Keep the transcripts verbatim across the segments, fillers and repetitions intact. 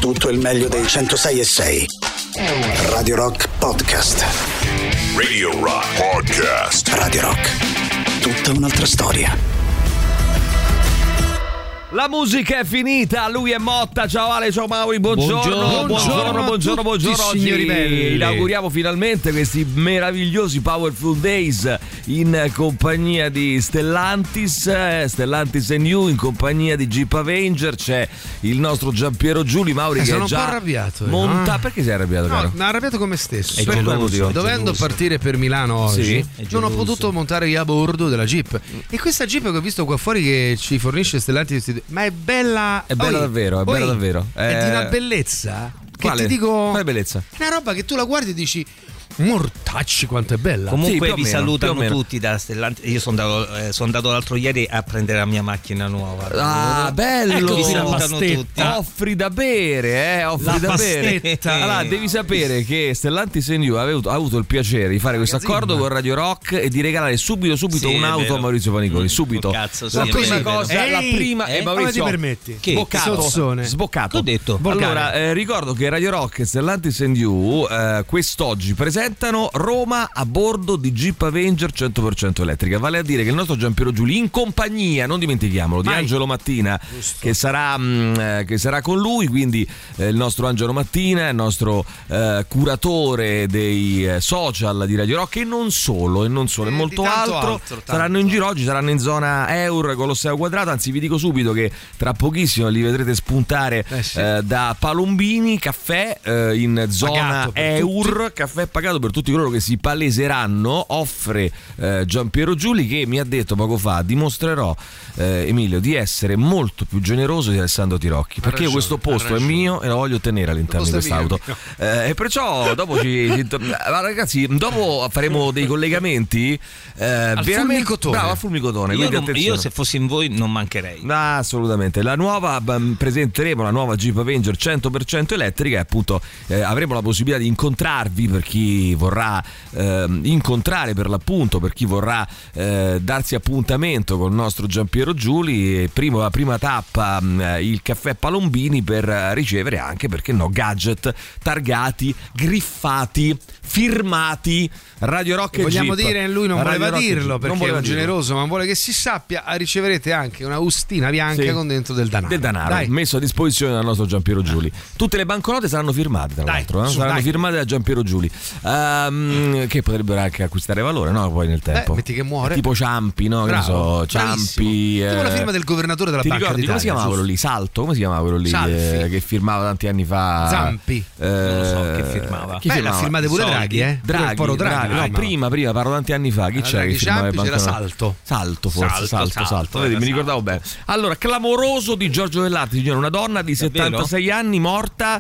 tutto il meglio dei centosei e sei. Radio Rock Podcast. Radio Rock Podcast. Radio Rock. Tutta un'altra storia. La musica è finita, lui è Motta, ciao Ale, ciao Mauri, buongiorno, buongiorno, buongiorno, buongiorno, buongiorno. Oggi signori belli, inauguriamo finalmente questi meravigliosi Powerful Days in compagnia di Stellantis, eh, Stellantis and You, in compagnia di Jeep Avenger. C'è il nostro Giampiero Giuli, Mauri, eh, che sono è già un po' arrabbiato. Monta... No? Perché sei arrabbiato, no, caro? No, arrabbiato come stesso. È geloso, dovendo geloso. partire per Milano oggi, sì, non ho potuto montare a bordo della Jeep. E questa Jeep che ho visto qua fuori che ci fornisce Stellantis, ma è bella, è bella oi, davvero, è oi, bella davvero. È eh... di una bellezza che Quale? ti dico. Quale bellezza? È una roba che tu la guardi e dici: mortacci, quanto è bella. Comunque sì, vi meno, salutano tutti da Stellantis. Io sono andato, eh, sono andato l'altro ieri a prendere la mia macchina nuova. Ah, bello! Ecco, vi la salutano tutti. Offri da bere, eh? Offri la da pastetta. bere. Allora, devi sapere che Stellantis and You ha avuto, ha avuto il piacere di fare questo accordo con Radio Rock e di regalare subito subito sì, un'auto a Maurizio Panicoli. Subito. Oh, cazzo, sì, la è prima vero. cosa, Ehi, la prima eh, e Maurizio, come ti permetti? Che? Sboccato, Sozzone. sboccato. Che ho detto? Allora, eh, ricordo che Radio Rock e Stellantis and You eh, quest'oggi presentano Roma a bordo di Jeep Avenger cento per cento elettrica, vale a dire che il nostro Giampiero Giuli, in compagnia, non dimentichiamolo, di Mai. Angelo Mattina, che sarà, mh, che sarà con lui, quindi eh, il nostro Angelo Mattina, il nostro eh, curatore dei eh, social di Radio Rock, e non solo, e non solo, Eh, e molto di tanto altro, altro, tanto. saranno in giro oggi, saranno in zona Eur Colosseo Quadrato, anzi vi dico subito che tra pochissimo li vedrete spuntare Eh sì. eh, da Palombini Caffè eh, in zona Pagato per Eur, caffè pagato per tutti coloro che si paleseranno, offre eh, Giampiero Giuli, che mi ha detto poco fa: dimostrerò eh, Emilio di essere molto più generoso di Alessandro Tirocchi, perché io ragione, questo posto ha è ragione. mio e lo voglio tenere all'interno di Lo posto è quest'auto, mio. eh, e perciò dopo ci, ci ma ragazzi, dopo faremo dei collegamenti eh, Al veramente fulmicotone. bravo, al fulmicotone, Io, quindi non- attenzione. io se fossi in voi non mancherei. Ah, assolutamente. La nuova bh, presenteremo la nuova Jeep Avenger cento per cento elettrica, e appunto eh, avremo la possibilità di incontrarvi per chi vorrà eh, incontrare per l'appunto, per chi vorrà eh, darsi appuntamento con il nostro Giampiero Giuli. E primo, la prima tappa mh, il caffè Palombini, per ricevere anche, perché no, gadget targati, griffati, firmati Radio Rock e Vogliamo Jeep. dire, lui non Radio voleva Rock e Jeep. dirlo Non perché voleva è un dirlo. generoso, ma vuole che si sappia. Riceverete anche una bustina bianca Sì. con dentro del denaro. Del denaro Dai. messo a disposizione dal nostro Giampiero Giuli. Tutte le banconote saranno firmate, tra Dai, l'altro, eh? su, saranno dai. firmate da Giampiero Giuli, Ehm, che potrebbero anche acquistare valore, no? Poi nel tempo. Beh, metti che muore. Tipo Ciampi, no? Che ne Bravo, so, Ciampi. bravissimo. Tipo la firma del governatore della Ti Banca ricordi come si d'Italia, chiamava quello giusto? lì? Salto? Come si chiamava quello lì? Salfi. eh, che firmava tanti anni fa? Zampi. Eh, Non lo so chi firmava. chi Beh, firmava? l'ha firmate pure Soldi. Draghi, eh? Pure Draghi, il Poro Draghi. Draghi. No, firmava. prima, prima, parlo tanti anni fa. Chi Era c'era Draghi che firmava le Ciampi, c'era banconote? Salto. Salto, forse, Salto, salto, salto. Salto, Vedi, era mi Salto. ricordavo bene. Allora, clamoroso di Giorgio Vellarti, signore, una donna di Davvero? settantasei anni, morta,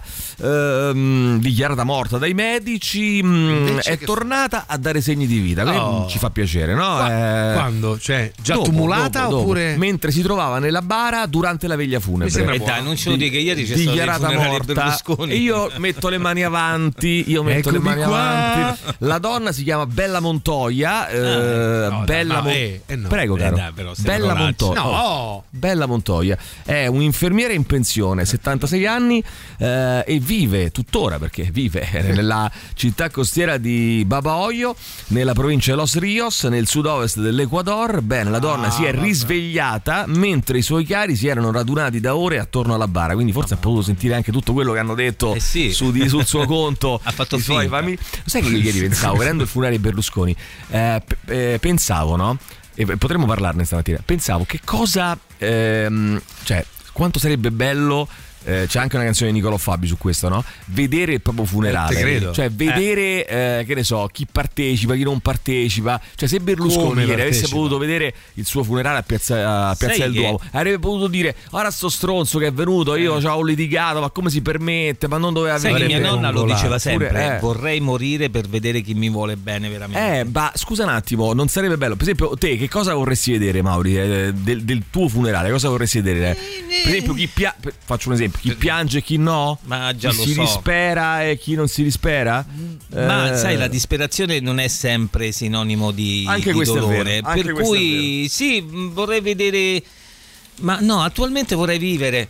ehm, dichiarata morta dai medici, mh, Invece è che- tornata a dare segni di vita. Quindi Oh. ci fa piacere, no? Qua- Eh, Quando? Cioè, già dopo, tumulata dopo, dopo. oppure. Mentre si trovava nella bara durante la veglia funebre. Mi sembra E buono. dai, non ce lo dico che ieri c'è stato il Dichiarata funerale morta, Berlusconi. e io metto le mani avanti. Io metto Eccomi le mani qua. avanti. La donna si chiama Bella Montoya. eh, no, dai, Bella ma- Mon- eh, eh, no. Prego, Eh, caro. dai, però, stiamo Bella coraggio. Montoya. No. Oh. Bella Montoya è un'infermiera in pensione, settantasei anni, eh, e vive tuttora, perché vive nella città costiera di Babahoyo, nella provincia de Los Rios, nel sud-ovest dell'Ecuador. Bene, la donna Ah, si è vabbè. risvegliata mentre i suoi cari si erano radunati da ore attorno alla bara, quindi forse ha potuto sentire anche tutto quello che hanno detto Eh sì. su di- sul suo conto. Ha fatto i suoi finta. famigli. Sai che io ieri pensavo, vedendo il funerale di Berlusconi, eh, p- eh, pensavo, no? E potremmo parlarne stamattina. Pensavo che cosa, ehm, cioè, quanto sarebbe bello. Eh, c'è anche una canzone di Nicolò Fabi su questo, no? Vedere il proprio funerale, Eh, te credo. cioè vedere eh, che ne so, chi partecipa, chi non partecipa. Cioè, se Berlusconi Come ieri avesse partecipa? potuto vedere il suo funerale a Piazza, a Piazza Sai del che- Duomo, avrebbe potuto dire: ora sto stronzo che è venuto, io ci ho litigato, ma come si permette? Ma non doveva Sai che venire. mia nonna lo Mongolare. diceva sempre: Pure, eh. vorrei morire per vedere chi mi vuole bene veramente. Eh, ma scusa un attimo, non sarebbe bello? Per esempio, te che cosa vorresti vedere, Mauri, eh, del, del tuo funerale? Cosa vorresti vedere? Per esempio, chi pia- faccio un esempio, chi piange e chi no? Ma già chi lo si so. dispera e chi non si dispera? Ma Eh, sai, la disperazione non è sempre sinonimo di, Anche di questo è dolore. vero, anche Per questo è cui sì, mh, vorrei vedere. Ma no, attualmente vorrei vivere.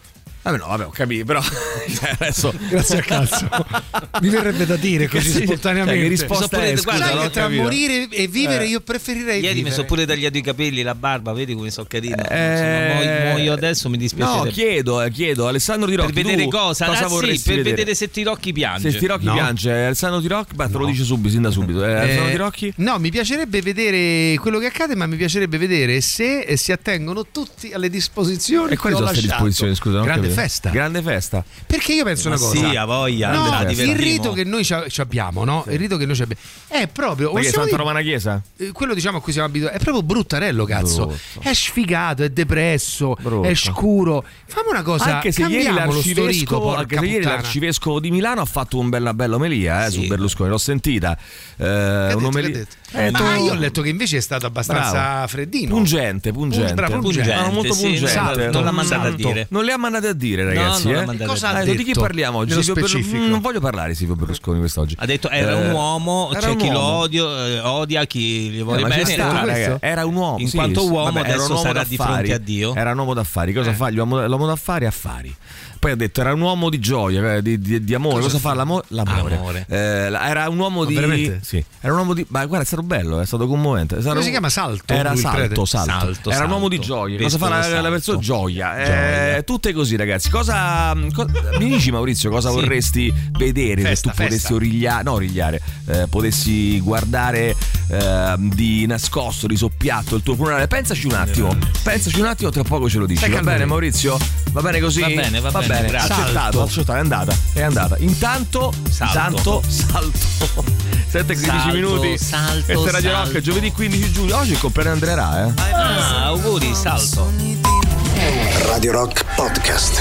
Vabbè, no, vabbè, ho capito, però cioè, adesso grazie al cazzo. Mi verrebbe da dire così sì, spontaneamente. Cioè, che risposta è? Guarda, Sai non che ho tra capito. morire e vivere Eh. io preferirei Ieri vivere. mi sono pure tagliato i capelli, la barba, vedi come sono carino. Eh, Se non muoio adesso mi dispiace. No, chiedo, eh, chiedo Alessandro Tirocchi, per vedere tu cosa? cosa Ah, sì, vorresti per vedere? vedere se Tirocchi piange. Se Tirocchi No. piange, Alessandro Tirocchi, beh, te lo dice subito, sin da subito. Eh, Alessandro Eh, Tirocchi? No, mi piacerebbe vedere quello che accade, ma mi piacerebbe vedere se eh, si attengono tutti alle disposizioni E quali che ho sono queste lasciato. disposizioni, scusa? non Grande capito. festa. Grande festa. Perché io penso Ma una cosa. sì, a voglia. No, andrà, il divertimo. rito che noi ci ci abbiamo, no? Il rito che noi ci abbiamo è proprio Ma che è possiamo Santa dire- Romana Chiesa? eh, quello diciamo a cui siamo abituati è proprio bruttarello, cazzo. Brutto. È sfigato, è depresso, Brutto. è scuro. Fammi una cosa, Anche se ieri cambiamolo sto rito, l'arcivescovo, porca anche se ieri puttana. l'arcivescovo di Milano ha fatto un bella bella omelia eh, Sì. su Berlusconi, l'ho sentita. Eh, Che ha detto, un'omelia- che ha detto? Eh, Ma tu- io ho letto che invece è stato abbastanza Bravo. freddino. Pungente, pungente. Bravo, pungente. No, molto sì, pungente. salto, non l'ha mandata a Salto. dire. Non le ha mandate a dire, ragazzi. non l'ha eh. mandata Cosa a ha dire. Eh, di chi detto? parliamo oggi? Nello Silvio Berlu- specifico. Non voglio parlare di Silvio Berlusconi quest'oggi. Ha detto era Eh, un uomo, era c'è un chi lo uomo. odio, eh, odia, chi gli Eh, vuole ma ci bene. sta, Era- raga, era un uomo in sì, quanto sì. uomo Vabbè, era adesso un uomo sarà d'affari. di fronte a Dio. Era un uomo d'affari. Cosa fa l'uomo, l'uomo d'affari? Affari. Poi ha detto era un uomo di gioia, eh, di, di, di amore. Cosa, fa l'amore? L'amore. Amore. Eh, era un uomo Ma di. veramente? Sì. Era un uomo di. Ma guarda, è stato bello, è stato commovente. È stato- Come si chiama? Salto? Era lui, il salto, prete? salto, Salto, Era un salto. uomo di gioia. Cosa fa la, Vescovo la persona? Salto. Gioia. Eh, Gioia. tutte così, ragazzi. Cosa, co- mi dici, Maurizio, cosa Sì. vorresti vedere Festa, se tu potessi festa. origliare? No, origliare. Eh, potessi guardare eh, di nascosto, di soppiatto il tuo funerale. Pensaci un attimo. Pensaci un attimo, tra poco ce lo dici. Stai Va calmo. bene, Maurizio? Va bene così? Va bene, va bene, grazie. Accettato, accettato, è andata. È andata. Intanto, Salto. salto, salto. sette e quindici Salto, minuti. salto, Questa è Radio salto. Rock, giovedì quindici giugno. Oggi è il compleanno di Andrea Ra, eh. Ah, auguri, salto. Radio Rock Podcast.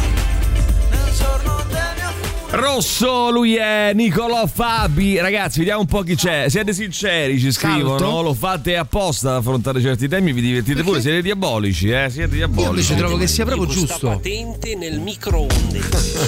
Rosso, lui è Nicolò Fabi. Ragazzi, vediamo un po' chi c'è. Siete sinceri, ci scrivono. Salto. Lo fate apposta ad affrontare certi temi. Vi divertite pure. Siete diabolici, eh? Siete Io diabolici. invece trovo che sia proprio questa giusto. patente nel microonde.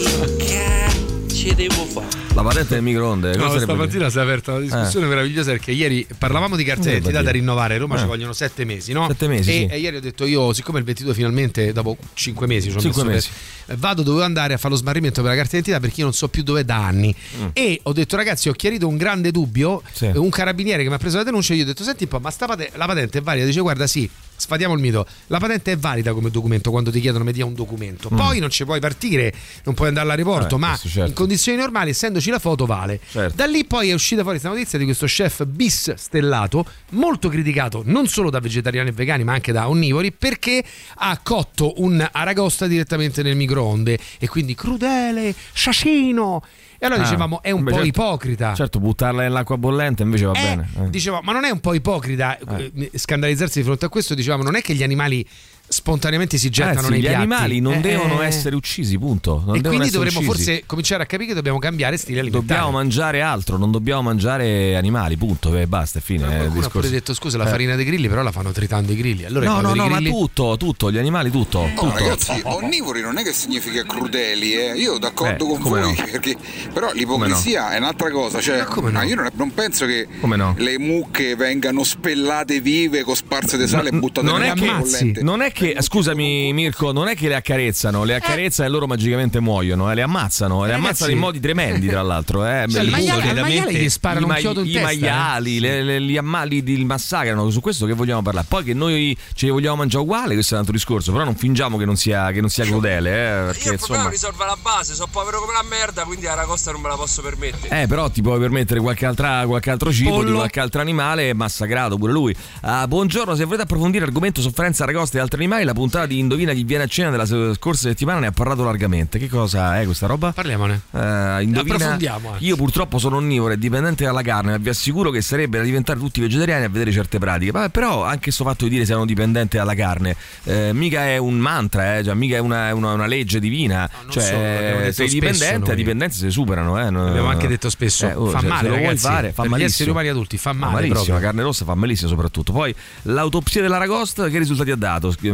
Che cazzo devo fare? La patente del microonde. No, cosa sarebbe? stamattina si è aperta una discussione meravigliosa perché ieri parlavamo di carta Eh, d'identità da dire. rinnovare. A Roma Eh. ci vogliono sette mesi, no? Sette mesi, E, sì. e ieri ho detto io, siccome il ventidue finalmente, dopo cinque mesi, ci ho Cinque messo mesi. per- eh, vado, dovevo andare a fare lo smarrimento per la carta d'identità perché io non so più dove da anni. Mm. E ho detto ragazzi, ho chiarito un grande dubbio. Sì. eh, Un carabiniere che mi ha preso la denuncia, io ho detto senti un po', ma sta pate- la patente è valida? Dice guarda sì. Sfatiamo il mito, la patente è valida come documento quando ti chiedono mi dia un documento, poi non ci puoi partire, non puoi andare all'aeroporto, Eh, ma questo certo. in condizioni normali, essendoci la foto, vale. Certo. Da lì poi è uscita fuori questa notizia di questo chef bis stellato, molto criticato non solo da vegetariani e vegani ma anche da onnivori, perché ha cotto un aragosta direttamente nel microonde e quindi crudele, sciacino. E allora Ah, dicevamo è un beh, po' certo. ipocrita. Certo, buttarla nell'acqua bollente invece va Eh, bene. Eh. Dicevamo, ma non è un po' ipocrita eh, scandalizzarsi di fronte a questo? Dicevamo, non è che gli animali spontaneamente si gettano Ragazzi, nei gli piatti. animali non Eh, devono eh. essere uccisi, punto. Non E devono quindi essere dovremmo uccisi. forse cominciare a capire che dobbiamo cambiare stile alimentare. Dobbiamo mangiare altro, non dobbiamo mangiare animali, punto. E basta, è fine. Però eh, il qualcuno ha pure discorso. detto scusa, la Eh. farina dei grilli però la fanno tritando i grilli. Allora i No, no, poveri no, ma grilli... tutto, tutto, gli animali, tutto. No, tutto. ragazzi, onnivori non è che significa crudeli, eh. Io d'accordo Beh, con come voi, no? perché però l'ipocrisia è un'altra cosa. Cioè, Ma come no? io non, non penso che Come no? le mucche vengano spellate vive, cosparse di sale e buttate non è, nell'acqua che, bollente. non è che, scusami Mirko, non è che le accarezzano, le accarezzano e loro magicamente muoiono, eh, le ammazzano, le Ragazzi- ammazzano in modi tremendi, tra l'altro. Eh, Cioè, il il maiale, al veramente- maiale gli sparano I, un mai- chiodo in i testa. maiali, eh. le, le- gli ammali li massacrano, su questo che vogliamo parlare. Poi che noi ce li vogliamo mangiare uguale, questo è un altro discorso, però non fingiamo che non sia, che non sia crudele, eh, perché Io il problema insomma. risolve la base, sono povero come la merda, quindi la ragosta non me la posso permettere. Eh, però ti puoi permettere qualche, altra, qualche altro cibo Pollo. di qualche altro animale massacrato pure lui. Ah, buongiorno, se volete approfondire l'argomento sofferenza, aragosta e altri animali, la puntata di Indovina chi viene a cena della se- scorsa settimana ne ha parlato largamente. Che cosa è questa roba? Parliamone. Eh, indovina- Approfondiamo, anzi. Io purtroppo sono onnivoro e dipendente dalla carne, ma vi assicuro che sarebbe da diventare tutti vegetariani a vedere certe pratiche. Vabbè, però anche sto fatto di dire siamo dipendenti dalla carne, eh, mica è un mantra, eh, cioè, mica è una, una- una legge divina. non cioè, solo, l'abbiamo detto sei spesso dipendente, noi. le dipendenze si superano. Eh, no- Abbiamo anche detto spesso, Eh, oh, fa se- male, se lo vuoi ragazzi, fare, fa per gli malissimo. esseri umani adulti fa male malissimo, proprio. la carne rossa fa malissimo soprattutto. Poi l'autopsia dell'aragosta che risultati ha dato?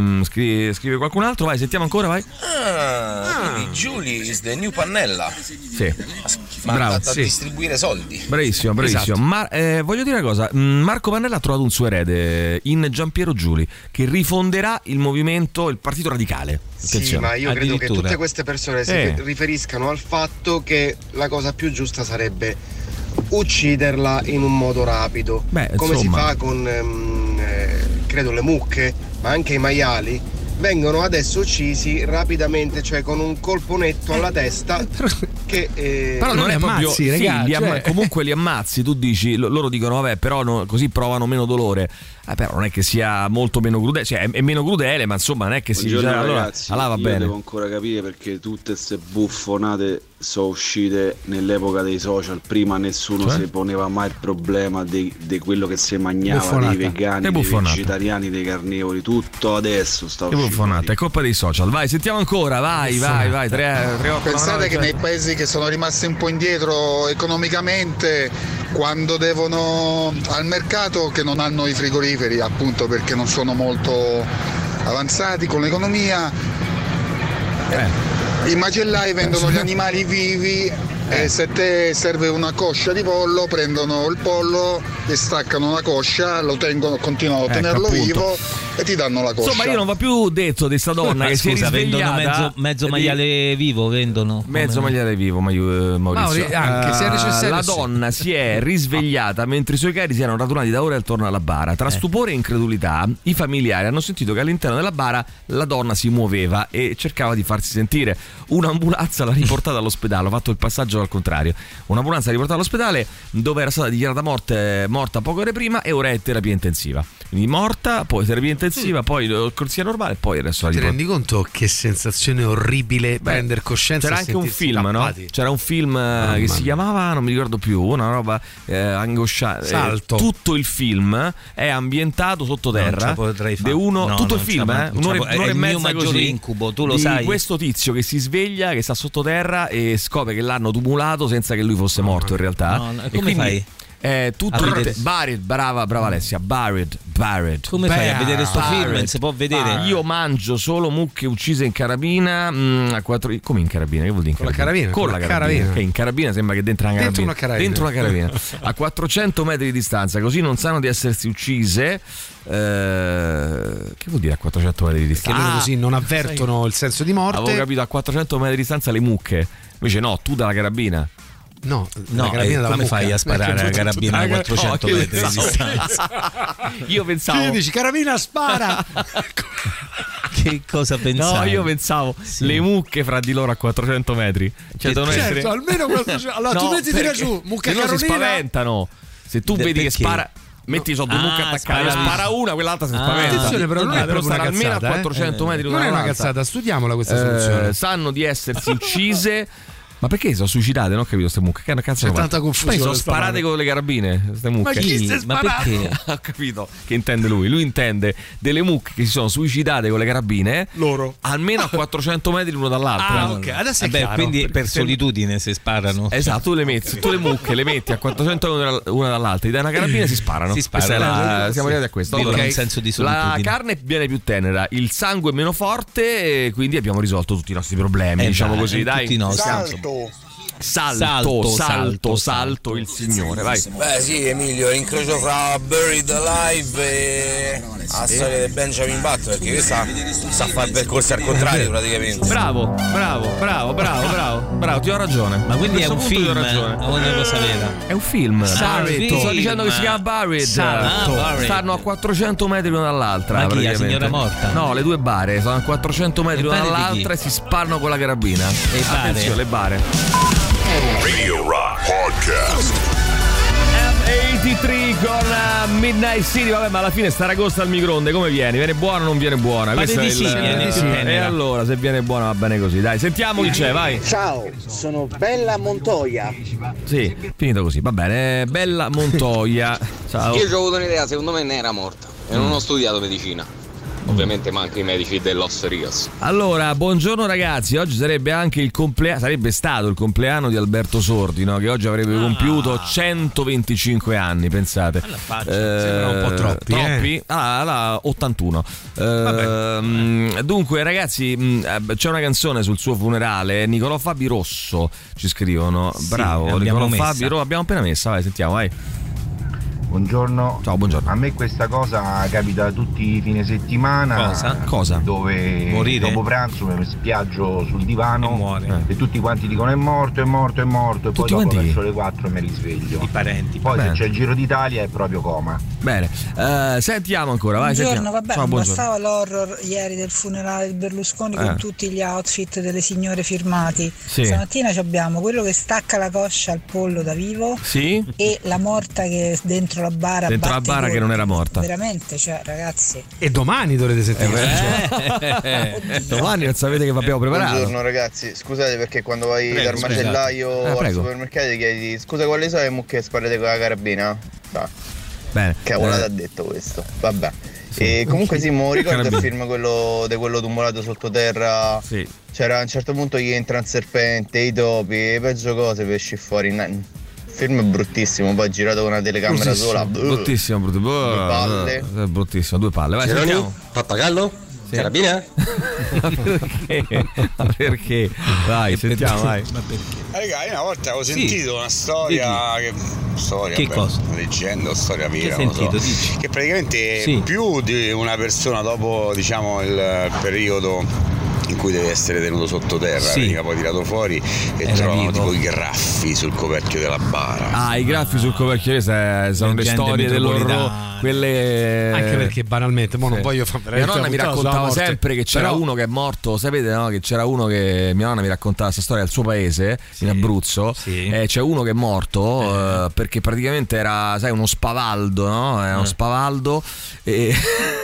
mm, scrive, scrive qualcun altro, vai, sentiamo ancora, vai. Ah, quindi Julie is the new Pannella. Sì. Ma Bravo, da, da sì. distribuire soldi. Bravissimo, bravissimo. Esatto. Ma eh, voglio dire una cosa, Marco Pannella ha trovato un suo erede in Giampiero Giuli, che rifonderà il movimento, il Partito Radicale. Attenzione. Sì, ma io credo che tutte queste persone si Eh. riferiscano al fatto che la cosa più giusta sarebbe ucciderla in un modo rapido. Beh, come insomma. si fa con ehm, eh, credo le mucche, ma anche i maiali vengono adesso uccisi rapidamente, cioè con un colpo netto alla testa che eh, Però non è li proprio ammazzi, sì, regà, li amma- cioè- comunque li ammazzi, tu dici, lo- loro dicono vabbè, però no, così provano meno dolore. Eh, però non è che sia molto meno crudele, cioè è, è meno crudele, ma insomma non è che si Buongiorno cioè, allora, ragazzi, allora va io bene. devo ancora capire perché tutte queste buffonate sono uscite nell'epoca dei social. Prima nessuno Cioè? si poneva mai il problema di quello che si mangiava, Buffonata. dei vegani, Che dei buffonata. vegetariani, dei carnivori. Tutto adesso sta Che uscendo. buffonata, è colpa dei social. Vai, sentiamo ancora, vai, vai, vai. tre, tre, otto, Pensate nove, che nove, nei paesi che sono rimasti un po' indietro economicamente, quando devono al mercato, che non hanno i frigoriferi appunto perché non sono molto avanzati con l'economia, eh. i macellai vendono gli animali vivi e se te serve una coscia di pollo prendono il pollo e staccano la coscia, lo tengono, continuano a Ecco, tenerlo appunto. vivo e ti danno la coscia. Insomma, io non va più detto di sta donna Ma che scusa, si è vendono risvegliata mezzo, mezzo di- maiale vivo, vendono. Mezzo Come- maiale vivo, ma io, eh, Maurizio. Mauri, anche, se è Eh, necessario, la sì. donna si è risvegliata mentre i suoi cari si erano radunati da ore attorno alla bara. Tra stupore e incredulità, i familiari hanno sentito che all'interno della bara la donna si muoveva e cercava di farsi sentire. Un'ambulanza l'ha riportata all'ospedale, ho fatto il passaggio al contrario. Un'ambulanza l'ha riportata all'ospedale dove era stata dichiarata morte, morta poche ore prima e ora è terapia intensiva. Quindi morta, poi terapia intensiva, poi eh, corsia normale e poi il resto la Ti riporta. rendi conto che sensazione orribile prendere coscienza? C'era e anche un sentirsi film, no? tappati? C'era un film eh, che si chiamava, non mi ricordo più, una roba eh, angosciante. Salto. Eh, tutto il film è ambientato Non sottoterra. ce la potrei fare. De uno, No, tutto il non film, ce la- eh? non ce Un'ora, la- è un'ora e il mio mezza maggiore così, incubo, tu lo di sai. questo tizio che si sveglia, che sta sottoterra e scopre che l'hanno tumulato senza che lui fosse morto in realtà. No, no, E come quindi fai? È tutto A vedere- buried, brava, brava Alessia, buried, buried. Come fai a vedere sto film? Buried. Non si può vedere. Ah, io mangio solo mucche uccise in carabina. mm, a quattro... Come in carabina? Che vuol dire in Con la carabina, Con con la la carabina. carabina. Che in carabina sembra che dentro una Dentro carabina. una carabina. Dentro una carabina. A quattrocento metri di distanza, così non sanno di essersi uccise. Eh, che vuol dire a quattro metri di Che distanza? loro Ah, così non avvertono il senso di morte. avevo capito a quattrocento metri di distanza le mucche. Invece no, tu dalla carabina. No, No, la carabina eh, dalla come mucca. fai a sparare la carabina a quattrocento No, io metri di pensavo- distanza? Io pensavo. Che dici, carabina spara! Che cosa pensavi? No, io pensavo le mucche fra di loro a quattrocento metri. Cioè, devono certo, essere... almeno questo. Allora tu No, metti tira perché giù, mucca se no si carolina. spaventano. Se tu De- vedi che perché? spara, metti sotto due Ah, mucche attaccate, spara- spara una, quell'altra si Ah, spaventa. attenzione, però non è Eh, proprio stanno una almeno a cazzata, eh. quattrocento metri Non l'una è una dall'altra. cazzata, studiamola questa Eh, soluzione. sanno di essersi uccise. Ma perché sono suicidate? Non ho capito queste mucche. Che cazzo C'è hanno tanta fatto? confusione Poi sono stamane. sparate con le carabine, queste mucche. Ma chi si è Ma sparato? perché? Ho capito che intende lui. Lui intende delle mucche che si sono suicidate con le carabine. Loro. Almeno a quattrocento metri l'uno dall'altro. Ah, ok, adesso è Vabbè, chiaro. quindi per Perché se- solitudine se sparano. Esatto, tu le metti, tu le mucche le metti a quattrocento metri una dall'altra, gli dai una carabina e si sparano. Si sparano. Questa è la- siamo arrivati a questo. Vivono Allora, un senso di la solitudine. carne viene più tenera, il sangue è meno forte, e quindi abbiamo risolto tutti i nostri problemi, Eh, diciamo dai, così, dai. tutti i nostri. Salto. Salto, Salto, salto, salto, salto il signore, vai. Beh sì Emilio, è incrocio fra Buried Alive e la storia di Benjamin Button, perché questa sa fare percorsi al contrario praticamente. Bravo, bravo, bravo, bravo, bravo, bravo, ti ho ragione. Ma quindi A è questo un punto ti film ho ragione. o una cosa vera? È un film. Buried. Ti sto dicendo che si chiama Buried. Salto. Ah, Buried. Stanno a quattrocento metri l'una dall'altra. Ma chi, la praticamente. signora morta? No, le due bare sono a quattrocento metri Le l'una bare di dall'altra chi? e si sparano con la carabina. Le bare. Attenzione, le bare. Radio Rock Podcast. ottantatré con uh, Midnight City. Vabbè, ma alla fine sta ragosta al microonde come viene? Viene buona o non viene buona? Pare Questo di è sì, il- viene eh, più sì. tenera. E allora, se viene buona va bene così. Dai, sentiamo chi c'è, vai. Ciao, sono Bella Montoya. Sì, finito così, va bene. Bella Montoya. Ciao. Io ci ho avuto un'idea, secondo me ne era morta e non ho studiato medicina. ovviamente ma anche i medici dell'Os Rios. Allora, buongiorno ragazzi, oggi sarebbe anche il compleanno, sarebbe stato il compleanno di Alberto Sordi, no? Che oggi avrebbe ah. compiuto centoventicinque anni, pensate. Alla faccia, eh, sembra un po' troppi. Troppi? Eh? Ah, allora, ottantuno. Eh, dunque, ragazzi, mh, c'è una canzone sul suo funerale. Nicolò Fabi Rosso ci scrivono. Sì, bravo, Nicolò messa. Fabi Rosso. Abbiamo appena messa, vai, sentiamo, vai. Buongiorno. Ciao, buongiorno. A me questa cosa capita tutti i fine settimana. Cosa? Cosa? Dove Morire? dopo pranzo mi spiaggio sul divano e, muore. e tutti quanti dicono è morto, è morto, è morto e Tutti poi dopo quanti? verso le quattro mi risveglio. I parenti. Poi Bene. se c'è il Giro d'Italia è proprio coma. Bene, eh, sentiamo ancora, vai. Buongiorno, sentiamo. vabbè, Ciao, non buongiorno. bastava l'horror ieri del funerale di Berlusconi con Eh. tutti gli outfit delle signore firmati. Sì. Stamattina ci abbiamo quello che stacca la coscia al pollo da vivo Sì? e la morta che è dentro la bara Dentro la batte i bara che colpi. non era morta. Veramente, cioè, ragazzi. E domani dovrete sentire. Eh, eh, domani non sapete che vi abbiamo preparato. Buongiorno ragazzi, scusate perché quando vai Prego, dal scusate. macellaio Eh, al prego. supermercato ti chiedi scusa quali sono le mucche che sparate con la carabina? No. Bene. Cavolata Eh, ha detto questo, vabbè. E comunque sì, mo ricordo il Carabina. film quello di quello tumulato sottoterra. Sì. C'era a un certo punto gli entra un serpente, i topi, le peggio cose per uscire fuori. Na- Il film è bruttissimo, poi girato con una telecamera bruttissimo, sola. bruttissimo, brutto, Due palle. eh, bruttissimo, due palle. Vai, Geroni? sentiamo. Pappagallo? Sì. Carabina? Ma perché? Ma perché? Vai, sentiamo, vai. Ma raga, io una volta avevo sentito Sì. una storia che, storia, Che beh, cosa? una leggenda, storia vera, Che non lo sentito, so, dici? che praticamente Sì. più di una persona dopo, diciamo, il periodo in cui deve essere tenuto sottoterra, Sì. veniva poi tirato fuori e Era trovano vivo. tipo i graffi sul coperchio della bara. Ah, i graffi sul coperchio se- sono le Leggende storie dell'orrore, metropolitane. quelle. Anche perché banalmente, mo non Sì. voglio fare Mia veramente nonna mi la puntata sulla raccontava morte, sempre che c'era però- uno che è morto. Sapete, no? Che c'era uno che mia nonna mi raccontava questa storia al suo paese, in Abruzzo. Sì. Eh, c'è uno che è morto eh, perché praticamente era, sai, uno spavaldo, no? Era uno Eh. spavaldo. E,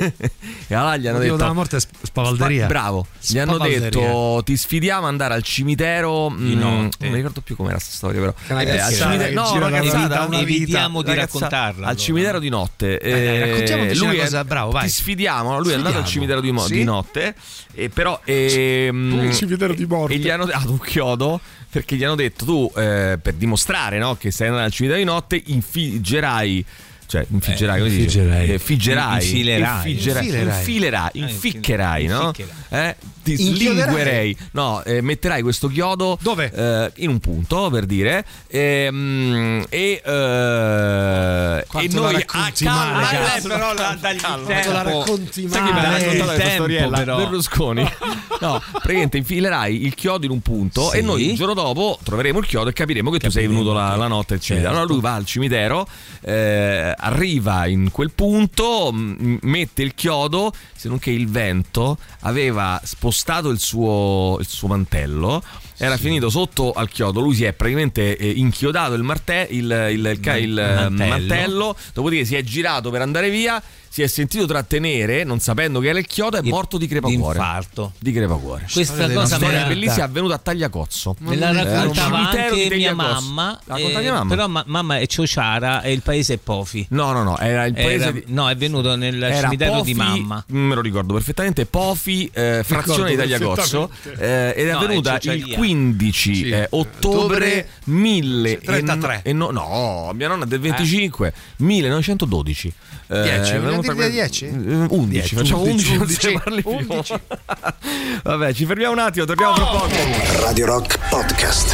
e allora gli Il hanno motivo detto. della morte è sp- spavalderia. Spa- bravo, gli hanno Spavalderia. detto ti sfidiamo ad andare al cimitero Di mm, notte. non mi ricordo più com'era sta storia però Che è una Eh, al cazzata cimitero- che no, gira una da una cazzata, vita, una vita. Evitiamo di una cazzata. raccontarla, al allora. cimitero di notte Dai, dai, eh, raccontiamoci lui una è- cosa, bravo, vai. ti sfidiamo, no? Lui è andato al cimitero di, mo- Sì? di notte e però ehm, Il cimitero di morte. e gli hanno dato un chiodo perché gli hanno detto tu eh, per dimostrare, no, che sei andato al cimitero di notte infiggerai, cioè infiggerai, Eh, come si dice? infiggerai. Eh, figgerai, Infilerai. infiggerai, Infilerai. infilerai, inficcherai, no? Inficcherai. Eh, ti Inchioderai. slinguerei, no, eh, metterai questo chiodo Dove? eh, in un punto per dire ehm, e, eh, e Quanto la noi racconti a male, calma, cazzo. eh, però la- dagli Calma. tempo. Quanto la racconti Sai chi me l'ha male. raccontata Il questa tempo, storiella? però. Berlusconi. No, praticamente infilerai il chiodo in un punto Sì. e noi il giorno dopo troveremo il chiodo e capiremo che tu sei Capiremo venuto la, che- la notte al cimitero. certo. Allora lui va al cimitero, eh, arriva in quel punto, m- mette il chiodo, se non che il vento aveva spostato il suo, il suo mantello. Era finito sotto al chiodo, lui si è praticamente eh, inchiodato il, marte- il, il, il, ca- il, eh, mantello. mantello, dopodiché si è girato per andare via, si è sentito trattenere, non sapendo che era il chiodo, è Di- morto di crepacuore. di infarto. Di crepacuore. Questa Storia cosa della me Storia la, bellissima, è avvenuta a Tagliacozzo. me la Eh, al raccontava cimitero di anche mia Tagliacozzo. mamma, La racconta eh, mia mamma? però ma- mamma è Ciociara e il paese è Pofi. No, no, no, era il paese Era- di... no, è venuto nel Era cimitero Pofi, di mamma. me lo ricordo perfettamente, Pofi, eh, frazione di Tagliacozzo, eh, ed è No, avvenuta è il Ciociaria. quindici Sì. eh, ottobre mille trentatré. e no, no, mia nonna è del venticinque, millenovecentododici. Eh, dieci, è vogliamo venuta dire que- dieci? Eh, undici, facciamo undici, non se ne parli più. undici. Vabbè, ci fermiamo un attimo, torniamo fra poco. Radio Rock Podcast.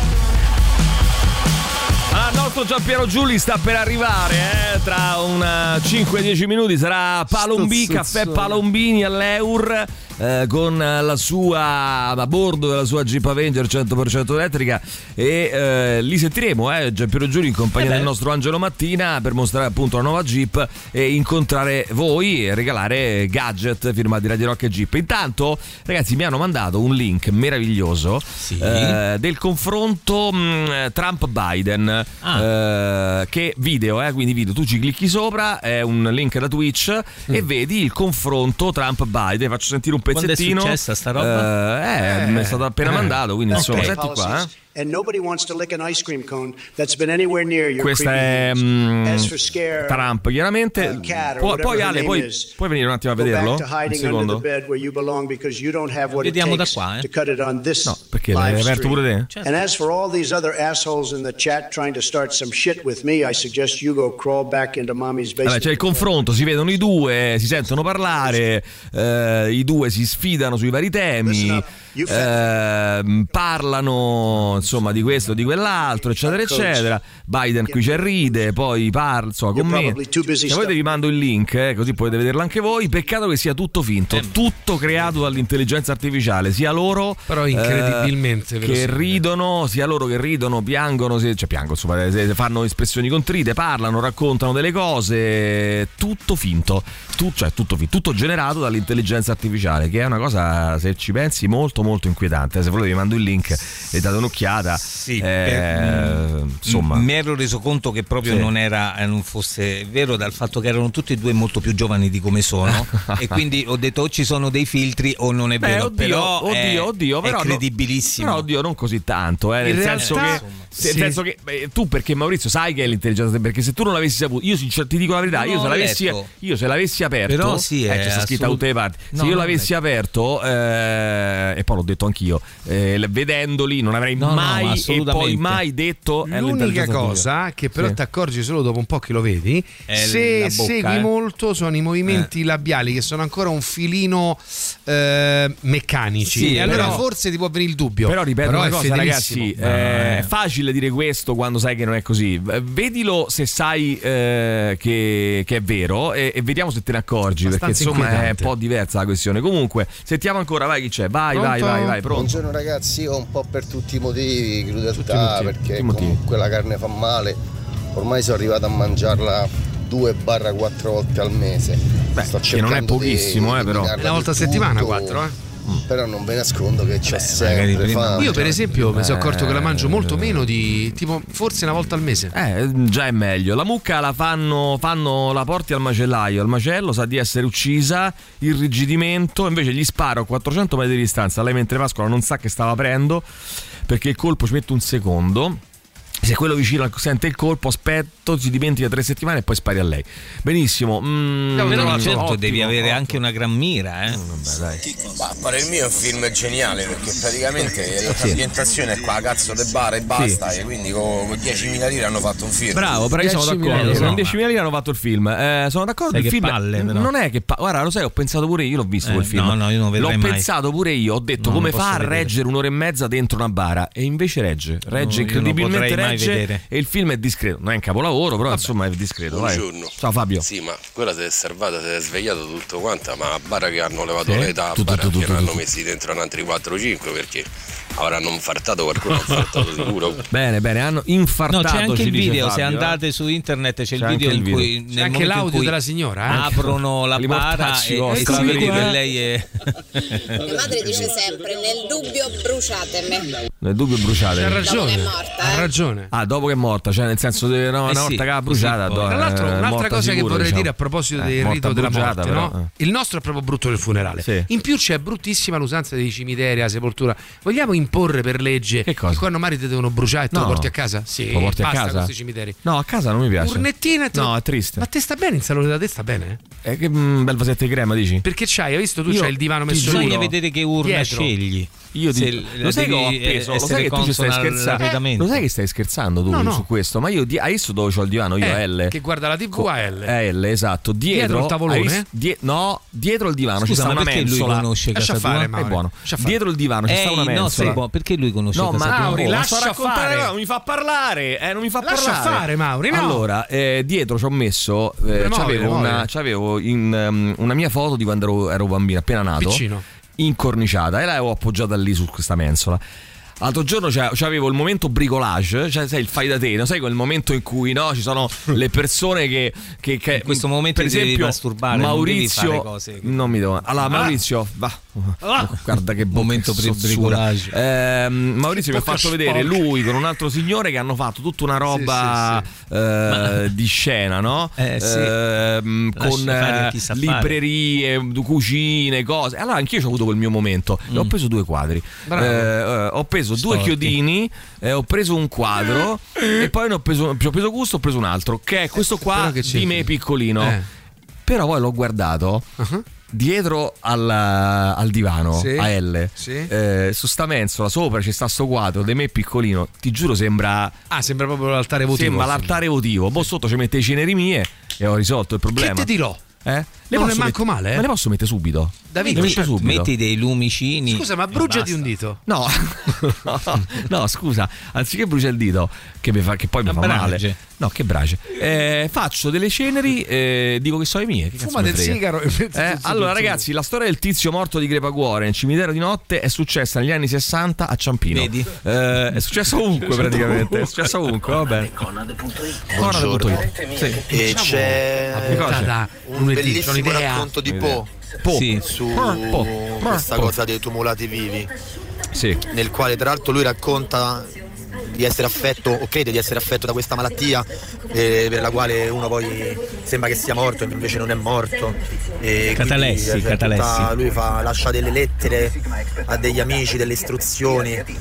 Ah, il nostro Giampiero Giuli sta per arrivare, eh? Tra un cinque dieci minuti sarà Palombi, Sto caffè zuzzone. Palombini all'Eur, eh, con la sua, a bordo della sua Jeep Avenger cento per cento elettrica, e eh, li sentiremo, eh, Giampiero Giuli in compagnia Eh del beh. nostro Angelo Mattina per mostrare appunto la nuova Jeep e incontrare voi e regalare gadget firmati Radio Rock e Jeep. Intanto, ragazzi, mi hanno mandato un link meraviglioso Sì. eh, del confronto mh, Trump-Biden. Ah. Eh, che video, eh, quindi video, tu ci clicchi sopra, è un link da Twitch e vedi il confronto Trump-Biden. Faccio sentire un Quando è pezzettino. successa sta roba? Eh, eh, mi è stato appena Eh. mandato, quindi Ok. insomma, senti qua, eh. And nobody wants to lick an ice cream cone that's been anywhere near your Questa è mm, Trump, chiaramente. uh, Pu- poi Ale, poi is, puoi venire un attimo a vederlo? Un secondo. Vediamo da qua, eh. No, perché l'hai aperto pure te? Certo. And as for all these other assholes in the chat trying to start some shit with me, I suggest you go crawl back into mommy's basement. Allora, c'è il confronto, si vedono i due, si sentono parlare, eh, i due si sfidano sui vari temi, eh, parlano insomma di questo, di quell'altro, eccetera, eccetera. Biden qui ci ride, poi parla, insomma, commenta. Se volete vi mando il link, eh, così potete vederlo anche voi. Peccato che sia tutto finto, tutto creato dall'intelligenza artificiale, sia loro però incredibilmente eh, che ridono, sia loro che ridono, piangono, se, cioè piangono, insomma, se fanno espressioni contrite, parlano, raccontano delle cose, tutto finto, tu, cioè tutto finto, tutto generato dall'intelligenza artificiale, che è una cosa, se ci pensi, molto molto inquietante. Se volete vi mando il link e date un'occhiata. Sì, eh, per, insomma, mi ero reso conto che proprio sì. non era, non fosse vero, dal fatto che erano tutti e due molto più giovani di come sono e quindi ho detto o ci sono dei filtri o non è Beh, vero. oddio, però oddio, è, oddio, però è credibilissimo. No, però oddio, non così tanto, eh, nel In senso realtà, che sì. nel senso che beh, tu, perché Maurizio sai che è l'intelligenza, perché se tu non l'avessi saputo, io sincer- ti dico la verità, No, io se l'avessi letto. io se l'avessi aperto, Però sì, eh, è c'è sta scritta assolut- tutte le parti. No, se io non l'avessi letto. aperto eh, e poi l'ho detto anch'io, eh, vedendoli non avrei No, no, mai e assolutamente. poi mai detto è L'unica l'intelligenza cosa artificiale. che però Sì. ti accorgi solo dopo un po' che lo vedi, È se la bocca, segui eh. molto, sono i movimenti labiali che sono ancora un filino eh, meccanici. Sì, e allora però- forse ti può venire il dubbio. Però ripeto Però una è cosa, fedelissimo. ragazzi, No, eh, eh. è facile dire questo quando sai che non è così. Eh, Vedilo se sai eh, che, che è vero e, e vediamo se te ne accorgi, perché Abbastanza insomma è un inquietante. po' diversa la questione. Comunque, sentiamo ancora, vai chi c'è? Vai, Pronto? vai, vai, vai, pronto. Buongiorno ragazzi, io un po' per tutti i motivi, Tutti i crudeltà, motivi, perché tutti i motivi. comunque la carne fa male, ormai sono arrivato a mangiarla due quattro volte al mese. Beh, Sto che non è cercando pochissimo, di eh, però. eliminarla Una volta a del settimana, tutto, quattro, eh? Però non ve nascondo che c'ho magari sempre prima fame. Io per esempio mi sono accorto che la mangio molto Eh. meno di tipo forse una volta al mese. Eh, già è meglio. La mucca la fanno, fanno la porti al macellaio. Il macello sa di essere uccisa, irrigidimento. Invece gli sparo a quattrocento metri di distanza. Lei mentre pascola non sa che stava aprendo, perché il colpo ci mette un secondo. Se quello vicino sente il colpo, aspetto, si dimentica tre settimane e poi spari a lei. Benissimo. Mm, Però no, certo ottimo, devi avere ottimo. anche una gran mira, eh. Vabbè, dai. Ma pare il mio è un film geniale perché praticamente l'ambientazione è qua cazzo de bar e basta e quindi con, con diecimila lire hanno fatto un film. Bravo, però io sono diecimila d'accordo. euro. Con diecimila lire hanno fatto il film. Eh, sono d'accordo. Sai il che film palle, però. non è che pa- guarda, lo sai, ho pensato pure io, l'ho visto Eh, quel film. no, no, io non vedrei L'ho mai. pensato pure io, ho detto No, come non fa posso a vedere. reggere un'ora e mezza dentro una bara e invece regge, regge No, io non incredibilmente, potrei mai regge vedere. e il film è discreto, non è un capolavoro, però insomma è discreto. Vai. Buongiorno. Ciao Fabio. Sì, ma quella si è salvata, si è svegliato tutto quanto, ma a bara che hanno levato Sì, l'età, a tutto, bara tutto, che tutto, l'hanno tutto. messi dentro un altri quattro cinque perché avranno infartato qualcuno, ha infartato sicuro. Bene, bene, hanno infartato. No, c'è anche ci il dice video, se Fabio, eh. andate su internet c'è, C'è il anche video il in video. cui C'è nel anche momento in l'audio cui della signora, eh? aprono la Li bara mortacci e, e vostri. si vede qua. che lei è Mia madre dice sempre: nel dubbio bruciatemi. Nel dubbio bruciate. Ha Dopo che ragione. è morta, Ha eh. ragione. Ah, dopo che è morta, cioè nel senso che no, Eh una sì, volta che l'ha così bruciata, poi. do- Tra l'altro, eh, un'altra morta cosa sicuro, che vorrei diciamo. dire a proposito Eh, del morta rito della bruciata, morte, però, no? eh. Il nostro è proprio brutto del funerale. Sì. In più c'è bruttissima l'usanza dei cimiteri, la sepoltura. Vogliamo imporre per legge Che cosa? quando Mari ti devono bruciare e te No. lo porti a casa? Sì, Lo porti a basta casa? con questi cimiteri. No, a casa non mi piace. Urnettina e te No, lo- è triste. Ma te sta bene in salone da te sta bene? È che mm, bel vasetto di crema, dici? Perché c'hai, hai visto tu Io c'hai il divano ti messo giuro- lì? bisogna vedere che urna Dietro. scegli. Io ti Se lo sai che ho devi appeso, lo essere sai che tu ci stai consona scherzando. all'arredamento. Lo sai che stai scherzando tu No, no. su questo? Ma io di- hai visto dove c'ho il divano? Io Eh, a L. che guarda la tivù a L. Eh, L, esatto. Dietro, Dietro il tavolone? hai visto- die- no, dietro il divano Scusa, ci sta ma una perché lui mensola. conosce Lascia casa fare, tua? È Mauri. buono. Lascia fare. Dietro il divano ci sta Ehi, una no, mensola. sei buono. Perché lui conosce No, casa ma tua? Mauri, oh, lascia sto raccontare, fare. non mi fa parlare, eh, non mi fa Lascia parlare. fare, Mauri, no. Allora, eh, dietro ci ho messo eh, Muovile, c'avevo, una, muovile. c'avevo in, um, una mia foto di quando ero, ero bambino, appena nato, Piccino. incorniciata, e l'avevo appoggiata lì su questa mensola. L'altro giorno c'è- c'avevo il momento bricolage, cioè sai il fai da te, no? Sai quel momento in cui no, ci sono le persone che, che, che In questo momento per ti devi esempio masturbare, non devi Maurizio fare cose che- non mi devo. Allora Ah. Maurizio, va. Guarda che Momento momento per bricolage. Maurizio mi ha Poca fatto vedere sporca. lui con un altro signore che hanno fatto tutta una roba eh, di scena, no? Eh, sì. Ehm, Lascia con fare a eh, chi sa fare. librerie, cucine, cose. Allora anch'io ho avuto quel mio momento. E ho preso due quadri. Bravo. Eh, eh, ho preso preso due Storti. chiodini, eh, ho preso un quadro e poi ne ho preso, ci ho preso gusto, ho preso un altro, che è questo qua di me piccolino. Eh. Però poi l'ho guardato. Uh-huh. Dietro al, al divano, Sì, a L, sì. eh, su sta mensola sopra c'è sta sto quadro di me piccolino. Ti giuro, sembra. Ah, sembra proprio l'altare votivo. Sembra l'altare votivo. Poi sotto ci mette i ceneri mie e ho risolto il problema. Che ti dirò? Eh? Le Non posso è manco met- male, eh? Ma le posso mettere subito? Davide, le metto subito. Metti dei lumicini. Scusa, ma brucia di un dito? No, no, no, scusa, anziché brucia il dito, che, mi fa, che poi mi Una fa brace. male. No, che brace. Eh, faccio delle ceneri, eh, dico che sono le mie. Che cazzo Fuma me del frega? sigaro e metti Eh, tutto allora, sul- ragazzi, la storia del tizio morto di crepacuore nel cimitero di notte è successa negli anni sessanta a Ciampino. Vedi? Eh, è successo ovunque, praticamente. È successo ovunque, va bene. Conrad punto it. Sì. E c'è Cosa? un bellissimo racconto di Po, Po. Sì. su Po. questa Po. cosa dei tumulati vivi, Sì. nel quale tra l'altro lui racconta di essere affetto o crede di essere affetto da questa malattia, eh, per la quale uno poi sembra che sia morto e invece non è morto. E Catalessi, quindi, eh, Catalessi. tutta- lui fa, lascia delle lettere a degli amici, delle istruzioni, eh,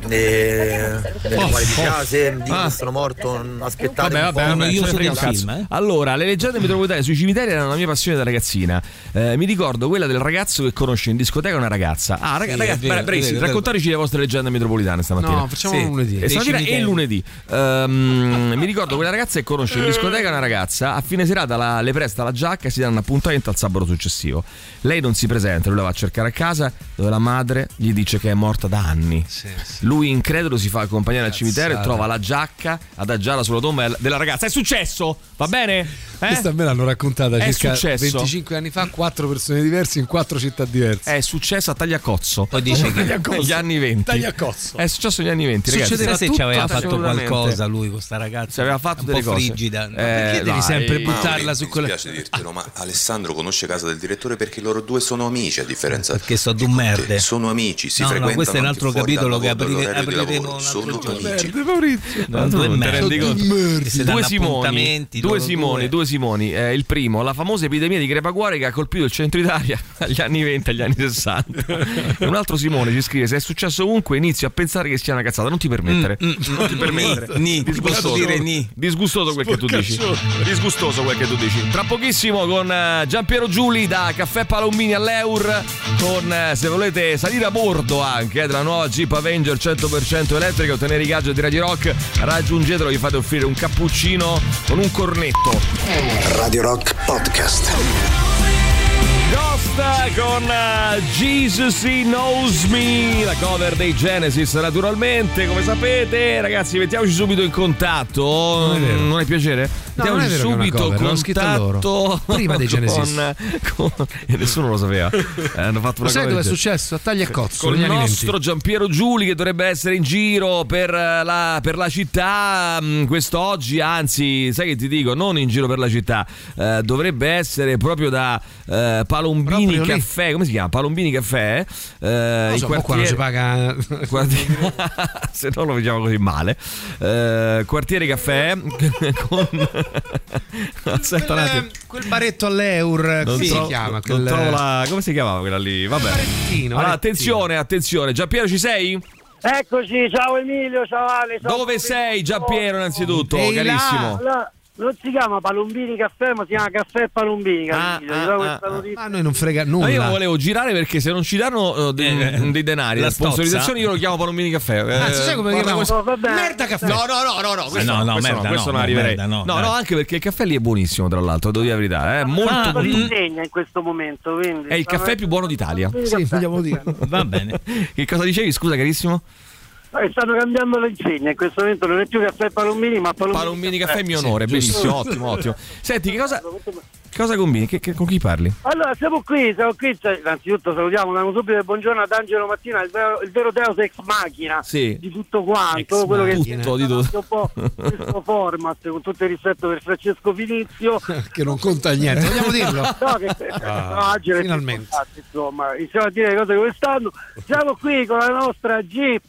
nelle Oh, quali dice oh. ah se dico Ah. che sono morto aspettate Vabbè, un vabbè, po'. vabbè, io ce ne so frega del un cazzo. film, eh. Allora, le leggende metropolitane sui cimiteri erano la mia passione da ragazzina. Eh, mi ricordo quella del ragazzo che conosce in discoteca una ragazza. Ah, raga, Sì, ragazzi, è vero, bra- bravissimi, è vero, è raccontateci le vostre leggende metropolitane stamattina. No, facciamo Sì. lunedì. E Dei stamattina e cimiteri. lunedì. Ehm, mi ricordo quella ragazza che conosce in discoteca una ragazza. A fine serata la- le presta la giacca e si danno appuntamento al sabato successivo. Lei non si presenta, lui la va a cercare a casa, dove la madre gli dice che è morta da anni. Sì, sì. Lui incredulo si fa accompagnare al cimitero e Cazzata. trova la giacca adagiata sulla tomba della ragazza. È successo? Va bene? Eh? Questa me l'hanno raccontata È circa successo. venticinque anni fa, quattro persone diverse in quattro città diverse. È successo a Tagliacozzo. Poi dice che negli anni venti. Tagliacozzo. È successo negli anni venti, ragazzi. Chissà se ci aveva fatto assolutamente. qualcosa lui, questa ragazza. Se aveva fatto un delle po' cose. frigida. Eh, Perché devi dai. sempre Ma- buttarla su quella. Mi spiace dirtelo, ma Alessandro conosce casa del direttore perché loro due sono amici, a differenza Perché so di d'un tutti. merde. Sono amici, si No, no, frequentano questo è un anche altro fuori capitolo dal che lavoro, aprire- dall'orario di apriremo lavoro. un Sono altro giorno. amici. Maurizio. No, due te merda. rendi conto? Che se danno Due Simoni, appuntamenti, due loro Simoni, due. due Simoni. Eh, il primo, la famosa epidemia di crepacuore che ha colpito il centro Italia agli anni venti e agli anni sessanta. E un altro Simone ci scrive: se è successo ovunque inizio a pensare che sia una cazzata. Non ti permettere, Mm, mm, non ti mm, permettere. ni, Disgustoso. posso dire ni. Disgustoso quel che tu dici. Disgustoso quel che tu dici. Tra pochissimo con eh, Giampiero Giuli da Caffè Palombini all'Eur, con eh, se volete salire a bordo anche eh, della nuova Jeep Avenger cento per cento elettrica, ottenere i gadget di Radio Rock, raggiungetelo, vi fate offrire un cappuccino con un cornetto. Radio Rock Podcast. Ghost con uh, Jesus He Knows Me, la cover dei Genesis naturalmente, come sapete. Ragazzi, mettiamoci subito in contatto. Non è vero. Non è piacere? No, non è mettiamoci vero che è una subito cover, l'hanno scritta contatto loro. Prima dei Genesis. con, con, e nessuno lo sapeva. Eh, hanno fatto Lo una sai cover dove è del- successo? A Tagliacozzo. con negli il anni nostro venti. Giampiero Giuli che dovrebbe essere in giro per la, per la città mh, quest'oggi, anzi sai che ti dico, non in giro per la città, eh, dovrebbe essere proprio da eh, Palombini Proprio lì. Caffè, come si chiama? Palombini Caffè, eh, Non il so, mo qua non quartiere- si paga. quartiere- se no lo diciamo così male, eh, quartiere Caffè con aspetta un attimo. Quel, quel baretto all'Eur, Non come tro- si chiama? non Quel... trovo la- come si chiamava quella lì? Vabbè. Barettino, Allora, barettino. attenzione, attenzione. Giampiero, ci sei? Eccoci, ciao Emilio, ciao Ale. Ciao Dove sei, Giampiero, innanzitutto, Ehi là. carissimo? Allora, non si chiama Palombini Caffè, ma si chiama Caffè Palombini. Ah, capito? ah, Ti do ah, questa ah. notizia. A noi non frega Ma nulla. io volevo girare perché se non ci danno eh, dei, Eh, dei denari, la la sponsorizzazione, stozza. io lo chiamo Palombini Caffè. Eh, Anzi, sai come lo guarda chiamiamo? questo- Oh, vabbè. Merda caffè. No, no, no, no, no, questo no, no, no, questo merda, no, questo no, non arriverei. merda, no, no, dai. no, anche perché il caffè lì è buonissimo, tra l'altro, devo dire la verità, eh. Molto, Ah, Cosa molto- ti insegna in questo momento? Quindi, È il caffè più buono d'Italia. Sì, vogliamo dire. Va bene. Che cosa dicevi, scusa, carissimo? Eh, stanno cambiando le insegne, in questo momento non è più Caffè Palombini, ma Palombini, Palombini Caffè in mio Sì, onore, giusto. benissimo, ottimo, ottimo. Senti, che cosa, che cosa combini? Che, che- con chi parli? Allora, siamo qui, siamo qui. Cioè, innanzitutto salutiamo, diamo subito il buongiorno ad Angelo Mattina, il vero, il vero Deus ex machina Sì. di tutto quanto, Ex quello che machina. Tutto, di tutto. anche un po' questo format, con tutto il rispetto per Francesco Finizio. Che non conta niente, vogliamo dirlo? No, che, Ah, no, Angelo è finalmente. importante, insomma, iniziamo a dire le cose come stanno. Siamo qui con la nostra Jeep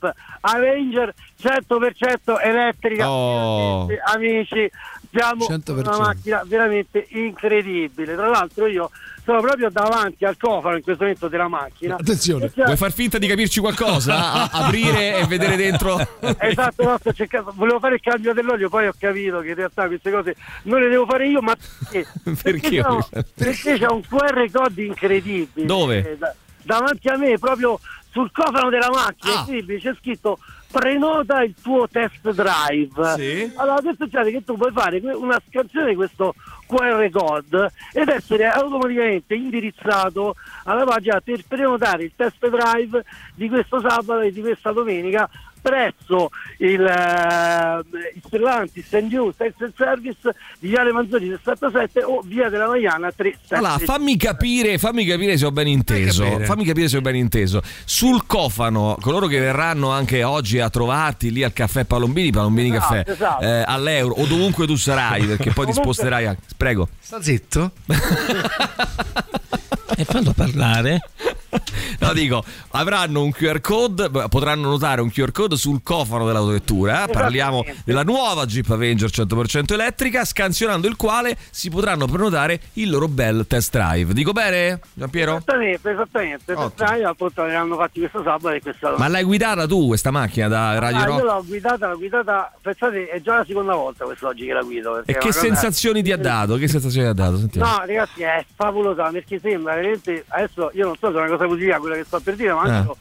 Avenger cento per cento elettrica. Oh. Amici, siamo cento per cento. una macchina veramente incredibile. Tra l'altro io sono proprio davanti al cofano in questo momento della macchina. Attenzione, vuoi far finta di capirci qualcosa? A- aprire e vedere dentro? Esatto, no, sto cercando, volevo fare il cambio dell'olio, poi ho capito che in realtà queste cose non le devo fare io, ma perché? Perché? Perché, no, perché c'è un Q R code incredibile. Dove? Eh, da- davanti a me, proprio sul cofano della macchina, Ah. incredibile, c'è scritto prenota il tuo test drive. Sì. Allora questo cioè che tu puoi fare que- una scansione di questo Q R code ed essere automaticamente indirizzato alla pagina per prenotare il test drive di questo sabato e di questa domenica presso il, eh, il Stellantis and You Sales and Service di Viale Manzoni sessantasette o Via della Maiana trecentosettantasette. Allora, fammi capire, fammi capire se ho ben inteso. capire. Fammi capire se ho ben inteso. Sul cofano, coloro che verranno anche oggi a trovarti lì al caffè Palombini, Palombini Esatto, Caffè, esatto. eh, all'euro o dovunque tu sarai, perché poi ti Comunque- sposterai anche. Prego. Sta zitto. E fallo parlare. No, dico, avranno un Q R code, beh, potranno notare un Q R code sul cofano dell'autovettura. eh. Parliamo della nuova Jeep Avenger cento per cento elettrica, scansionando il quale si potranno prenotare il loro bel test drive. Dico bene, Giampiero? Esattamente, esattamente. Ottimo. Sai, appunto ne hanno fatti questo sabato e questa Ma l'hai guidata tu questa macchina da Radio Ah, Rock? io l'ho guidata, l'ho guidata, pensate, è già la seconda volta quest'oggi che la guido. perché E è che una cosa- sensazioni ti ha dato? Che sensazioni ti ha dato? Sentiamo. No, ragazzi, è favolosa perché sembra veramente. Adesso io non so se è una cosa positiva quella che sto per dire, ma anche.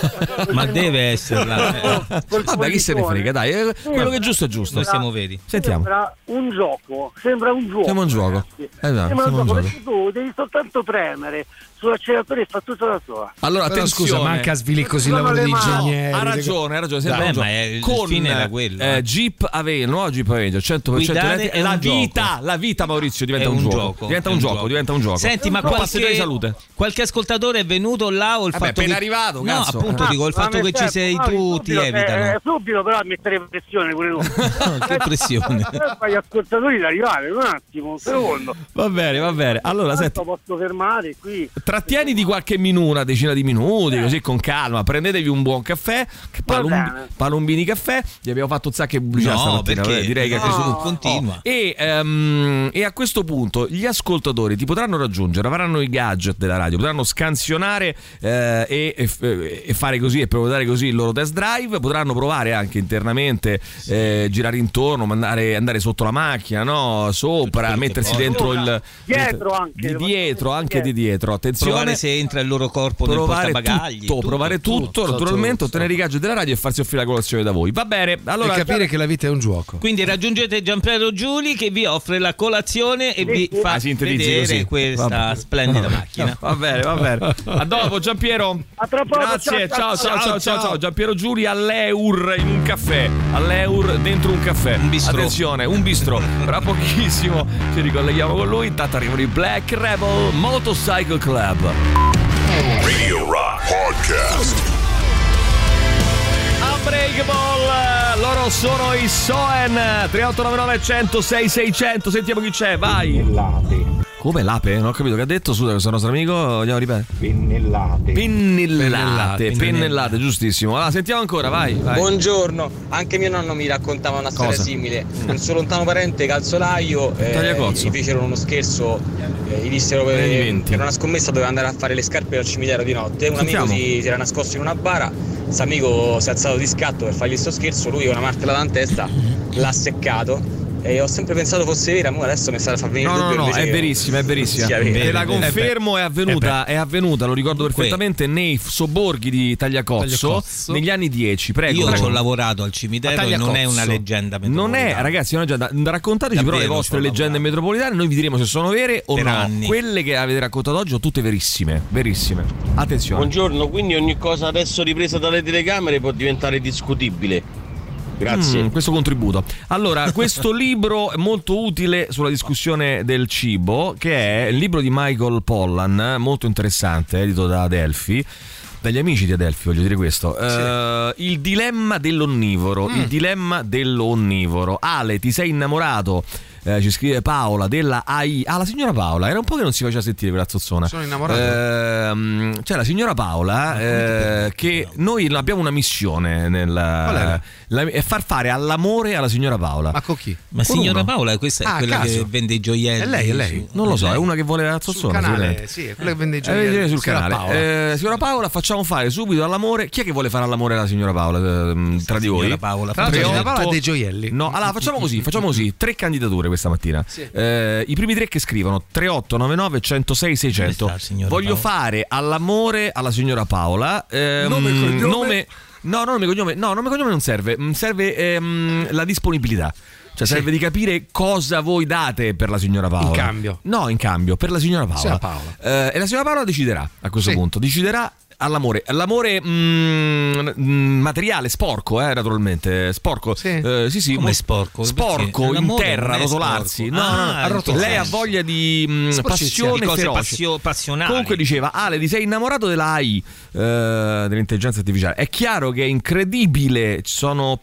Ma deve esserla. Vabbè, chi se ne frega, dai, eh, quello che è giusto è giusto. Noi siamo veri. Sentiamo. Sembra un gioco, sembra un gioco. Siamo un gioco. ragazzi. Esatto, sembra un siamo un gioco gioco. perché tu devi soltanto premere sull'acceleratore e fa tutto da sola. Allora, Però attenzione. scusa, manca svili così il Sono lavoro le di mani. ingegneri. Ha ragione, ha ragione. Sembra Dai, un gioco. ma è- il con fine era quello, eh, eh. Jeep Avenger, nuova Jeep Avenger cento per cento Guidare elettrica. è La un vita, gioco. la vita, Maurizio, diventa È un, un gioco. gioco, Diventa è un un gioco, gioco. diventa un gioco. Senti, ma No, passeggio qualche, di salute. qualche ascoltatore è venuto là o il Vabbè, fatto appena che arrivato, no, cazzo. appunto Ah, dico il Ma fatto che mi ci serve- sei no, tu ti subito, evitano. eh, subito però a mettere pressione pure tu. Che pressione. Fai gli ascoltatori di arrivare, un attimo, un secondo. Va bene, va bene. Allora, senti, Tanto posso fermare qui. trattieni di qualche minuto, una decina di minuti, così con calma. Prendetevi un buon caffè, Palom- bene. Palombini Caffè. Gli abbiamo fatto un sacco di pubblicità No, stamattina, perché? eh, direi che No, è cresciuto. continua. E, ehm, e a questo punto gli ascoltatori ti potranno raggiungere, avranno i gadget della radio, potranno scansionare eh, e, e- e fare così e prenotare così il loro test drive, potranno provare anche internamente, eh, girare intorno, mandare, andare sotto la macchina, no? Sopra, mettersi cose. dentro il Dietro anche, di lo dietro, faccio anche di dietro. Attenzione. Provare se entra il loro corpo nel Provare portabagagli. tutto, provare tutto, tutto, naturalmente, tutto. ottenere i gadget della radio e farsi offrire la colazione da voi. Va bene, allora E capire che la vita è un gioco. Quindi raggiungete Gianpiero Giuli che vi offre la colazione e vi fa Ah, sintetizzi vedere così. questa Vabbè. splendida macchina. Va bene, va bene. A dopo, Giampiero. A tra poco, Grazie, ciao, ciao, ciao, ciao, ciao, ciao. Giampiero Giuli all'Eur in un caffè. All'Eur dentro un caffè. Un bistrò. Attenzione, un bistrò. Tra pochissimo ci ricolleghiamo con lui. Intanto arrivano i Black Rebel Motorcycle Club. Radio Rock Podcast. Unbreakable, loro sono i Soen. Tre otto nove nove uno zero sei sei zero zero. Sentiamo chi c'è, vai. Come l'ape? Non ho capito che ha detto. Scusa, questo nostro amico, vogliamo ripetere? Pennellate. Pennellate, Pennellate, pennellate, giustissimo. Allora, sentiamo ancora, vai, vai. Buongiorno, anche mio nonno mi raccontava una storia Cosa? simile. Un suo lontano parente calzolaio eh, Tagliacozzo. gli fecero uno scherzo, eh, gli dissero per, Negli venti. per una scommessa doveva andare a fare le scarpe al cimitero di notte. Un Sentiamo. amico si, si era nascosto in una bara, questo amico si è alzato di scatto per fargli sto scherzo, lui con una martellata in testa l'ha seccato. E ho sempre pensato fosse vera, ma adesso mi è stata a far venire No, il no, dubbio no, invece è che verissima, è verissima. sia vera. Te la Eh beh. confermo, è avvenuta, è avvenuta, lo ricordo perfettamente, nei sobborghi di Tagliacozzo, Tagliacozzo. negli anni dieci. Prego. Io ci prego. ho lavorato al cimitero e non è una leggenda Non metropolitana. è, ragazzi, non è già, raccontateci però le Davvero vostre ci ho leggende lavorato. metropolitane, noi vi diremo se sono vere o Per no. anni. Quelle che avete raccontato oggi sono tutte verissime, verissime. Attenzione. Buongiorno, quindi ogni cosa adesso ripresa dalle telecamere può diventare discutibile. Grazie. Mm, questo contributo. Allora, questo libro è molto utile sulla discussione del cibo, che è il libro di Michael Pollan, molto interessante, edito da Adelphi. Dagli amici di Adelphi, voglio dire questo. Eh, il dilemma dell'onnivoro. Mm. Il dilemma dell'onnivoro. Ale, ti sei innamorato eh, ci scrive Paola della A I. Ah, la signora Paola, era un po' che non si faceva sentire quella zozzona. Sono innamorato. Eh, c'è la signora Paola eh, che noi abbiamo una missione nel, la, è far fare all'amore alla signora Paola. Ma con chi? Ma Con signora uno. Paola, questa è Ah, quella caso. che vende i gioielli. È lei, è lei. Non lo so, lei. è una che vuole la Sul zozzona. canale, sicuramente. sì, è quella che vende i Eh, gioielli. vedete sul Signora canale. Paola. Eh, signora Paola, facciamo fare subito all'amore. Chi è che vuole fare all'amore alla signora Paola eh, tra di voi? Signora Paola, Tra l'altro, Tre, signora Paola otto- ha dei gioielli. No, allora facciamo così, facciamo così, tre candidature questa mattina. Sì. Eh, I primi tre che scrivono tre otto nove nove uno zero sei sei zero zero. Dove sta, signora Voglio Paola? fare all'amore alla signora Paola. ehm, Nome e cognome? nome- No, no, nome e cognome, no, nome e cognome non serve, mm, serve ehm, la disponibilità. Cioè Sì. serve di capire cosa voi date per la signora Paola. In cambio. No, in cambio, per la signora Paola. Signora Paola. Eh, e la signora Paola deciderà a questo Sì. punto. Deciderà all'amore. L'amore mm, mm, materiale, sporco, eh, naturalmente. Sporco. Sì. Eh, sì, sì. Come mo- sporco? Sporco, Perché in l'amore terra, non è rotolarsi. sporco. No, no, no, Ah, arrotolarsi. Lei ha rotolarsi. voglia di mm, Sporcizia. passione Di cose feroce. passio- passionali. Comunque diceva, Ale, ti sei innamorato della A I, eh, dell'intelligenza artificiale. È chiaro che è incredibile, ci sono...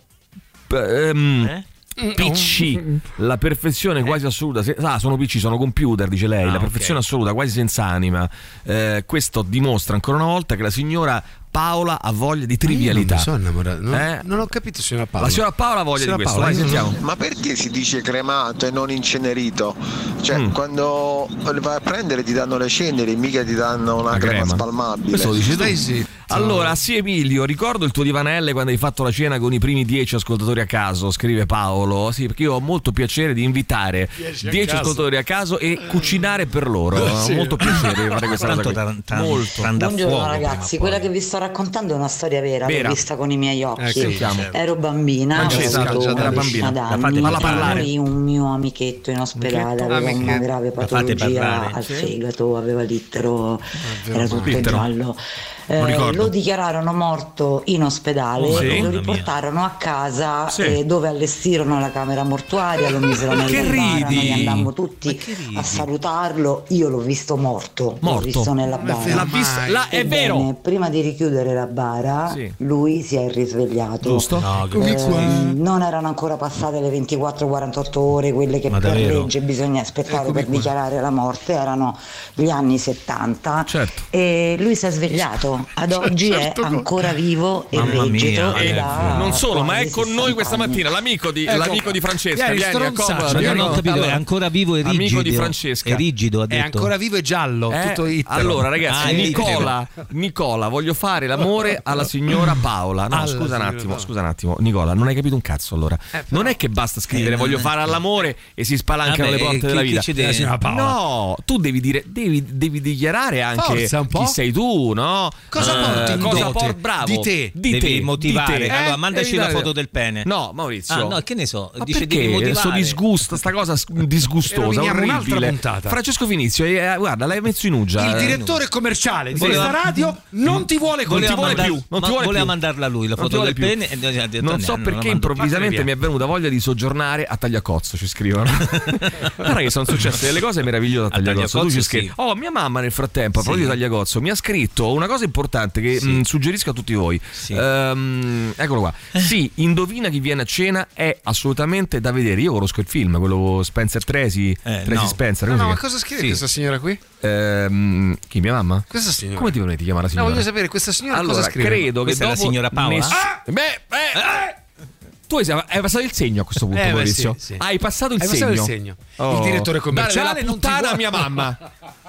ehm, Eh? P C, la perfezione quasi assoluta. Se- ah, sono P C, sono computer, dice lei. Ah, la perfezione ok. assoluta, quasi senza anima. Eh, questo dimostra ancora una volta che la signora Paola ha voglia di trivialità. Io non mi sono innamorato. Non, Eh? non ho capito, signora Paola. La signora Paola ha voglia Signora di questo. Paola, Vai, io non- sentiamo. Ma perché si dice cremato e non incenerito? Cioè, Mm. quando le vai a prendere ti danno le ceneri, mica ti danno una La crema, crema. spalmabile. Questo lo dici tu. Stai zitto. Allora, sì, Emilio, ricordo il tuo divanelle quando hai fatto la cena con i primi dieci ascoltatori a caso, scrive Paolo. Sì, perché io ho molto piacere di invitare Dieci a dieci caso. ascoltatori a caso e cucinare per loro. Sì. Ho molto piacere di fare questa cosa Tanto qui. tan- tan- Molto. tan da Buongiorno fuoco ragazzi, prima o quella poi. che vi sto raccontando è una storia vera, Vera. l'ho vista con i miei occhi. Ecco, sentiamo. Ero bambina, Francesca, avevo già una era decina bambina. d'anni, La fate Falla parlare. morì un mio amichetto in ospedale, aveva una Amichetto. grave La fate patologia parlare. al Sì. fegato, aveva l'ittero, era tutto L'ittero. giallo. Lo Eh, ricordo. lo dichiararono morto in ospedale Oh, sì? e lo Madonna riportarono a casa Sì. eh, dove allestirono la camera mortuaria, lo misero nella Che bara, ridi? noi andammo tutti Ma che ridi? a salutarlo, io l'ho visto morto, l'ho Morto. visto nella Ma bara. L'ha vista, Mai. là, è Ebbene, vero. prima di richiudere la bara, Sì. lui si è risvegliato. Giusto? No, che- Eh, qua. non erano ancora passate le ventiquattro quarantotto ore, quelle che Ma per davvero? legge bisogna aspettare Eccomi per qua. dichiarare la morte, erano gli anni settanta. Certo. E lui si è svegliato, ad oggi Certo, è ancora vivo e Mamma vegeto. mia, e eh, da Non solo, ma è quasi con noi sessanta questa anni. mattina l'amico di, Ecco l'amico di Francesca. Vieni, Vieni, stronzaccio, accomodati. Ma vieni. non ho capito, Allora, è ancora vivo e rigido. amico di Francesca. È rigido, ha È detto. ancora vivo e giallo, Eh, tutto ittero. allora ragazzi, Ah, Nicola, Nicola, voglio fare l'amore alla signora Paola. No, Alla scusa un signora attimo, Paola. scusa un attimo, Nicola, non hai capito un cazzo allora. però- Non è che basta scrivere Eh, voglio no. fare all'amore e si spalancano Vabbè, le porte che- della che vita. ci deve- La signora Paola. No, tu devi dire, devi, devi dichiarare anche Forza, un po'. chi sei tu, no? Cosa porti in cosa dote? por- bravo, Di te. di Devi te, motivare. di te. Allora, Eh, mandaci devi la dare- foto del pene. No, Maurizio. Ah, no, che ne so. Ma Dice devi perché motivare. sto disgusto, sta cosa s- disgustosa, Roviniamo un'altra orribile. puntata. Francesco Finizio, eh, guarda, l'hai messo in ugia. Il eh. direttore commerciale di Voleva- questa radio non ti vuole con Non ti Voleva, vuole mandar- più, non ti ma vuole voleva più. mandarla lui la Non ti foto vuole del più. pene e noi ha detto, Non "No, so non la perché mando". improvvisamente Fate mi è venuta voglia di soggiornare a Tagliacozzo, ci scrivono. Guarda che sono successe delle cose meravigliose a A Tagliacozzo. Tu ci Tagliacozzo, scrivi. sì. Oh, mia mamma nel frattempo, a proposito di Tagliacozzo, mi ha scritto una cosa importante che Sì. mh, suggerisco a tutti voi. Sì. Ehm, eccolo qua. Sì, Indovina chi viene a cena è assolutamente da vedere. Io conosco il film, quello con Spencer Tracy, Eh, Tracy no. Spencer. No, come no, si ma chiama? cosa scrive Sì. questa signora qui? Ehm, chi, mia mamma? Questa signora. Come ti permetti di chiamare la No, signora? voglio sapere questa signora Allora, cosa scrive. credo che Questa è la dopo signora Paola? ness- Ah! Beh, beh, Tu hai, hai passato il segno a questo punto, Eh, beh, Maurizio. sì, sì. Hai passato il Hai segno. passato il segno. Oh. Il direttore commerciale Dare della non ti puttana a vuole- mia mamma.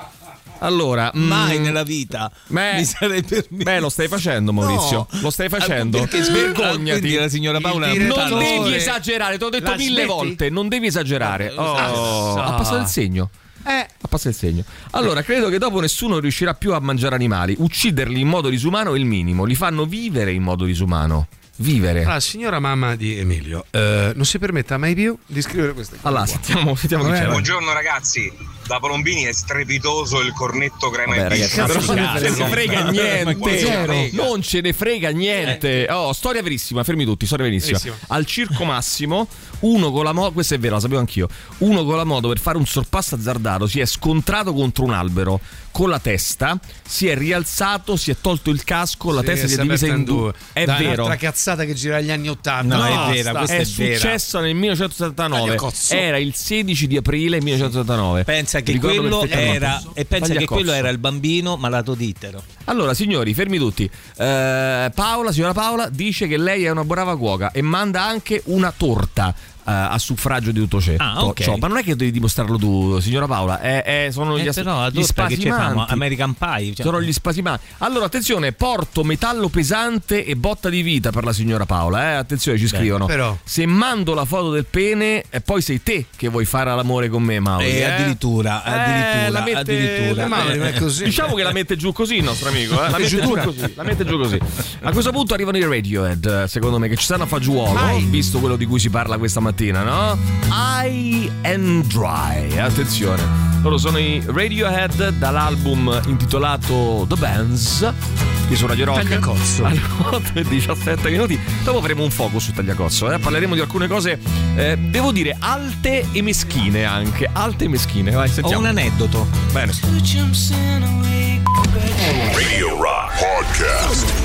Allora, Mai mm, nella vita beh, mi sarei permesso. beh, lo stai facendo, Maurizio. No. Lo stai facendo. Perché Svergognati. quindi la signora Paola Il è una Non direttore- puttana. devi esagerare, te l'ho detto La mille smetti? volte. Non devi esagerare. Oh, so. ha passato il segno. Eh, Ha passato il segno. Allora, credo che dopo nessuno riuscirà più a mangiare animali. Ucciderli in modo disumano è il minimo. Li fanno vivere in modo disumano. Vivere. la signora mamma di Emilio eh, non si permetta mai più di scrivere queste cose. Allora, qua. sentiamo, sentiamo chi Vabbè, c'è. vai. Buongiorno ragazzi, da Polombini è strepitoso il cornetto crema Vabbè, e ragazzi, pizza. però Cazzo non ne ce ne frega. frega niente. Zero. Non ce ne frega niente. Oh, storia verissima, fermi tutti, storia verissima. Verissima. Al Circo Massimo, uno con la moto, questo è vero, lo sapevo anch'io. Uno con la moto per fare un sorpasso azzardato si è scontrato contro un albero. con la testa, si è rialzato, si è tolto il casco, la Sì, testa si è si è divisa aperta in in due. due. È Da vero. un'altra cazzata che gira agli anni ottanta. No, No, è vera, sta- questa È è vera. successo nel millenovecentosettantanove. Tagliacozzo. Era il sedici di aprile millenovecentosettantanove. Pensa che Ricordo quello perfettamente. era e pensa che Tagliacozzo. quello era il bambino malato di Ittero. Allora, signori, fermi tutti. Eh, Paola, signora Paola, dice che lei è una brava cuoca e manda anche una torta eh, a suffragio di tutto ciò. Ah, ok. Ciò. Ma non è che devi dimostrarlo tu, signora Paola. È, è- sono Eh, gli, as- però la gli torta che ci fanno? spasimanti. American Pie, cioè. Sono gli spasimanti. Allora, attenzione, porto metallo pesante e botta di vita per la signora Paola. Eh? Attenzione, ci Beh, scrivono. però. Se mando la foto del pene, e poi sei te che vuoi fare l'amore con me, Mauri. Eh, eh? addirittura, Eh, addirittura, la mette, addirittura. eh, Mauri, non è così. Diciamo che la mette giù così il nostro amico, eh? La mette giù Giura. così. La mette giù così. A questo punto arrivano i Radiohead, secondo me, che ci stanno a fagiuolo, Mai. visto quello di cui si parla questa mattina, no? High and Dry. Attenzione. Loro sono i Radiohead dall'album intitolato The Bands. Qui su Radio Rock. Tagliacozzo. Alle otto e diciassette minuti. Dopo faremo un focus su Tagliacozzo, eh? Parleremo di alcune cose, eh, devo dire, alte e meschine anche. Alte e meschine. Vai, Ho sentiamo. un aneddoto. Bene. Radio Rock Podcast.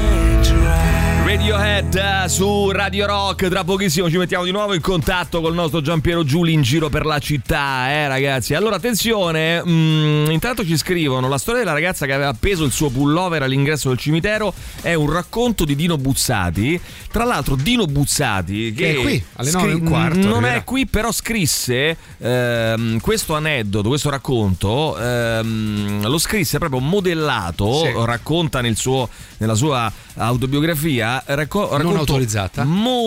Radiohead eh, su Radio Rock. Tra pochissimo ci mettiamo di nuovo in contatto col nostro Giampiero Giuli in giro per la città, eh ragazzi. Allora attenzione, mh, intanto ci scrivono: la storia della ragazza che aveva appeso il suo pullover all'ingresso del cimitero è un racconto di Dino Buzzati. Tra l'altro Dino Buzzati, che, Che è qui, alle nove e un quarto, non arriverà. è qui, però scrisse ehm, questo aneddoto, questo racconto, ehm, lo scrisse proprio modellato, Sì. racconta nel suo, nella sua autobiografia, racco- racconto autorizzata.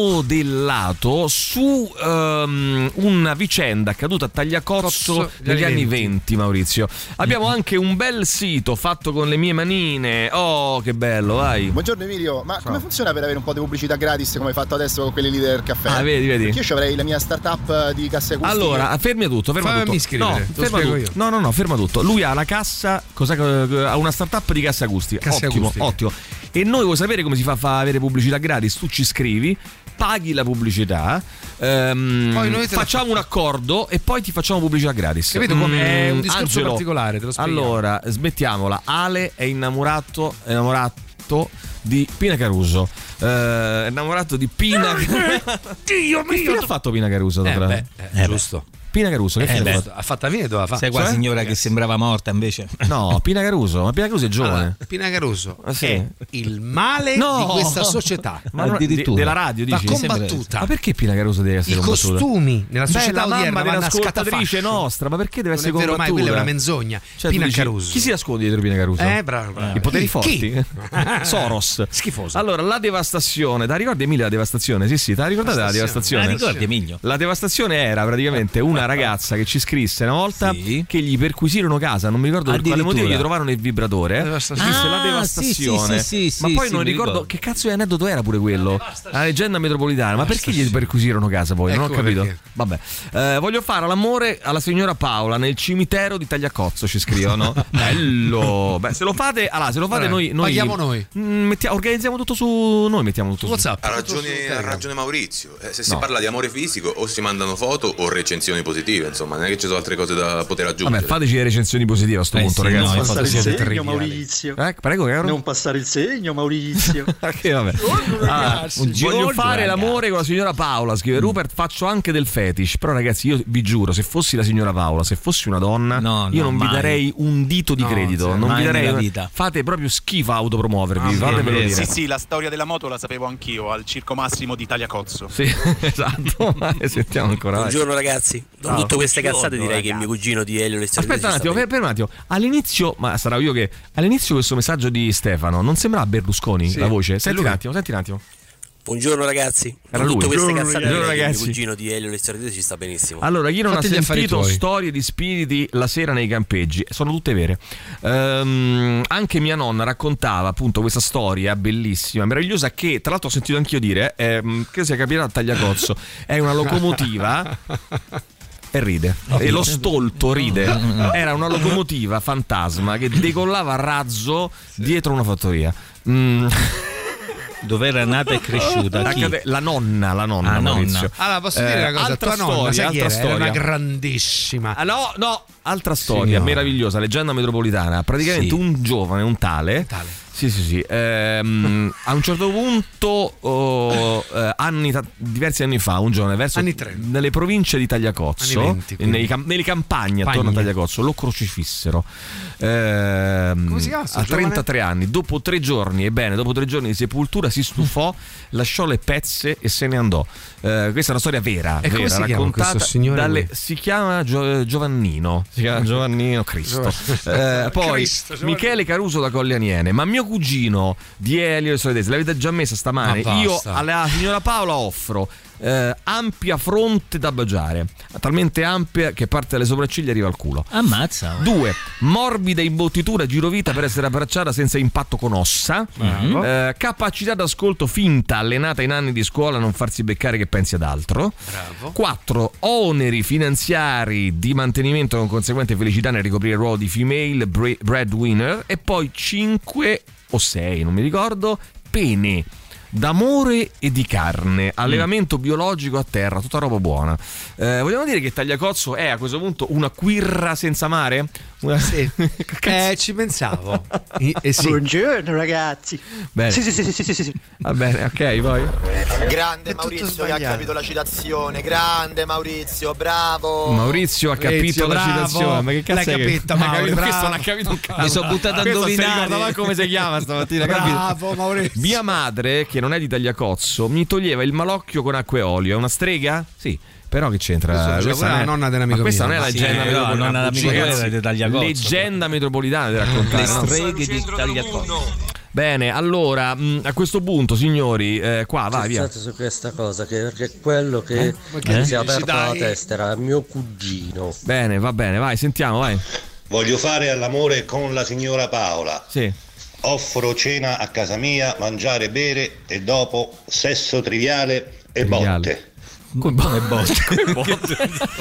modellato su ehm, una vicenda accaduta a Tagliacozzo Cozzo, negli negli anni anni venti, Maurizio. Abbiamo anche un bel sito fatto con le mie manine. Oh, che bello, vai. Buongiorno Emilio, ma come funziona per avere un po' di pubblicità gratis come hai fatto adesso con quelli lì del caffè? Ah, vedi, vedi. Perché io ci avrei la mia startup di casse acustiche. Allora, fermi tutto, ferma Fammi tutto. iscrivere, no, te lo ferma spiego tutto. io. No, no, no, ferma tutto. Lui ha la cassa, cos'è, che- ha una startup di casse acustiche. Casse ottimo, acustiche. ottimo. E noi vuoi sapere come si fa a avere pubblicità gratis? Tu ci scrivi, paghi la pubblicità, ehm, Poi noi te la- facciamo un accordo e poi ti facciamo pubblicità gratis. Capito come? È un Mm, discorso Angelo, particolare, te lo spieghiamo. Allora, smettiamola. Ale è innamorato, è innamorato di Pina Caruso. Eh, è innamorato di Pina Caruso. Dio Che fine ha fatto Pina Caruso? Eh, Sopra? beh, eh, giusto. Pina Caruso, che Eh, fine beh. ha fatto? Ha fatto la fine e doveva fare. Sai quella Cioè? signora che sembrava morta invece? No, Pina Caruso, ma Pina Caruso è giovane. Allora, Pina Caruso Ah, sì? è il male No. di questa società. Ma non- addirittura. de- della radio Va dici? combattuta. Ma perché Pina Caruso deve essere I combattuta? costumi nella Beh, società la odierna mamma vanno a dell'ascoltatrice scatafascio. nostra, ma perché deve Non essere è vero mai, combattuta? quella è una menzogna. Cioè, tu Pina dici, Caruso. chi si nasconde dietro Pina Caruso? Eh, bravo, bravo. I poteri Chi? forti? Chi? Soros. Schifoso. Allora, la devastazione. Ti ricordi Emilia la devastazione? Sì, sì, ti ricordate la devastazione? Ah, ricordi Emilio? La devastazione era praticamente una ragazza che ci scrisse una volta Sì. che gli perquisirono casa, non mi ricordo per quale Addirittura. motivo, gli trovarono il vibratore. Devastazione. Scrisse la Ah, devastazione. sì, sì, sì, ma sì, poi sì, non mi ricordo ricordo. che cazzo di aneddoto era pure quello. La leggenda metropolitana. Ma perché gli perquisirono casa poi? Non ho Ecco capito. perché. Vabbè. Eh, voglio fare l'amore alla signora Paola nel cimitero di Tagliacozzo, ci scrivono. Bello. Beh, se lo fate, allora, se lo fate Vabbè, noi, noi paghiamo noi. Mm, mettia- organizziamo tutto su noi, mettiamo tutto su WhatsApp. Ha ragione, ha ragione Maurizio. Eh, se si No. parla di amore fisico o si mandano foto o recensioni positive, insomma, non è che ci sono altre cose da poter aggiungere. Vabbè, fateci le recensioni positive a sto Eh punto, sì, ragazzi. no, Fate- infatti Passare il siete segno, terribili. Maurizio. Eh, prego, caro. Non passare il segno, Maurizio. Che vabbè. Ah, voglio Buongiorno, fare ragazzi. l'amore con la signora Paola, scrive Rupert, faccio anche del fetish. Però ragazzi, io vi giuro, se fossi la signora Paola, se fossi una donna, No, io no, non vi mai. darei un dito di No, credito. sì, non mai vi darei nella vita. Fate proprio schifo a autopromuovervi, Ah, fatemelo sì, dire. Sì, sì, la storia della moto la sapevo anch'io al Circo Massimo di Tagliacozzo. Sì, esatto. Vai, sentiamo ancora. vai. Buongiorno ragazzi, dopo Ciao. tutte queste Buongiorno, cazzate direi che il ragazzi. mio cugino di Elio le storie Aspetta un attimo, fer- ferma un attimo. All'inizio, ma sarò io che all'inizio questo messaggio di Stefano non sembrava Berlusconi Sì, la voce? è Senti lui. un attimo, senti un attimo. Buongiorno ragazzi, Era dopo tutte lui. queste Buongiorno, cazzate direi ragazzi. che il mio Ragazzi. cugino di Elio le storie ci sta benissimo. Allora, chi non Fatti gli ha affari sentito tuoi. storie di spiriti la sera nei campeggi? Sono tutte vere. Ehm, anche mia nonna raccontava appunto questa storia bellissima, meravigliosa, che tra l'altro ho sentito anch'io dire, ehm, che sia capita a Tagliacozzo. È una locomotiva. E ride. E lo stolto ride. Era una locomotiva fantasma che decollava a razzo dietro una fattoria. Mm. Dove era nata e cresciuta? Chi? La nonna, la nonna, ah, Maurizio. Nonna. Allora, posso dire una cosa, altra tua storia, nonna, sai chi altra era? storia. Era una grandissima. Ah, no, no, altra storia Signora. meravigliosa, leggenda metropolitana. Praticamente Sì. un giovane, un tale, Tale. Sì, sì, sì. Ehm, a un certo punto, oh, eh, anni, diversi anni fa, un giovane verso Anni tre. nelle province di Tagliacozzo, Anni venti, e nei cam- nelle campagne attorno a Campagne. Tagliacozzo, lo crocifissero. Ehm, Come si chiama sto a giovane? trentatré anni, dopo tre giorni, ebbene, dopo tre giorni di sepoltura si stufò, lasciò le pezze e se ne andò. Eh, questa è una storia vera, E come vera si chiama raccontata questo signore dalle, qui? si chiama Gio- Giovannino, si chiama Giovannino Cristo. Eh, poi Cristo, Giovannino. Michele Caruso da Colli Aniene, ma mio cugino di Elio e Solidesi, l'avete già messa stamane? Ma Io basta. alla signora Paola offro eh, ampia fronte da baciare, talmente ampia che parte dalle sopracciglia e arriva al culo. Ammazza. Due, morbida imbottitura girovita per essere abbracciata senza impatto con ossa. Bravo. Eh, capacità d'ascolto finta, allenata in anni di scuola a non farsi beccare che pensi ad altro. Bravo. quattro. Oneri finanziari di mantenimento con conseguente felicità nel ricoprire il ruolo di female bre- breadwinner. E poi cinque o sei, non mi ricordo, pene d'amore e di carne, allevamento biologico a terra, tutta roba buona. Eh, vogliamo dire che Tagliacozzo è a questo punto una quirra senza mare? Una... Sì. Eh, ci pensavo. Eh, eh, sì. Buongiorno ragazzi. Bene. Sì, sì, sì, sì, sì, sì, sì. Va bene, ok, poi. Grande È tutto Maurizio che ha sbagliato. capito la citazione. Grande Maurizio, bravo. Maurizio ha capito Maurizio, la bravo. citazione, ma che cazzo L'hai è che- capita, Hai Mauri, capito? bravo. Questo non ha capito un cazzo. Mi sono buttato a Questo indovinare. si ricordava come si chiama stamattina, capito? Bravo Maurizio. Mia madre, che non è di Tagliacozzo, mi toglieva il malocchio con acqua e olio. È una strega? Sì. Però che c'entra? Questo Questa è non la è- nonna dell'amico ma questa mio. non è la Sì, leggenda no, metropolitana. nonna dell'amico mio Ragazzi, era di Tagliacozzo. leggenda metropolitana da raccontare, Le no? streghe di Tagliacozzo. Bene, allora mh, a questo punto, signori, eh, qua vai via. Pensate su questa cosa, che, perché quello che Ma che si è dici, aperto la dai? testa era mio cugino. Bene, va bene, vai, sentiamo, vai. Voglio fare all'amore con la signora Paola. Sì. Offro cena a casa mia, mangiare, bere e dopo sesso triviale e Triviale. botte. Come botte?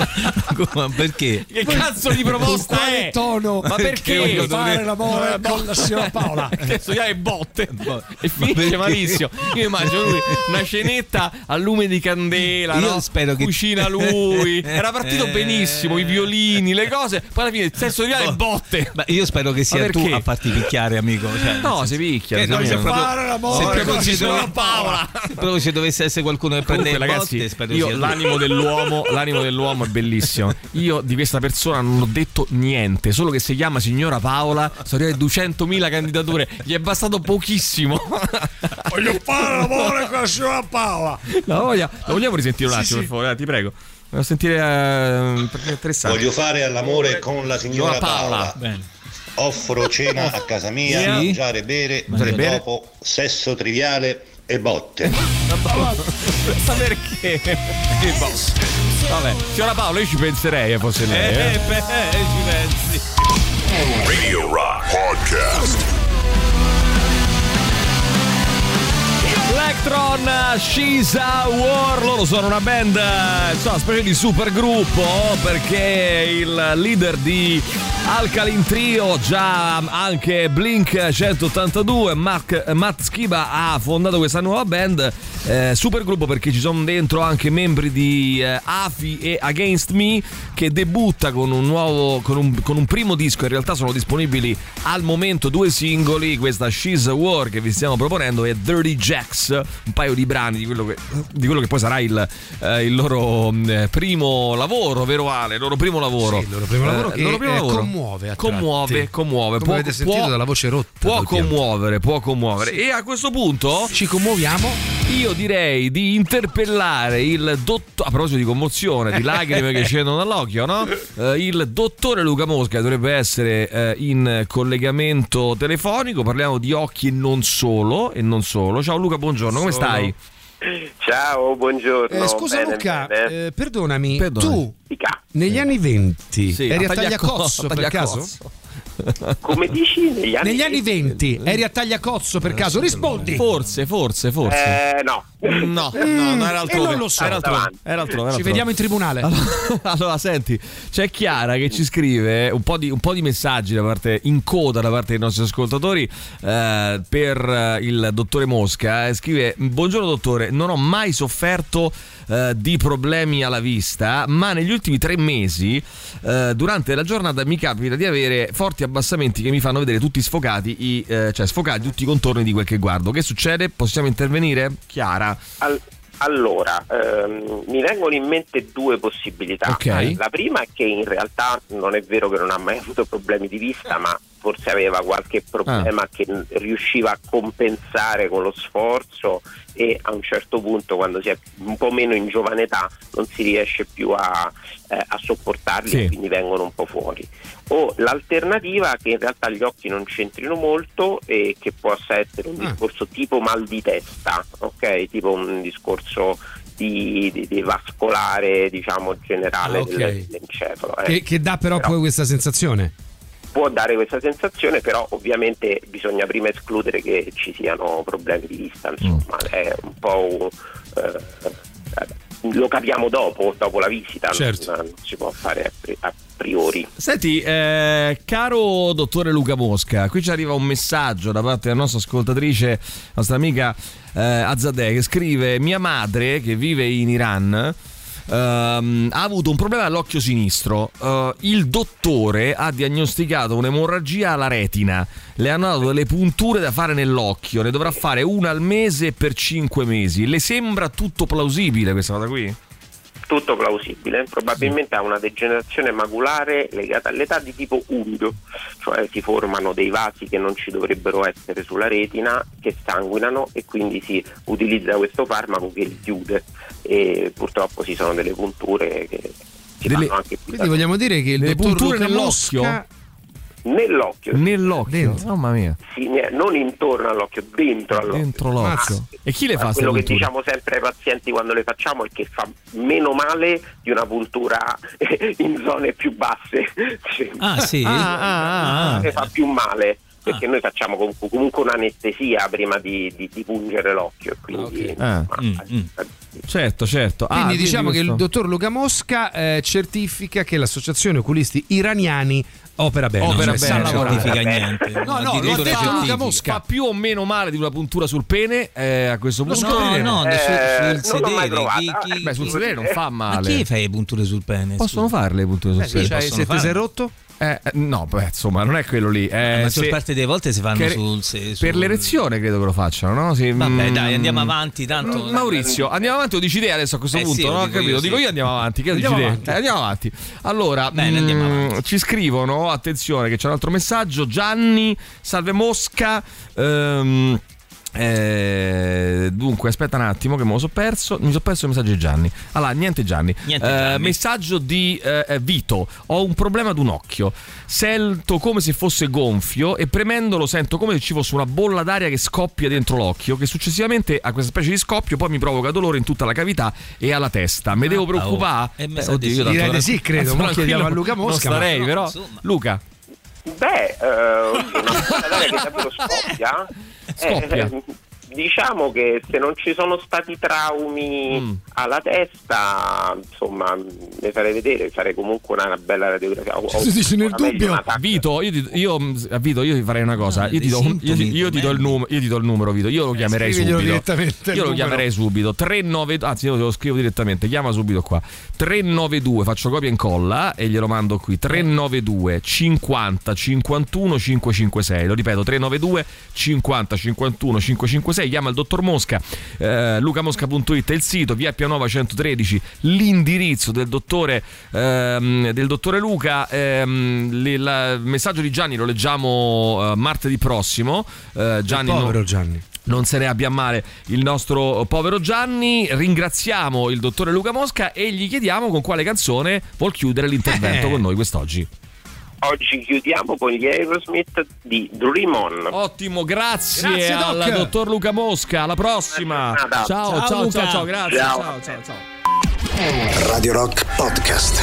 Ma perché? Che cazzo di proposta Con quale è? tono? Ma perché? Voglio fare l'amore con la signora Paola. Adesso ya è botte e finisce malissimo. Io immagino lui una cenetta a lume di candela, Io no? spero che- Cucina lui. Era partito benissimo, i violini, le cose. Poi alla fine il sesso di e botte. Ma io spero che sia Ma tu perché? a farti picchiare, amico. Cioè, No, si picchia. Che si no, picchia. se proprio- Fare l'amore se con proprio la ci signora dove- Paola. se proprio ci dovesse essere qualcuno che prende Comunque, le ragazzi, botte, spero io sia tu. l'animo dell'uomo, l'animo dell'uomo è bellissimo. Io di questa persona non ho detto niente, solo che si chiama signora Paola, sono arrivate duecentomila candidature, gli è bastato pochissimo. Voglio fare l'amore con la signora Paola. La voglia, la vogliamo risentire un Sì, attimo, sì. per favore, eh, ti prego. Voglio sentire eh, perché è interessante. Voglio fare all'amore con la signora Signora Paola. Paola. Bene. Offro cena a casa mia, Sì. mangiare, bere Mangiare, e bere. dopo sesso triviale e botte. Ma perché? Che boss. Vabbè, signora Paola, io ci penserei eh, fosse lei. Eh, Eh. beh, ci pensi. Radio Rock Podcast. Electron, She's a War, loro sono una band, eh, insomma, specie di supergruppo, perché il leader di Alkaline Trio, già anche Blink centottantadue, Mark, Matt Skiba ha fondato questa nuova band, eh, supergruppo perché ci sono dentro anche membri di eh, Afi e Against Me, che debutta con un nuovo, con un, con un primo disco. In realtà sono disponibili al momento due singoli, questa She's a War che vi stiamo proponendo e Dirty Jacks, un paio di brani di quello che, di quello che poi sarà il, eh, il loro eh, primo lavoro, vero Ale? Il loro primo lavoro. Sì, il loro primo lavoro Eh, che il loro primo eh, lavoro. commuove a tratti. commuove, commuove. Come avete sentito dalla voce rotta può dal pianto. commuovere, può commuovere. E a questo punto ci commuoviamo. Io direi di interpellare il dottor, a proposito di commozione, di lacrime che scendono dall'occhio, no? Eh, il dottore Luca Mosca dovrebbe essere eh, in collegamento telefonico. Parliamo di occhi e non solo, e non solo. Ciao Luca, buongiorno, come Solo. stai? Ciao, buongiorno. Eh, scusa Bene, Luca, bene. eh, perdonami, Perdonami. tu negli anni venti Sì, eri a a Tagliacozzo Tagliacozzo, per caso? Tagliacozzo. Come dici? Negli anni, Negli anni venti eri a Tagliacozzo per caso? Rispondi. Forse, forse, forse. Eh, no, No, no, no, era altro. E non lo so. Era altro, era altro, era Ci altro. vediamo in tribunale. Allora, allora, senti, c'è Chiara che ci scrive un po' di, un po' di messaggi da parte, in coda da parte dei nostri ascoltatori eh, per il dottore Mosca. Eh, scrive: buongiorno dottore, non ho mai sofferto eh, di problemi alla vista, ma negli ultimi tre mesi eh, durante la giornata mi capita di avere forti abbassamenti che mi fanno vedere tutti sfocati, i, eh, cioè sfocati tutti i contorni di quel che guardo. Che succede? Possiamo intervenire? Chiara? Al- allora, ehm, mi vengono in mente due possibilità. Ok. La prima è che in realtà non è vero che non ha mai avuto problemi di vista, ma forse aveva qualche problema Ah. che riusciva a compensare con lo sforzo, e a un certo punto, quando si è un po' meno in giovane età, non si riesce più a, eh, a sopportarli, Sì. e quindi vengono un po' fuori. O l'alternativa è che in realtà gli occhi non c'entrino molto e che possa essere un Ah. discorso tipo mal di testa, ok? Tipo un discorso di, di, di vascolare, diciamo, generale Ah, ok. del- dell'encefalo. eh. Che, che dà però, Però poi questa sensazione. può dare questa sensazione, però ovviamente bisogna prima escludere che ci siano problemi di vista, insomma, Mm. è un po' eh, lo capiamo dopo, dopo la visita, Certo. non, non si può fare a pri- a priori. Senti, eh, caro dottore Luca Mosca, qui ci arriva un messaggio da parte della nostra ascoltatrice, nostra amica eh, Azadeh, che scrive: mia madre, che vive in Iran, ehm, ha avuto un problema all'occhio sinistro. Eh, il dottore ha diagnosticato un'emorragia alla retina, le hanno dato delle punture da fare nell'occhio, ne dovrà fare una al mese per cinque mesi. Le sembra tutto plausibile questa cosa qui? Tutto plausibile, probabilmente ha una degenerazione maculare legata all'età di tipo umido, cioè si formano dei vasi che non ci dovrebbero essere sulla retina, che sanguinano, e quindi si utilizza questo farmaco che li chiude, e purtroppo ci sono delle punture che si Delle- fanno anche più Quindi vogliamo dire che il Le dottor punture Luca nell'occhio? Mosca nell'occhio, Nell'occhio, mamma mia, sì, non intorno all'occhio, dentro all'occhio. dentro l'occhio. E chi le fa queste Quello che punture? diciamo sempre ai pazienti quando le facciamo è che fa meno male di una puntura in zone più basse. Ah, sì? Ah, ah, ah. Ne fa più male, perché noi facciamo comunque, comunque un'anestesia prima di, di, di pungere l'occhio, e quindi Ah. insomma, Mm, mm. Certo, certo. Quindi Ah, diciamo che il questo- dottor Luca Mosca eh, certifica che l'associazione oculisti iraniani opera bene. Opera cioè, bene, sa cioè, lavorare. certifica bene. niente. No, no, lo ha Addirittura detto Luca certifica. Mosca. fa più o meno male di una puntura sul pene eh, a questo punto? No, no, Eh, sul, sul non l'ho mai sedere. provata. Chi, chi, Beh, sul chi- sedere non fa Ma male. chi fai le punture sul pene? Possono scusa? fare le punture sul Eh, sì, sedere? cioè, possono se ti fare. sei rotto? Eh, eh, no, beh, insomma, non è quello lì. Eh, Ma la maggior se- parte delle volte si fanno che- sul, se- per sul- l'erezione credo che lo facciano, no? Sì, Vabbè, mm, dai, andiamo avanti, tanto. Mm, Maurizio, andiamo avanti, lo dici te adesso a questo Eh punto, sì, lo no? Ho dico capito, io, dico sì. io andiamo avanti, che lo dici Andiamo te? avanti. Eh, andiamo avanti. Allora, Bene, andiamo mm, avanti. ci scrivono, attenzione che c'è un altro messaggio, Gianni, salve Mosca, ehm, eh, dunque aspetta un attimo che me lo so perso, mi sono perso il messaggio di Gianni. Allora, niente Gianni. Niente Eh, Gianni. messaggio di eh, Vito: ho un problema ad un occhio, sento come se fosse gonfio e premendolo sento come se ci fosse una bolla d'aria che scoppia dentro l'occhio, che successivamente a questa specie di scoppio poi mi provoca dolore in tutta la cavità e alla testa. Mi devo Ah, preoccupare? oh. Eh, mi Eh, sa di oddio, sì. io tanto Direi di sì, credo. tanto Mo chiediamo tranquillo a Luca Mosca, non ma- starei, no, però insomma. Luca Beh, eh, oddio, una bolla d'aria che davvero scoppia. Scoppia. Eh, diciamo che se non ci sono stati traumi Mm. alla testa, insomma, ne farei vedere, farei comunque una bella radiografia. O- Tu dici nel o meglio dubbio? una tac- Vito, io ti, io, a Vito, io ti farei una cosa. Ah, Io ti, dei do, un- io, ti, sintomi io ti do il tremendi. numero, io ti do il numero, Vito. Io lo chiamerei scriviglielo subito. direttamente il Io lo numero. chiamerei subito. tre nove anzi, io te lo scrivo direttamente. Chiama subito qua. tre nove due, faccio copia e incolla e glielo mando qui. tre nove due cinquanta cinquantuno cinquecentocinquantasei. Lo ripeto, tre nove due cinquanta cinquantuno cinquecentocinquantasei. Chiama il dottor Mosca. Eh, lucamosca punto it è il sito, via Pianova centotredici l'indirizzo del dottore ehm, del dottore Luca. ehm, li- la- il messaggio di Gianni lo leggiamo eh, martedì prossimo. eh, Gianni no- Povero Gianni. non se ne abbia a male il nostro povero Gianni. Ringraziamo il dottore Luca Mosca e gli chiediamo con quale canzone vuol chiudere l'intervento Eh. con noi quest'oggi. Oggi chiudiamo con gli Aerosmith di Dream On. Ottimo, grazie, Grazie, al Doc. dottor Luca Mosca. Alla prossima. Ciao, Ciao, ciao, ciao, Luca. ciao, grazie. Ciao. Ciao, ciao, ciao. Radio Rock Podcast.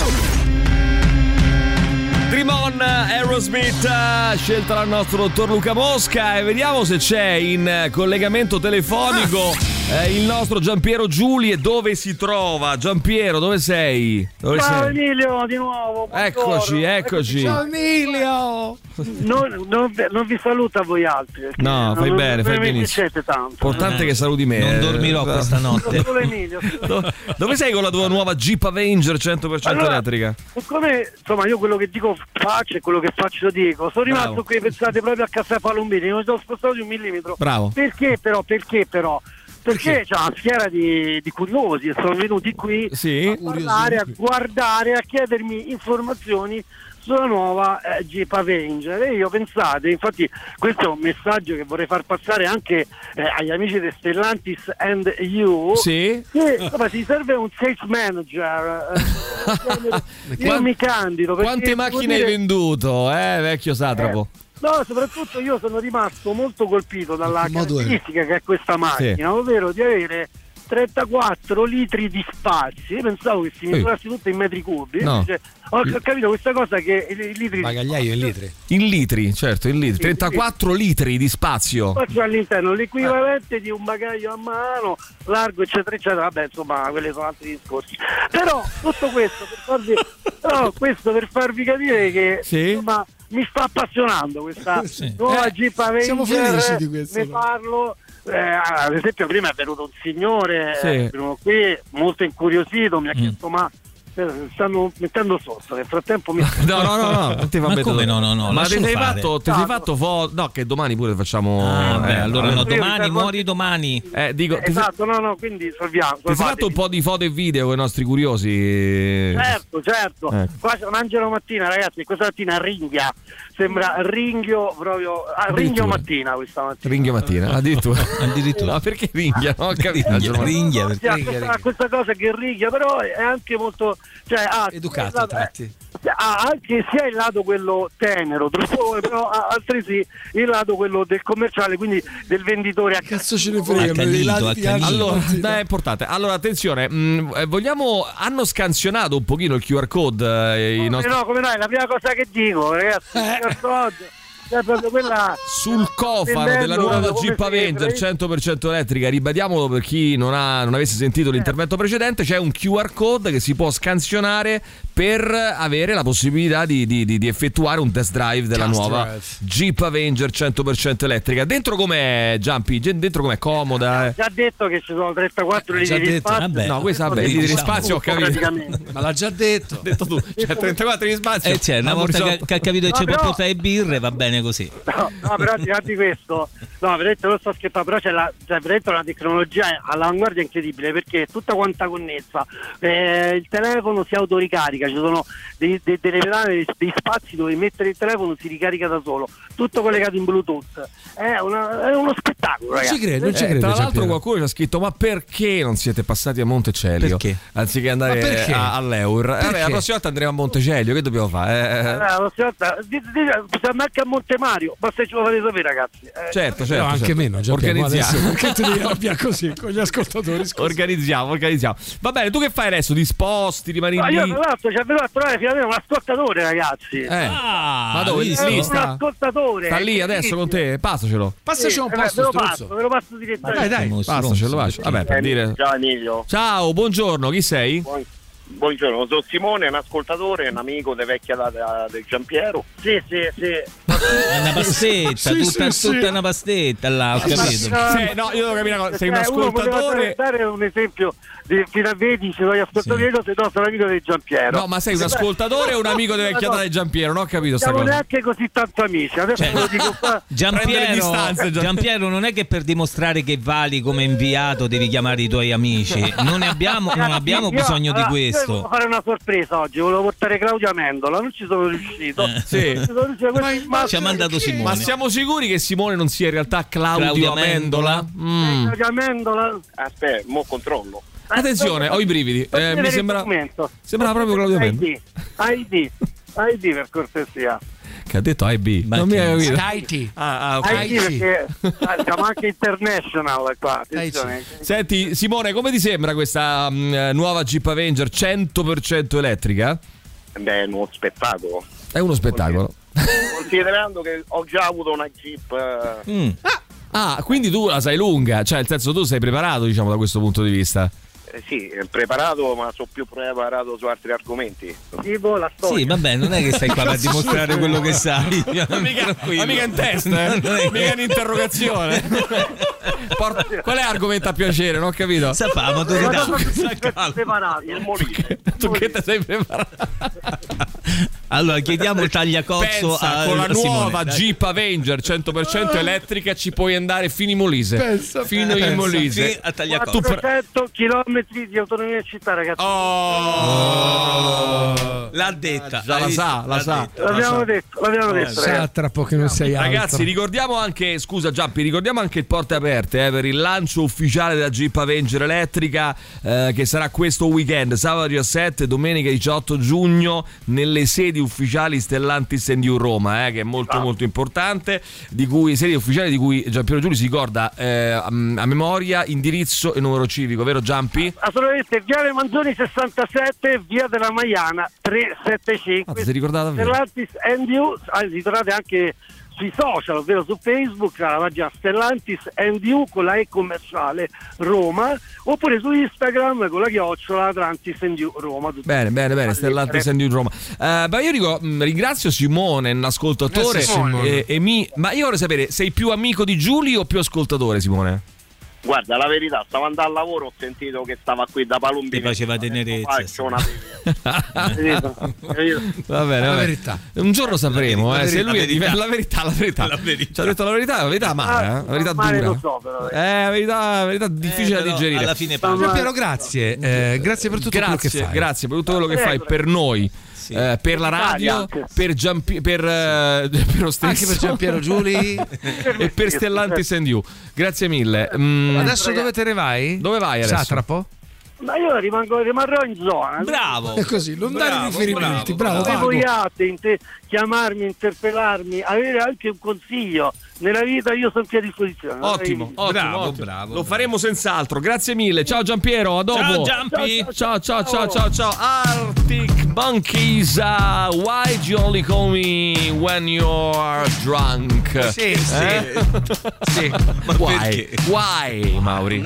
Dream On, Aerosmith, scelta dal nostro dottor Luca Mosca, e vediamo se c'è in collegamento telefonico È il nostro Giampiero Giuli. E dove si trova? Giampiero, dove sei? Dove Ciao sei? Emilio, di nuovo. buongiorno. Eccoci, eccoci. Ciao Emilio. Non, non, non vi saluto a voi altri. perché No, fai non- bene, non fai mi benissimo. piacete tanto. Importante che saluti me. Non dormirò questa notte. Solo Emilio. Do- Dove sei con la tua nuova Jeep Avenger cento per cento Allora, elettrica? Siccome insomma io quello che dico faccio e quello che faccio dico, sono rimasto Bravo. qui, pensate, proprio a Caffè Palombini, mi sono spostato di un millimetro. Bravo. Perché però? Perché però? Perché c'è una schiera di, di curiosi e sono venuti qui Sì. a parlare, a guardare, a chiedermi informazioni sulla nuova eh, Jeep Avenger. E io pensate, infatti questo è un messaggio che vorrei far passare anche eh, agli amici di Stellantis and You, Sì. che insomma, si serve un sales manager. eh, io mi candido perché Quante devo macchine dire- hai venduto, eh, vecchio satrapo? No, soprattutto io sono rimasto molto colpito dalla modo è? caratteristica che è questa macchina, Sì. ovvero di avere trentaquattro litri di spazio. Io pensavo che si misurasse tutto in metri cubi. No. Invece ho, ho capito questa cosa che i i litri Bagagliaio in litri. In litri, certo, in litri. Sì, trentaquattro litri di spazio. spazio all'interno, l'equivalente di un bagaglio a mano, largo, eccetera, eccetera. Vabbè, insomma, quelli sono altri discorsi. Però tutto questo per farvi, però, questo per farvi capire che Sì. insomma, mi sta appassionando questa Sì. nuova Eh, Jeep Avenger. siamo felici di questo, Ne no? parlo. Eh, ad esempio prima è venuto un signore Sì. eh, è venuto qui molto incuriosito, mi ha Mm. chiesto ma eh, stanno mettendo sotto, nel frattempo mi No, no, no, no, non ti fa Ma mettere- come no, no, no, Ma ti lascialo sei fare. fatto, ti sei fatto foto? No, che domani pure facciamo. Ah, beh, eh, allora no, io domani, riservo- muori domani. Eh, dico, ti sei, esatto, no no, quindi solviamo, ti sei fatto un po' di foto e video con i nostri curiosi? certo, certo. Ecco. Qua c'è un angelo mattina, ragazzi, questa mattina ringhia, sembra ringhio proprio, ah, ringhio Addirittura. mattina questa mattina. Ringhia mattina, addirittura. Addirittura. No, perché ringhia? Non ho capito. Ringhia, ringhia, Sì, perché ha ringhia, questa, ringhia. questa cosa che ringhia, però è anche molto, cioè, ha, Educato ha- a tratti. ha anche sia il lato quello tenero, truffone, però ha altresì il lato quello del commerciale, quindi del venditore a Cazzo ce ne frega, Accanito, dei lati di accanito. angelo. Allora, dai, è importante. Allora, attenzione, mh, eh, vogliamo. Hanno scansionato un pochino il Q R code. eh, i come nostri... no, come no, è la prima cosa che dico, ragazzi, il Q R code, cioè proprio quella Sul cofano della vendendo nuova come Jeep sempre, Avenger cento per cento elettrica, ribadiamolo per chi non, ha, non avesse sentito l'intervento precedente, c'è un Q R code che si può scansionare per avere la possibilità di, di, di, di effettuare un test drive della Test nuova drive. Jeep Avenger cento per cento elettrica. Dentro com'è, Jumpy? Dentro com'è? Comoda? eh? già detto che ci sono trentaquattro già litri di detto. spazio. Vabbè. No, questa vabbè, Così, litri di diciamo, spazio ho capito. praticamente. Ma l'ha già detto. Detto tu, c'è trentaquattro di spazio. Eh, cioè, una volta che, che ha capito che No, ci può però- portare birre, va bene così. No, no, però al di là di questo, no, veramente non sto scherzando, però c'è, la, c'è veramente una tecnologia all'avanguardia incredibile, perché è tutta quanta connessa, eh, il telefono si autoricarica, ci sono dei, dei, delle pedane, dei, dei spazi dove mettere il telefono, si ricarica da solo, tutto collegato in Bluetooth, è, una, è uno spettacolo, Non ragazzi. ci credo, non ci Eh, credo. tra l'altro Giampiero. qualcuno ci ha scritto: ma perché non siete passati a Montecelio? Perché? Anziché Ma andare perché? a- all'Eur. Eh, vabbè, Perché? la prossima volta andremo a Montecelio, che dobbiamo fare? Eh, Eh, la prossima volta, di- di- possiamo anche a Montemario, basta che ce lo fate sapere, ragazzi. Eh, certo, certo. No, anche certo. meno. Giampiero, Organizziamo. adesso, perché ti devi arrabbiare così con gli ascoltatori? Scusa. Organizziamo, organizziamo. Va bene, tu che fai adesso? Ti sposti, rimani No, io lì? tra l'altro ci è venuto a trovare finalmente un ascoltatore, ragazzi. Eh. Ah, Ma dove? visto? Lì un sta? ascoltatore. Sta lì adesso con te? Passacelo. Passaci un Sì, po' eh, sto ve lo struzzo. passo, ve lo passo direttamente. Dai, dai, Siamo passacelo. stronzi, Passacelo. Vabbè, per dire. Ciao Emilio. Ciao, buongiorno, chi sei? Buon- Buongiorno, sono Simone, un ascoltatore, un amico di vecchia data del Giampiero. Sì, sì, sì. È una pastetta, Sì, tutta, sì, tutta sì. una pastetta là, ho capito. Sì, no, io devo capire una cosa. Sei un Cioè, uno poteva ascoltatore. dare un esempio di, fino a vedi se vuoi ascoltatori, Sì. se no sono amico del Giampiero. No, ma sei un ascoltatore o un amico di vecchia data di Giampiero? Non ho capito sta siamo cosa. neanche così tanto amici. Adesso Cioè, ve lo dico qua. Prendere Giampiero, distanze, Gian- Giampiero, non è che per dimostrare che vali come inviato devi chiamare i tuoi amici. Non ne abbiamo, non abbiamo Io- bisogno di allora, Io questo. volevo fare una sorpresa oggi, volevo portare Claudia Mendola, non ci sono riuscito. Eh. Sì. Non ci sono riuscito, questo- Ma- Ci ha mandato Simone. Ma siamo sicuri che Simone non sia in realtà Claudio Claudia Amendola? Mendola? Mm. Claudia Mendola. Aspetta, mo controllo. Attenzione, ho i brividi. Eh, mi sembra, sembra proprio Claudio Mendola. I D, I D per cortesia. Che ha detto I B. Ma Non mi che- hai capito. Skyty. Ah, ah, ok. I D perché ah, siamo anche international qua, attenzione. Senti, Simone, come ti sembra questa mm, nuova Jeep Avenger cento per cento elettrica? Beh, è uno spettacolo. È uno spettacolo. Considerando che ho già avuto una Jeep eh, Mm. Ah, quindi tu la sai lunga, cioè nel senso tu sei preparato, diciamo, da questo punto di vista. Eh sì, preparato, ma sono più preparato su altri argomenti. Tipo la storia. Sì, vabbè, non è che stai qua per dimostrare quello che sai. Ma mica, ma mica in testa, eh? Mica in interrogazione. Porta, qual è l'argomento a piacere? Non ho capito. Sappa, maturità. Preparati, il molino. Tu che te sei preparato? Allora chiediamo il tagliacozzo a con la a Simone, nuova dai. Jeep Avenger cento per cento elettrica ci puoi andare fino in Molise. Pensa, fino pensa. in Molise. Sì, a tagliacozzo. quattrocento chilometri di autonomia in città, ragazzi. Oh, l'ha detta. già la sa, la sa. L'abbiamo detto, l'abbiamo detto. Sa ragazzi. tra poco che non sei altro. Ragazzi, ricordiamo anche, scusa Giappi, ricordiamo anche il porte aperte eh, per il lancio ufficiale della Jeep Avenger elettrica eh, che sarà questo weekend, sabato diciassette, domenica diciotto giugno, nelle sedi ufficiali Stellantis and You Roma, eh, che è molto molto importante, di cui sedi ufficiali di cui Giampiero Giuli si ricorda eh, a, a memoria indirizzo e numero civico, vero Giampi? Assolutamente, Viale Manzoni sessantasette, via della Maiana trecentosettantacinque. Ah, ti sei ricordata davvero? Stellantis and You, ah, li trovate anche sui social, ovvero su Facebook, la pagina Stellantis and You con la E commerciale Roma, oppure su Instagram con la chiocciola Atlantis and You Roma. Bene, bene, bene, Stellantis and You Roma. Uh, beh, io dico, mh, ringrazio Simone, un ascoltatore, Eh sì, Simone. e, e mi, ma io vorrei sapere, sei più amico di Giuli o più ascoltatore, Simone? Guarda, la verità, stavo andando al lavoro, ho sentito che stava qui da Palombino. Ti faceva tenerezza. Faccio una Va bene, La vabbè. verità. Un giorno sapremo, La eh, se verità, lui è la verità. div- la verità, la verità. La verità. Ci ha detto la verità, la verità amara, eh? La verità Male dura. lo so, però. Eh, la verità, la verità difficile Eh, da però digerire. alla fine Sta- Giampiero, grazie. Eh, grazie per tutto quello che Grazie, fai. grazie per tutto quello che fai Prego, per noi. Sì. eh, per la radio, Anche. per, Giampi- per, eh, per lo stesso, Anche per Giampiero Giuli. e per Stellantis and You. Grazie mille. Mm, Adesso dove te ne vai? dove vai adesso? Satrapo? Ma io rimango, rimarrò in zona. Bravo. È così, non dare Bravo, riferimenti. bravo, Bravo, Se Vago. vogliate inter- chiamarmi, interpellarmi, avere anche un consiglio nella vita, io sono qui a disposizione. Ottimo, ottimo, Bravo, ottimo. bravo. Lo faremo senz'altro. Grazie mille. Ciao Giampiero, a dopo. Ciao Giampi. Ciao ciao ciao ciao ciao. Arctic Monkeys, uh, why do you only call me when you're drunk? Sì, sì. Eh? Sì. Ma Why? perché? Why, Mauri?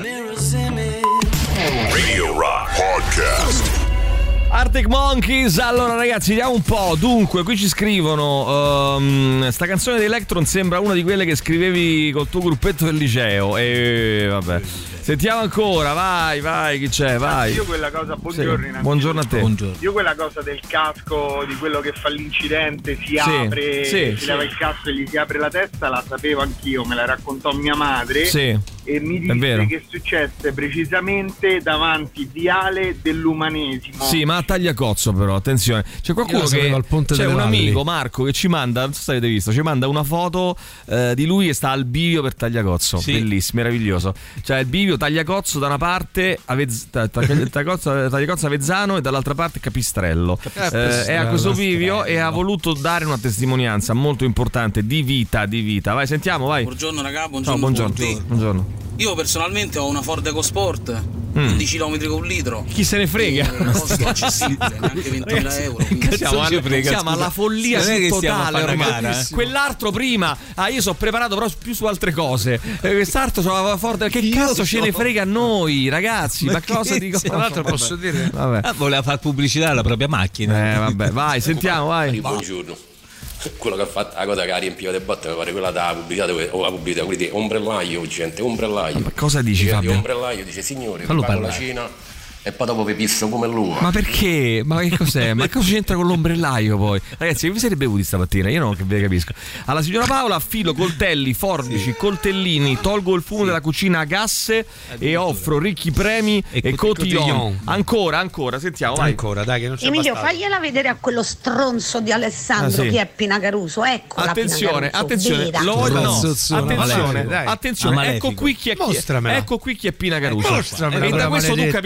Radio Rock Podcast. Arctic Monkeys, allora ragazzi, vediamo un po'. Dunque, qui ci scrivono um, sta canzone di Electron sembra una di quelle che scrivevi col tuo gruppetto del liceo. E vabbè. Sentiamo ancora, vai, vai, chi c'è, vai. Io quella cosa, buongiorno Sì. innanzitutto. Buongiorno a te. Buongiorno. Io quella cosa del casco, di quello che fa l'incidente, si Sì, apre, sì, si sì. leva il casco e gli si apre la testa, la sapevo anch'io, me la raccontò mia madre. Sì. E mi È vero. disse che successe precisamente davanti Viale dell'Umanesimo. Sì, ma a Tagliacozzo però, attenzione. C'è qualcuno Io la che sapevo al Ponte c'è delle un Valli. amico, Marco, che ci manda, non so se avete visto, ci manda una foto eh, di lui che sta al bivio per Tagliacozzo. Sì. Bellissimo, meraviglioso. Cioè il bivio Tagliacozzo da una parte, Avezz- ta- ta- Tagliacozzo, Tagliacozzo Avezzano e dall'altra parte Capistrello. Eh, è a questo bivio e ha voluto dare una testimonianza molto importante di vita, di vita. Vai, sentiamo, vai. Buongiorno raga, Ciao, buongiorno. buongiorno. Buongiorno. Buongiorno. Io personalmente ho una Ford EcoSport, undici chilometri con litro. Chi se ne frega? Un costo accessibile, neanche ventimila euro. quindi- Siamo, ci alla, frega, siamo scusa. alla follia Non è che stiamo a totale fare una ormai. gara, eh. Quell'altro prima, ah io sono preparato però più su altre cose. Eh, quest'altro c'aveva forte. Che cazzo ce ne frega a noi, ragazzi? Ma, Ma cosa che dico? sei? Tra l'altro posso dire Vabbè. Ah, voleva fare pubblicità alla propria macchina. Eh vabbè, vai, sentiamo, vai. Buongiorno. Quello che ha fatto la cosa che ha riempito le botte mi pare quella della pubblicità dove, o la pubblicità quelli di ombrellaio, gente, ombrellaio. Ma cosa dici, Dice, Fabio? Di ombrellaio dice signore, vi Fallo pago la parlare. cena e poi dopo vi pisso come lui. Ma perché? Ma che cos'è? Ma cosa c'entra con l'ombrellaio poi? Ragazzi, che vi siete bevuti stamattina? Io non che ve capisco. Alla signora Paola affilo coltelli, forbici, coltellini, tolgo il fumo della cucina a gas e offro ricchi premi e, cotillon. cotillon. Ancora, ancora, sentiamo, vai. ancora, dai, che non c'è Emilio, abbastanza. fagliela vedere a quello stronzo di Alessandro Ah, sì. chi è Pina Caruso. Ecco Attenzione, la Pina Caruso, attenzione, vera. lo voglio- no, Zozzona, attenzione, dai. attenzione, Ah, ecco malefico. qui chi è chi è- Mostramela. ecco qui chi è Pina Caruso. Mostramela E da quella questo tu maledetta capisci tante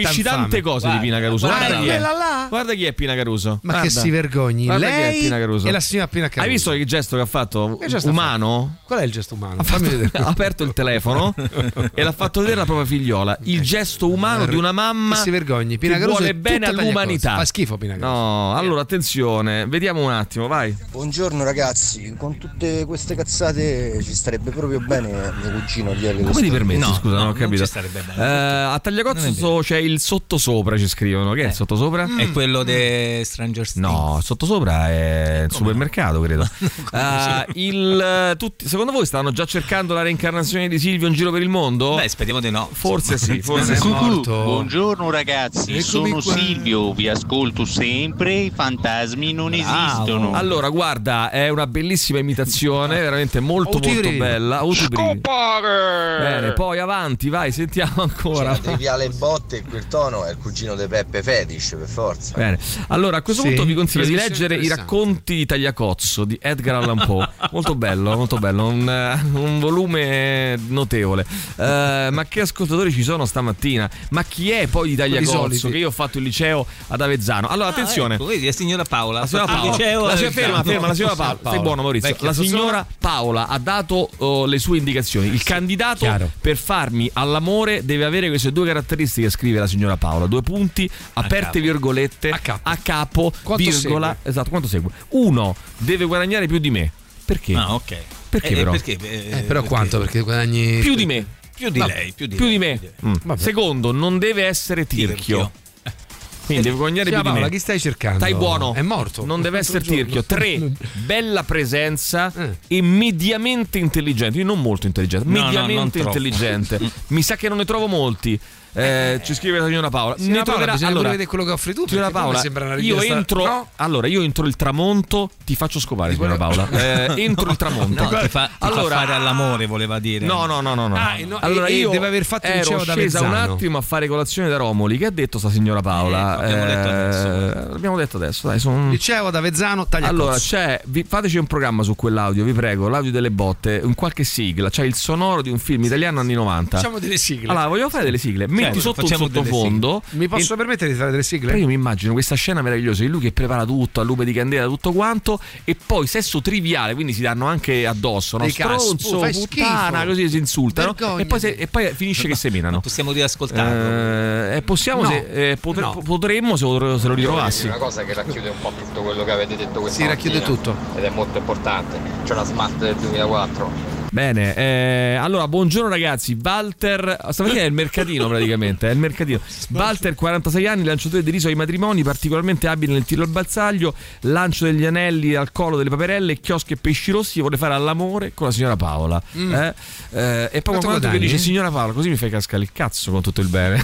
tante cose guarda, di Pina Caruso. Guarda, guarda, chi è. Là. guarda chi è Pina Caruso. Ma guarda. che si vergogni. Guarda lei chi è Pina Caruso. e la signora Pina Caruso. Hai visto che gesto che ha fatto? Che gesto umano? Ha fatto? Qual è il gesto umano? Ha, fatto, ha aperto il telefono e l'ha fatto vedere la propria figliola. Il gesto umano di una mamma che si vergogni. Pina che Caruso vuole bene all'umanità. Fa schifo Pina Caruso. No, allora attenzione, vediamo un attimo, vai. Buongiorno ragazzi, con tutte queste cazzate ci starebbe proprio bene mio cugino dirle. Come ti permetti? No, scusa, no, non ho capito. Non ci starebbe bene. Uh, a Tagliacozzo c'è il sottosopra, ci scrivono. Che è il sottosopra? Mm. È quello di Stranger Things. No, sottosopra è il supermercato, no? Credo. uh, il, tutti, secondo voi stanno già cercando la reincarnazione di Silvio in giro per il mondo? Beh, speriamo di no. Forse sì, forse sì. Buongiorno ragazzi, Eccomi sono qua. Silvio, vi ascolto sempre, i fantasmi non Bravo. esistono. Allora, guarda, è una bellissima imitazione, veramente molto Avuto molto i bella. Avuto i brividi. Scopare! Bene, poi avanti, vai, sentiamo ancora. Cioè, Triviale Botte e quel tono è il cugino di Peppe Fetish, per forza. Bene, allora a questo Sì, punto vi consiglio di trasmissione leggere i interessante. racconti di Tagliacozzo di Edgar Allan Poe. Molto bello, molto bello, un, un volume notevole. Uh, ma che ascoltatori ci sono stamattina? Ma chi è poi di Tagliacozzo? Che io ho fatto il liceo ad Avezzano. Allora, attenzione. Ah, ecco, vedi, la signora Paola. La signora Paola, liceo, la signora, eh, ferma, ferma, la signora Paola. Paola. Stai buono, Maurizio. Vecchia, la signora sono... Paola ha dato oh, le sue indicazioni. Il candidato Chiaro. per farmi all'amore deve avere queste due caratteristiche, scrive la signora Paola. Due punti, aperte capo. virgolette, A capo. a capo, Quanto virgola. segue? Esatto, quanto segue? Uno, deve guadagnare più di me. Perché? Ah, ok. Perché Eh, però? Perché? Eh, però quanto? Perché guadagni Più di me. Più di No, lei, più di, più lei, di me. più di lei. Mm. Secondo, non deve essere tirchio. Tirchio. Quindi deve guadagnare Signora più di Paola, me. chi stai cercando? Stai buono. È morto. Non deve essere L'altro tirchio. giorno. Tre, bella presenza Eh. e mediamente intelligente. Io non molto intelligente, No, no, mediamente non troppo. intelligente. Mi sa che non ne trovo molti. Eh, ci scrive la signora Paola. Signora ne Paola, troverà. bisogna Allora, pure vedere quello che offri tu. signora perché poi Paola, mi sembra una io richiesta- entro. No? Allora, io entro il tramonto, ti faccio scopare, signora Paola. Eh, entro il tramonto. No, ti fa, ti allora, fa fare all'amore, voleva dire. No, no, no, no, no. Ah, e no, allora e- e io deve aver fatto il ero liceo da scesa un Avezzano. attimo a fare colazione da Romoli. Che ha detto sta signora Paola? Eh, l'abbiamo detto adesso. Eh, l'abbiamo detto adesso, dai, sono... Liceo ad Avezzano, Tagliacozzo. Allora, c'è, vi, fateci un programma su quell'audio, vi prego, l'audio delle botte, in qualche sigla, c'è il sonoro di un film italiano anni novanta. Facciamo delle sigle. Allora, vogliamo fare delle sigle. Metti Certo, sotto un facciamo delle sottofondo. Mi posso e- permettere di fare delle sigle? Però io mi immagino questa scena meravigliosa di lui che prepara tutto, a lume di candela, tutto quanto, e poi sesso triviale, quindi si danno anche addosso, no? Dei cazzo, Stronzo, fai puttana, schifo. così si insultano Vergognati. e poi, se- e poi finisce che seminano. Possiamo riascoltarlo. Eh, e possiamo No. se, eh, potre- No. potremmo se, lo- se lo ritrovassi. Una cosa che racchiude un po' tutto quello che avete detto questa Si racchiude mattina, tutto. ed è molto importante. C'è la smart del duemilaquattro. Bene, eh, allora buongiorno ragazzi. Walter, stamattina è il mercatino praticamente, è il mercatino. Walter, quarantasei anni, lanciatore di riso ai matrimoni, particolarmente abile nel tiro al balzaglio, lancio degli anelli al collo delle paperelle, chioschi e pesci rossi, vuole fare all'amore con la signora Paola. Mm. Eh? Eh, e poi Quanto quando che guadagni? dice signora Paola, così mi fai cascare il cazzo con tutto il bene.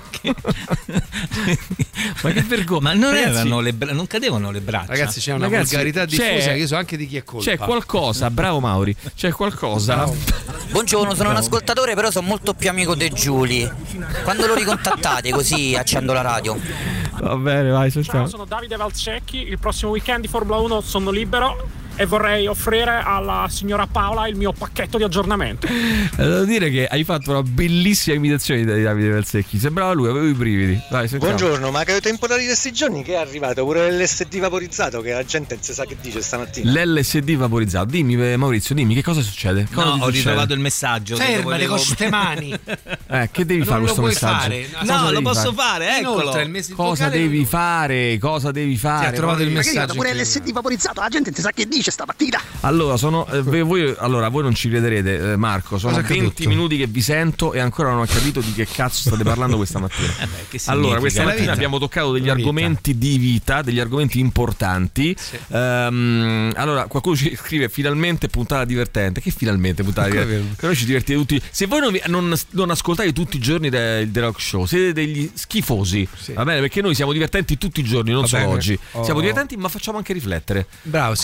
Ma che vergogna. Ma non, Ragazzi, erano le bra- non cadevano le braccia. Ragazzi, c'è una Ragazzi, volgarità c'è- diffusa che io so anche di chi è colpa. c'è qualcosa, bravo Mauri, c'è qualcosa. Buongiorno, sono un ascoltatore, però sono molto più amico di Giuli. Quando lo ricontattate così accendo la radio. Va bene, vai, sentiamo. Ciao, sono Davide Valsecchi, il prossimo weekend di Formula uno sono libero e vorrei offrire alla signora Paola il mio pacchetto di aggiornamento. Eh, Devo dire che hai fatto una bellissima imitazione di Davide Valsecchi. Sembrava lui, avevo i brividi. Vai, sentiamo. Buongiorno, ma che avete temporali di questi giorni che è arrivato pure l'L S D vaporizzato che la gente non si sa che dice stamattina. L'L S D vaporizzato. Dimmi, eh, Maurizio, dimmi che cosa succede? Cosa No, ti ho succede? ritrovato il messaggio. dove Fermate volevo- con ste mani. Eh, che devi Non fare lo questo puoi messaggio? fare. No, Cosa lo devi posso fare? fare, eccolo. Inoltre, il mese di Cosa vocale- devi fare? Cosa devi fare? Ti ha trovato il Ma che è messaggio. arrivato pure l'L S D vaporizzato, la gente non si sa che dice stamattina. Allora, sono eh, voi- voi, allora, voi non ci crederete, eh, Marco. Sono Cosa è venti accaduto? minuti che vi sento e ancora non ho capito di che cazzo state parlando questa mattina. Eh beh, che Allora, significa? questa La mattina vita. abbiamo toccato degli La vita. argomenti di vita, degli argomenti importanti. Ehm, allora, qualcuno ci scrive finalmente puntata divertente. Che finalmente puntata Ancora divertente? Però ci divertite tutti. Se voi non, vi- non, non ascoltate tutti i giorni del The Rock Show, siete degli schifosi. Va bene? Perché noi siamo divertenti tutti i giorni, non Va solo bene. oggi. Oh. Siamo divertenti, ma facciamo anche riflettere. Bravo, sì. Con quel Una modo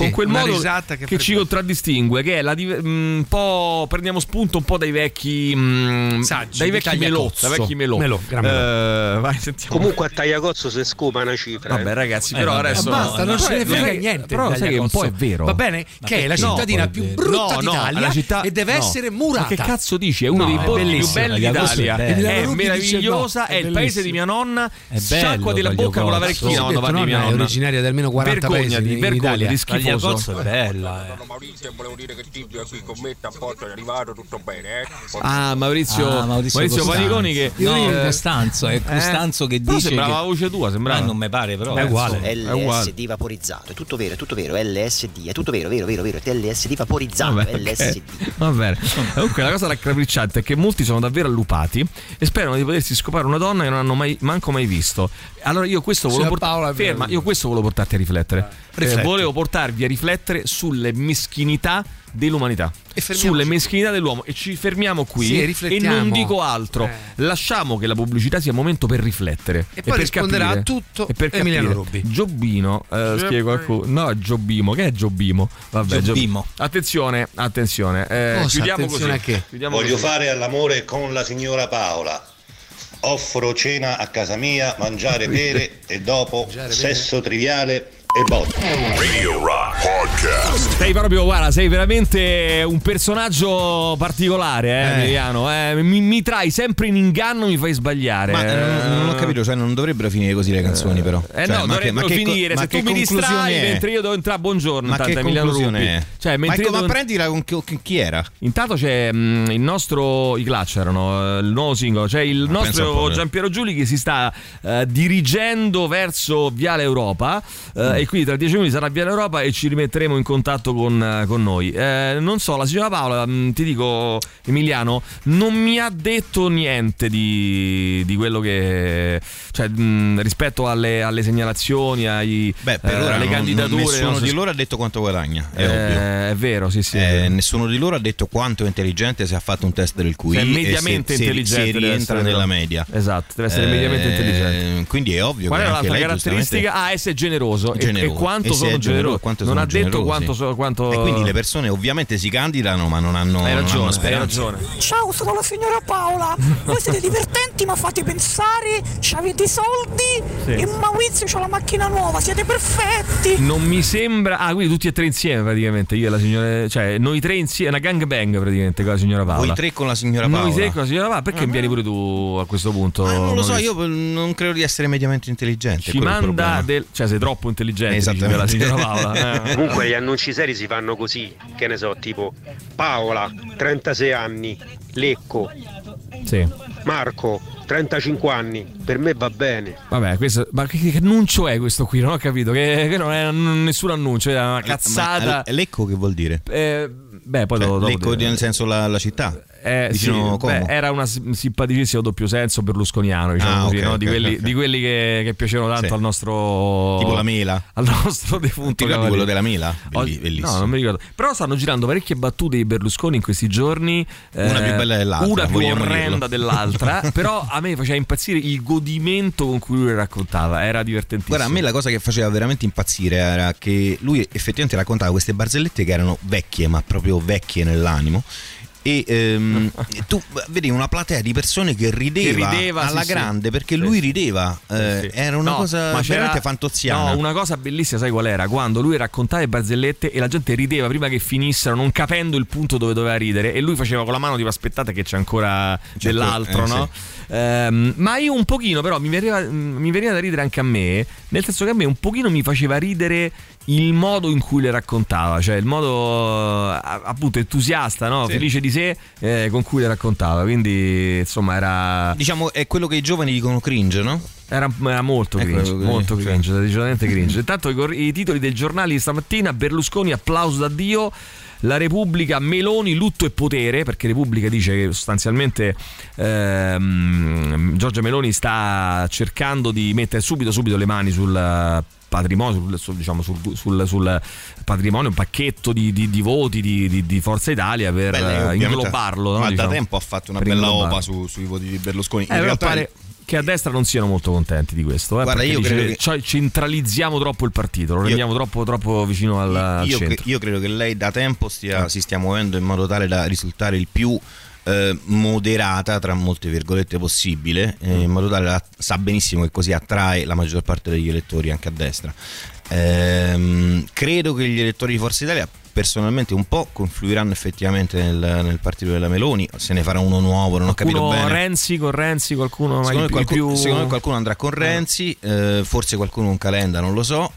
modo esatta che, che ci contraddistingue, che è la div- un po' prendiamo spunto un po' dai vecchi mh, saggi, dai vecchi melò, dai vecchi melò. Melò, gran melò. Eh, vai, sentiamo. Comunque a Tagliacozzo si scopa una cifra. Vabbè, ragazzi, Eh, però vabbè, adesso Ma basta, non no, ce ne no, frega no, niente. però sai che un po' è vero. Va bene? Ma che è la perché no, cittadina poi più è vero. brutta No, no, d'Italia la città- e deve no. essere murata. Ma che cazzo dici? È uno No, dei è borghi più bellissimo, belli Tagliacozzo d'Italia. è bello. È Rubi dice meravigliosa, no, è è il paese bellissimo. di mia nonna. È Sciacqua bello, della bocca con la Tagliacozzo. varecchina quando parli di mia nonna. È originaria di almeno quaranta paesi Vergognati, in vergognati, Italia. schifoso. Tagliacozzo è bella. eh. Maurizio, volevo dire che Tibio è qui con me, a posto è arrivato, tutto bene, eh? Ah, Maurizio, Ah, Maurizio, Costanzo. Paniconi che No, eh, è Costanzo, è Costanzo che però dice sembrava che- la voce tua, sembrava. Ma non mi pare, però È uguale. insomma. È uguale. L S D vaporizzato, è tutto vero, è tutto vero, L S D, è tutto vero, vero, vero, vero, L S D vaporizzato, Vabbè, L S D. ok. Va bene. Comunque la cosa raccapricciante è che molti sono davvero allupati e sperano di potersi scopare una donna che non hanno mai manco mai visto. Allora io questo volevo Signor port- Paola, ferma, io questo volevo portarti a riflettere. Eh, Rifletti. volevo portarvi a riflettere sulle meschinità dell'umanità, fermiamoci sulle qui. meschinità dell'uomo e ci fermiamo qui Sì, e e riflettiamo. non dico altro. Eh. Lasciamo che la pubblicità sia un momento per riflettere E poi per risponderà capire, a tutto e per Emiliano capire. Rubi. Giobbino, eh, scrive qualcuno. No, Giobbimo, che è Giobbimo? Vabbè, Giobbimo. Giob- Attenzione, attenzione. Eh, Cosa? chiudiamo Attenzione così. a che? Chiudiamo Voglio così. fare all'amore con la signora Paola. Offro cena a casa mia, mangiare, bere e dopo sesso triviale e botte. Radio Rock Podcast. Sei proprio, guarda, sei veramente un personaggio particolare, eh, Eh. Emiliano. Eh, mi, mi trai sempre in inganno, mi fai sbagliare. Ma eh, non ho capito, cioè non dovrebbero finire così le canzoni, però. Eh Cioè, no, ma che- dovrebbero ma che co- finire. ma Se che tu mi distrai conclusione è? mentre io devo entrare, buongiorno. Ma intanto, che Emiliano conclusione Rubi. è? Cioè, Ma, mentre ecco, io ma devo- prendila con chi, con chi era? Intanto c'è mh, il nostro, i Clutch erano, eh, il nuovo singolo, c'è il Ah, pensa un nostro po', eh. Giampiero Giuli che si sta eh, dirigendo verso Viale Europa eh, Mm. e quindi tra dieci minuti sarà Viale Europa e ci rimetteremo in contatto con, eh, con noi. Eh, non so, la signora Paola, mh, ti dico Emiliano, non mi ha detto niente di, di quello che, cioè mh, rispetto alle, alle segnalazioni, ai, Beh, per eh, ora alle non- candidature. non- nessuno non so- di loro ha detto quanto guadagna, è Eh, ovvio. è vero, sì, sì. è Eh, vero. nessuno di loro ha detto quanto è intelligente, se ha fatto un test del Q I Se è e mediamente se, se- intelligente se deve rientra essere, nella però. media. Esatto, deve essere Eh, mediamente intelligente. Quindi è ovvio Qual che è anche l'altra lei caratteristica? giustamente- Ah, essere generoso. E- Generoso. E, quanto E se sono è generoso, generoso? quanto non sono ha detto generosi. quanto, so- quanto... E quindi le persone ovviamente si candidano, ma non hanno, Hai non ragione, hanno hai speranza. ragione. Ciao, sono la signora Paola. Voi siete divertenti, ma fate pensare, avete i soldi Sì. e Maurizio c'ha la macchina nuova, siete perfetti. Non mi sembra. Ah, quindi tutti e tre insieme praticamente. Io e la signora. Cioè, noi tre insieme. Una gangbang praticamente con la signora Paola. Voi tre con la signora Paola. Noi tre con la signora Paola. Perché vieni pure tu a questo punto? Ah, non lo so, Maurizio? io non credo di essere mediamente intelligente. Ci quello è il manda problema. del. Cioè, sei troppo intelligente. dici, Esattamente. per la signora Paola. Eh. Comunque gli annunci seri si fanno così, che ne so, tipo Paola, trentasei anni, Lecco, Sì. Marco, trentacinque anni, per me va bene. Vabbè, questo, ma che, che annuncio è questo qui? Non ho capito. Che, che non è nessun annuncio, è una cazzata. Ma Lecco che vuol dire? Eh, beh, poi Cioè, lo, dopo Lecco dire. nel senso la, la città? Eh, Vicino sì, Como? beh, era una sim- simpaticissimo doppio senso berlusconiano, diciamo Ah, così, ok, no? ok, di, quelli, ok. di quelli che, che piacevano tanto Sì. al nostro Tipo la mela? al nostro defunto Ti ricordi cavaliere. quello della mela? Oggi- Belli- bellissimo. No, non mi ricordo. Però stanno girando parecchie battute di Berlusconi in questi giorni. Una più bella dell'altra, Una più vogliamo orrenda dirlo. dell'altra. Però a me faceva impazzire il godimento con cui lui le raccontava. Era divertentissimo. Guarda, a me la cosa che faceva veramente impazzire era che lui effettivamente raccontava queste barzellette che erano vecchie, ma proprio vecchie nell'animo. E ehm, tu vedi una platea di persone che rideva, Che rideva, alla sì, sì. grande perché Sì, lui sì. rideva. Eh, Sì, sì. Era una No, cosa ma c'era- veramente fantoziana. No, una cosa bellissima, sai qual era? Quando lui raccontava le barzellette e la gente rideva prima che finissero, non capendo il punto dove doveva ridere, e lui faceva con la mano tipo aspettate che c'è ancora dell'altro, eh, no? Ehm, ma io un pochino però mi veniva, mi veniva da ridere anche a me, nel senso che a me un pochino mi faceva ridere il modo in cui le raccontava, cioè il modo eh, appunto entusiasta, no? Sì. Felice di sé, eh, con cui le raccontava, quindi insomma era Diciamo è quello che i giovani dicono cringe, no? Era, era molto Ecco, cringe, così, molto sì. cringe, decisamente cringe. Intanto i, cor- i titoli dei giornali di stamattina: Berlusconi, applauso da Dio. La Repubblica, Meloni, lutto e potere, perché Repubblica dice che sostanzialmente ehm, Giorgia Meloni sta cercando di mettere subito subito le mani sul patrimonio, sul, sul, diciamo, sul, sul, sul patrimonio, un pacchetto di, di, di voti di, di, di Forza Italia per Beh, lei eh, ovviamente- inglobarlo, no, Ma diciamo. da tempo ha fatto una Per bella inglobarlo. opa su- sui voti di Berlusconi. Eh, In però realtà pare che a destra non siano molto contenti di questo. Eh, Guarda, io dice, credo che... cioè, centralizziamo troppo il partito, lo rendiamo io... troppo, troppo vicino al, al io, centro. Io credo che lei da tempo stia, si stia muovendo in modo tale da risultare il più eh, moderata, tra molte virgolette, possibile, eh, in modo tale da sa benissimo che così attrae la maggior parte degli elettori anche a destra. Ehm, credo che gli elettori di Forza Italia personalmente un po' confluiranno effettivamente nel, nel partito della Meloni, se ne farà uno nuovo, non qualcuno ho capito bene. Renzi con Renzi, qualcuno secondo, più, qualcuno, più... secondo me qualcuno andrà con Renzi, eh, forse qualcuno con Calenda, non lo so.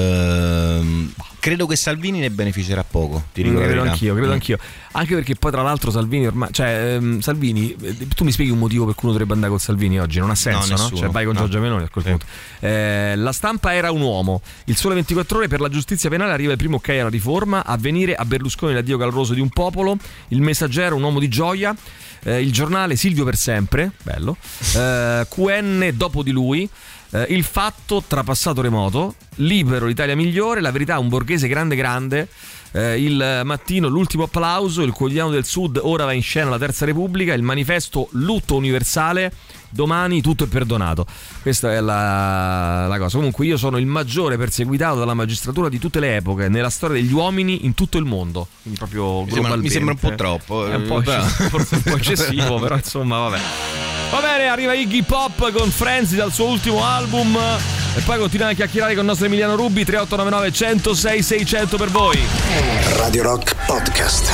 Ehm, credo che Salvini ne beneficerà poco, ti dico mm, la credo verità. anch'io, credo mm. anch'io. Anche perché poi tra l'altro Salvini ormai, cioè ehm, Salvini, tu mi spieghi un motivo per cui uno dovrebbe andare con Salvini oggi? Non ha senso, no? no? Cioè vai con no. Giorgia Meloni a quel punto. Eh, la Stampa era un uomo. Il Sole ventiquattro Ore: per la giustizia penale arriva il primo ok alla riforma. A venire a Berlusconi l'addio caloroso di un popolo. Il Messaggero: un uomo di gioia. Eh, il Giornale: Silvio per sempre, bello. Eh, Q N: dopo di lui. Eh, il Fatto: trapassato remoto. Libero: l'Italia migliore. La Verità: un borghese grande grande. Eh, il Mattino: l'ultimo applauso. Il Quotidiano del Sud: ora va in scena la Terza Repubblica. Il Manifesto: lutto universale. Domani tutto è perdonato. Questa è la, la cosa. Comunque io sono il maggiore perseguitato dalla magistratura di tutte le epoche nella storia degli uomini in tutto il mondo. Quindi proprio mi sembra, mi sembra un po' troppo. È un po', forse un po' eccessivo, però insomma vabbè. Va bene, arriva Iggy Pop con Frenzy dal suo ultimo album. E poi continuiamo a chiacchierare con il nostro Emiliano Rubi. Tre otto nove nove uno zero sei seicento per voi. Radio Rock Podcast.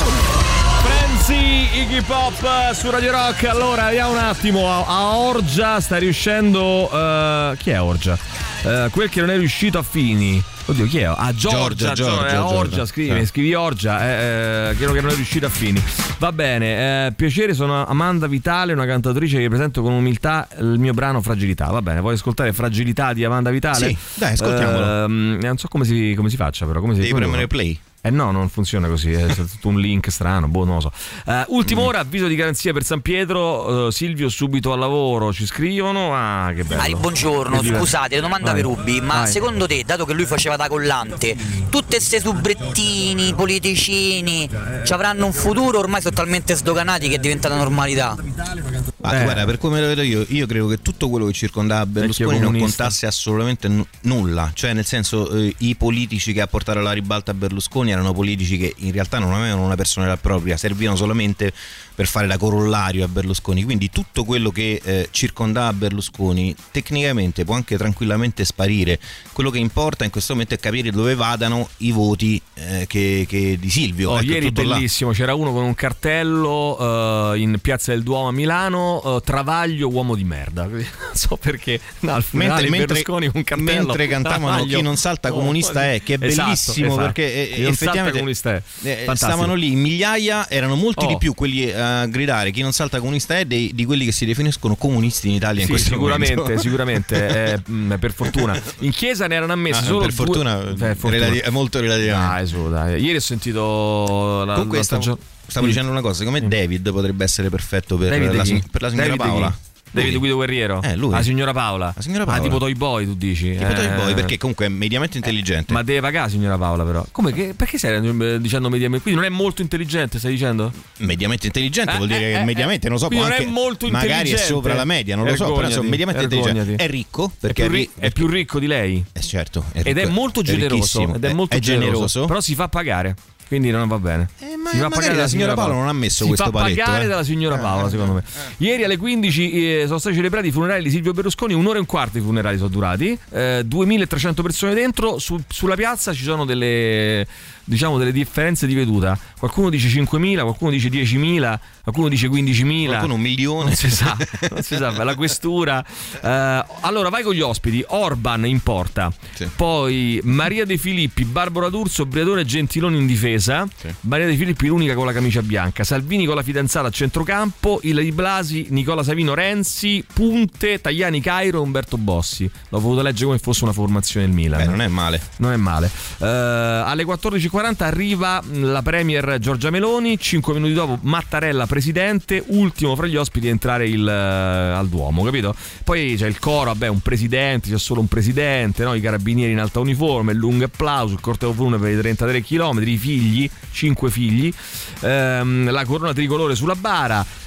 Frenzy, Iggy Pop su Radio Rock. Allora, vediamo un attimo. A, a Orgia sta riuscendo. Uh, chi è Orgia? Uh, quel che non è riuscito a Fini. Oddio, chi è? Ah, Giorgia, Giorgia, Giorgia, Giorgia, Orgia, scrivi, scrivi Orgia, eh, eh, credo che non è riuscita a Fini. Va bene, eh, piacere, sono Amanda Vitale, una cantatrice che presento con umiltà il mio brano Fragilità. Va bene, vuoi ascoltare Fragilità di Amanda Vitale? Sì, dai, ascoltiamolo. Eh, non so come si, come si faccia, però. Come si, Devi come premere play. Eh no, non funziona così, è tutto un link strano, boh, non lo so. Uh, ultima ora, avviso di garanzia per San Pietro. uh, Silvio subito al lavoro, ci scrivono. Ah, che bello. Ari, buongiorno, scusate, domanda per Rubi, ma Vai. secondo te, dato che lui faceva da collante, tutte ste subrettini, politicini ci avranno un futuro? Ormai sono talmente sdoganati che è diventata normalità. Ah, eh. Guarda, per come lo vedo io, io credo che tutto quello che circondava Berlusconi non contasse assolutamente n- nulla. Cioè, nel senso, eh, i politici che a portare alla ribalta a Berlusconi erano politici che in realtà non avevano una personalità propria, servivano solamente per fare da corollario a Berlusconi. Quindi tutto quello che eh, circondava Berlusconi tecnicamente può anche tranquillamente sparire. Quello che importa in questo momento è capire dove vadano i voti eh, che, che di Silvio. Oh, ecco, ieri bellissimo, là. C'era uno con un cartello uh, in Piazza del Duomo a Milano: uh, Travaglio, uomo di merda. Non so perché. No, al funerale mentre, Berlusconi con un cartello. Mentre cantavano Travaglio. Chi non salta comunista è, che è bellissimo, esatto, esatto. Perché eh, effettivamente eh, stavano lì in migliaia, erano molti oh. di più quelli a gridare chi non salta comunista è dei, di quelli che si definiscono comunisti in Italia, in sì, questo sicuramente, momento. Sicuramente eh, per fortuna. In chiesa ne erano ammessi ah, solo per fortuna, due... Beh, fortuna. Relati- è molto relativamente. Ah, esatto, dai. Ieri ho sentito la, Comunque la stavo, stagio... stavo mm. dicendo una cosa, secondo me mm. David potrebbe essere perfetto per, la, per la signora David Paola. David Guido Guerriero? Eh, lui. La signora Paola. La signora Paola. Ah, tipo Toy Boy, tu dici? Tipo eh. Toy Boy, perché comunque è mediamente intelligente. Eh, ma deve pagare la signora Paola, però. Come che, perché stai dicendo mediamente? Quindi non è molto intelligente, stai dicendo? Mediamente intelligente eh, vuol dire eh, che eh, mediamente, non so, non anche è molto magari è sopra la media, non lo so, però insomma, mediamente intelligente. È ricco perché è più, ri- è più ricco di lei. Eh certo, è ricco, ed è molto generoso, ed è molto è generoso, generoso, però si fa pagare. Quindi non va bene. Eh, ma magari pagare la signora Paola non ha messo si questo fa paletto. pagare eh. dalla signora Paola, secondo me. Ieri alle quindici eh, sono stati celebrati i funerali di Silvio Berlusconi. Un'ora e un quarto i funerali sono durati. Eh, duemilatrecento persone dentro. Su, sulla piazza ci sono delle, diciamo, delle differenze di veduta. Qualcuno dice cinquemila, qualcuno dice diecimila, qualcuno dice quindicimila, qualcuno un milione. Non si sa, non si sa. La questura. Eh, allora vai con gli ospiti. Orban in porta. Sì. Poi Maria De Filippi, Barbara D'Urso, Briatore e Gentiloni in difesa. Sì. Maria De Filippi l'unica con la camicia bianca, Salvini con la fidanzata a centrocampo, Ilva Di Blasi, Nicola Savino, Renzi, Punte, Tajani, Cairo, Umberto Bossi. L'ho voluto leggere come fosse una formazione del Milan. Beh, non è male. Non è male. Uh, alle quattordici e quaranta arriva la premier Giorgia Meloni, cinque minuti dopo Mattarella presidente, ultimo fra gli ospiti a entrare il, uh, al Duomo, capito? Poi c'è il coro, vabbè, un presidente, c'è solo un presidente, no? I carabinieri in alta uniforme, il lungo applauso, il corteo funebre di trentatré chilometri, i figli, cinque figli, ehm, la corona tricolore sulla bara,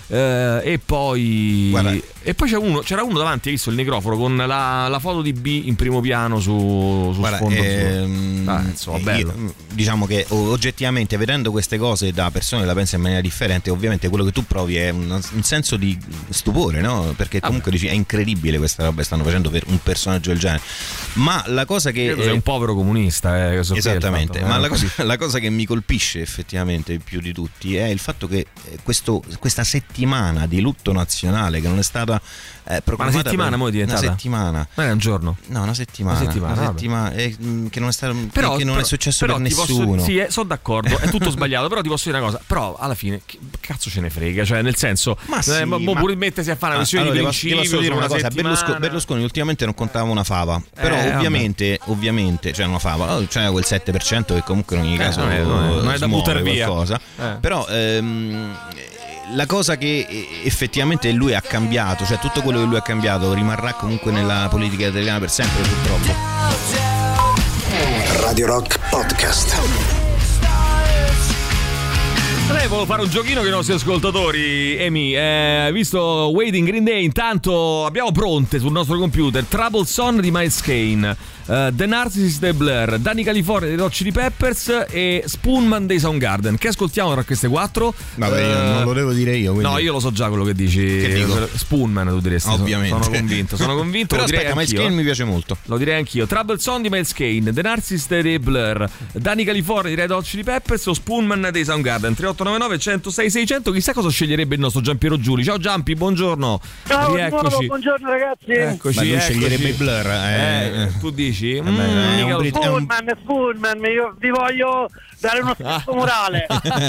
eh, e poi Guarda. e poi c'è uno, c'era uno davanti, hai visto il microfono con la, la foto di B in primo piano su, su Guarda, sfondo ehm, ah, insomma, bello. Io, diciamo che oggettivamente, vedendo queste cose da persone che la pensano in maniera differente, ovviamente quello che tu provi è un, un senso di stupore, no? Perché comunque ah, dici è incredibile questa roba che stanno facendo per un personaggio del genere. Ma la cosa che è un povero comunista, eh, esattamente, fatto, ma eh, la, cosa, la cosa che mi colpisce effettivamente più di tutti è il fatto che questo, questa settimana di lutto nazionale che non è stata eh, proclamata, ma una settimana mo è diventata? Una settimana. Ma è un giorno? No, una settimana. Una settimana, una settimana eh, che non è stato, però, che non però, è successo però per nessuno. Posso, sì, eh, sono d'accordo, è tutto sbagliato, però ti posso dire una cosa, però alla fine che cazzo ce ne frega, cioè nel senso, ma sì, eh, ma, ma pure mettersi a fare una questione allora, di principio, ti posso dire una cosa, settimana. Berlusconi, Berlusconi ultimamente non contava una fava, però eh, ovviamente, vabbè. ovviamente, cioè una fava, oh, c'è quel sette per cento che comunque in ogni caso eh, non è, non è da buttare via qualcosa, eh. però ehm, la cosa che effettivamente lui ha cambiato, cioè tutto quello che lui ha cambiato rimarrà comunque nella politica italiana per sempre, purtroppo. Radio Rock Podcast. Volevo fare un giochino con i nostri ascoltatori, Emi, eh, visto Waiting Green Day, intanto abbiamo pronte sul nostro computer Troubled Son di Miles Kane, uh, The Narcissist dei Blur, Danny California dei Red Chili Peppers e Spoonman dei Soundgarden. Che ascoltiamo tra queste quattro? Vabbè, io uh, non lo devo dire io, quindi... No, io lo so già quello che dici. Che dico? Spoonman tu diresti. Ovviamente. Sono convinto, sono convinto. Però lo direi aspetta, Miles Kane mi piace molto. Lo direi anch'io. Troubled Son di Miles Kane, The Narcissist dei Blur, Danny California dei Red Hot Chili Peppers o Spoonman dei Soundgarden. Tre otto nove nove uno zero sei sei zero zero. Chissà cosa sceglierebbe il nostro Giampiero Giuli. Ciao Giampi, buongiorno. Ciao, rieccoci. buongiorno ragazzi. Eccoci, ma lui eccoci. sceglierebbe i Blur, eh. Eh, tu dici? Eh, beh, è un brit- Spoonman, Spoonman, io vi voglio dare uno scherzo morale.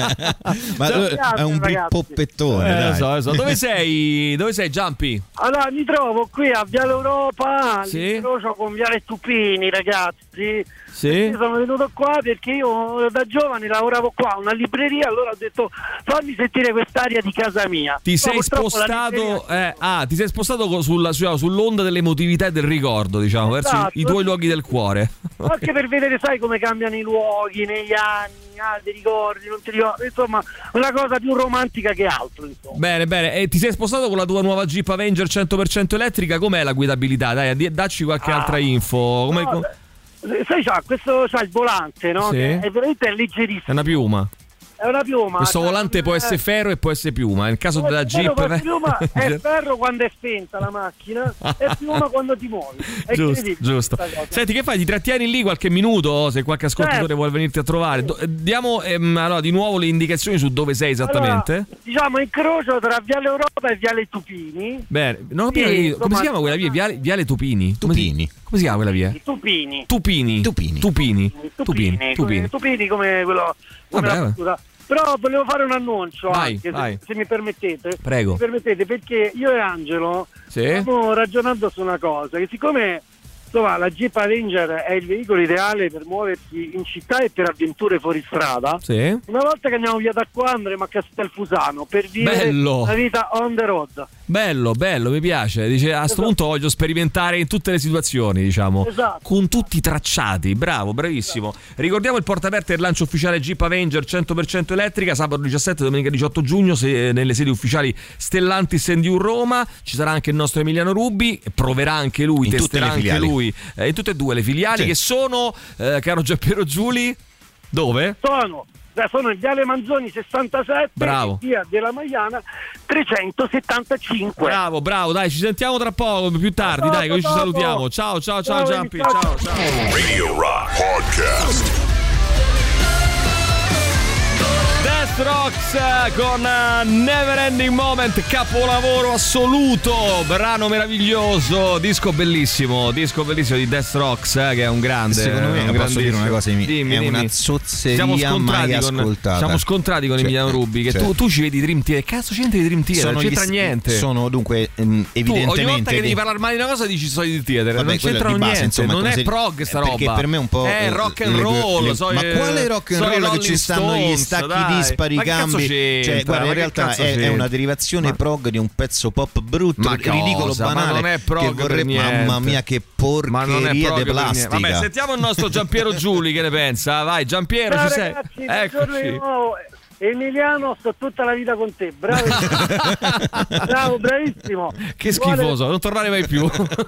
Ma Ciao, è un brippoppettone, eh, dai. Lo so, lo so. Dove sei? Dove sei, Giampi? Allora, mi trovo qui a Viale Europa, sì? all'incrocio con Viale Tupini, ragazzi. Sì? Io sono venuto qua perché io da giovane lavoravo qua, una libreria, allora ho detto fammi sentire quest'aria di casa mia. Ti Ma sei spostato eh, ah, ti sei spostato sulla, sull'onda dell'emotività e del ricordo, diciamo, esatto, verso i tuoi luoghi del cuore. Anche per vedere, sai, come cambiano i luoghi negli anni, ah, ti ricordi, non ti ricordi, insomma, una cosa più romantica che altro, insomma. Bene, bene, e ti sei spostato con la tua nuova Jeep Avenger cento per cento elettrica, com'è la guidabilità? Dai, dacci qualche ah, altra info. Come, no, sai, c'ha questo, c'ha il volante, no? Sì. Che è veramente leggerissimo. È una piuma. È una piuma. Questo cioè, volante è... può essere ferro e può essere piuma. Nel caso della Jeep Ferro, piuma è ferro quando è spenta la macchina e piuma quando ti muovi. È giusto, giusto. Senti, che fai? Ti trattieni lì qualche minuto se qualche ascoltatore certo. vuole venirti a trovare? Do- diamo ehm, allora, di nuovo le indicazioni su dove sei esattamente. Allora, diciamo incrocio tra Viale Europa e Viale Tupini. Bene, non ho capito, come si chiama quella via? Viale, Viale Tupini? Tupini. Come si chiama quella via? Tupini. Tupini. Tupini. Tupini. Tupini. Tupini. Tupini come quello. Come Vabbè, la Però volevo fare un annuncio, vai, anche, vai. Se, se mi permettete. Prego. Mi permettete, perché io e Angelo sì? stiamo ragionando su una cosa, che siccome insomma, la Jeep Avenger è il veicolo ideale per muoversi in città e per avventure fuori strada, sì? Una volta che andiamo via da qua andremo a Castelfusano per vivere bello. la vita on the road. Bello, bello, mi piace. Dice, a questo esatto. punto voglio sperimentare in tutte le situazioni, diciamo, esatto. con tutti i tracciati. Bravo, bravissimo. Esatto. Ricordiamo il portaaperte del lancio ufficiale Jeep Avenger cento per cento elettrica, sabato diciassette, domenica diciotto giugno, se, nelle sedi ufficiali Stellantis e New Roma. Ci sarà anche il nostro Emiliano Rubi, proverà anche lui, in testerà anche lui eh, in tutte e due le filiali, sì. Che sono, eh, caro Giampiero Giuli, dove? Sono sono in Viale Manzoni sessantasette, bravo. Via della Maiana trecentosettantacinque. Bravo, bravo, dai, ci sentiamo tra poco, più tardi, dopo, dai, così dopo. Ci salutiamo. Ciao, ciao, ciao, ciao Giampi, ciao, ciao. Radio Rock Podcast. Death Rocks con Never Ending Moment, capolavoro assoluto, brano meraviglioso, disco bellissimo, disco bellissimo di Death Rocks, eh, che è un grande. Secondo me, un posso dire una cosa, dimmi, dimmi, è dimmi. una zozzeria mai con, ascoltata. Siamo scontrati con cioè, Emiliano Rubi, che cioè. tu, tu ci vedi Dream Theater, cazzo c'entra i Dream Theater, non c'entra gli, niente. Sono dunque ehm, evidentemente. Tu, ogni volta che dei... devi parlare male di una cosa dici sono i Theater, vabbè, non c'entrano base, niente, insomma, non è se... prog sta roba. Perché per me è un po' è rock and roll, le... so, ma quale rock and roll che ci stanno gli stacchi dai. dispari, ma cambi, cioè guarda, in realtà è, è una derivazione ma... prog di un pezzo pop brutto, ma ridicolo, cosa? banale, ma non è prog che vorrebbe, mamma mia che porcheria di plastica. Vabbè, sentiamo il nostro Giampiero Giuli che ne pensa. Vai Giampiero, ciao, ci sei? Ragazzi, eccoci. Emiliano, sto tutta la vita con te, bravo. Bravo, bravissimo. Che schifoso, non tornare mai più. No,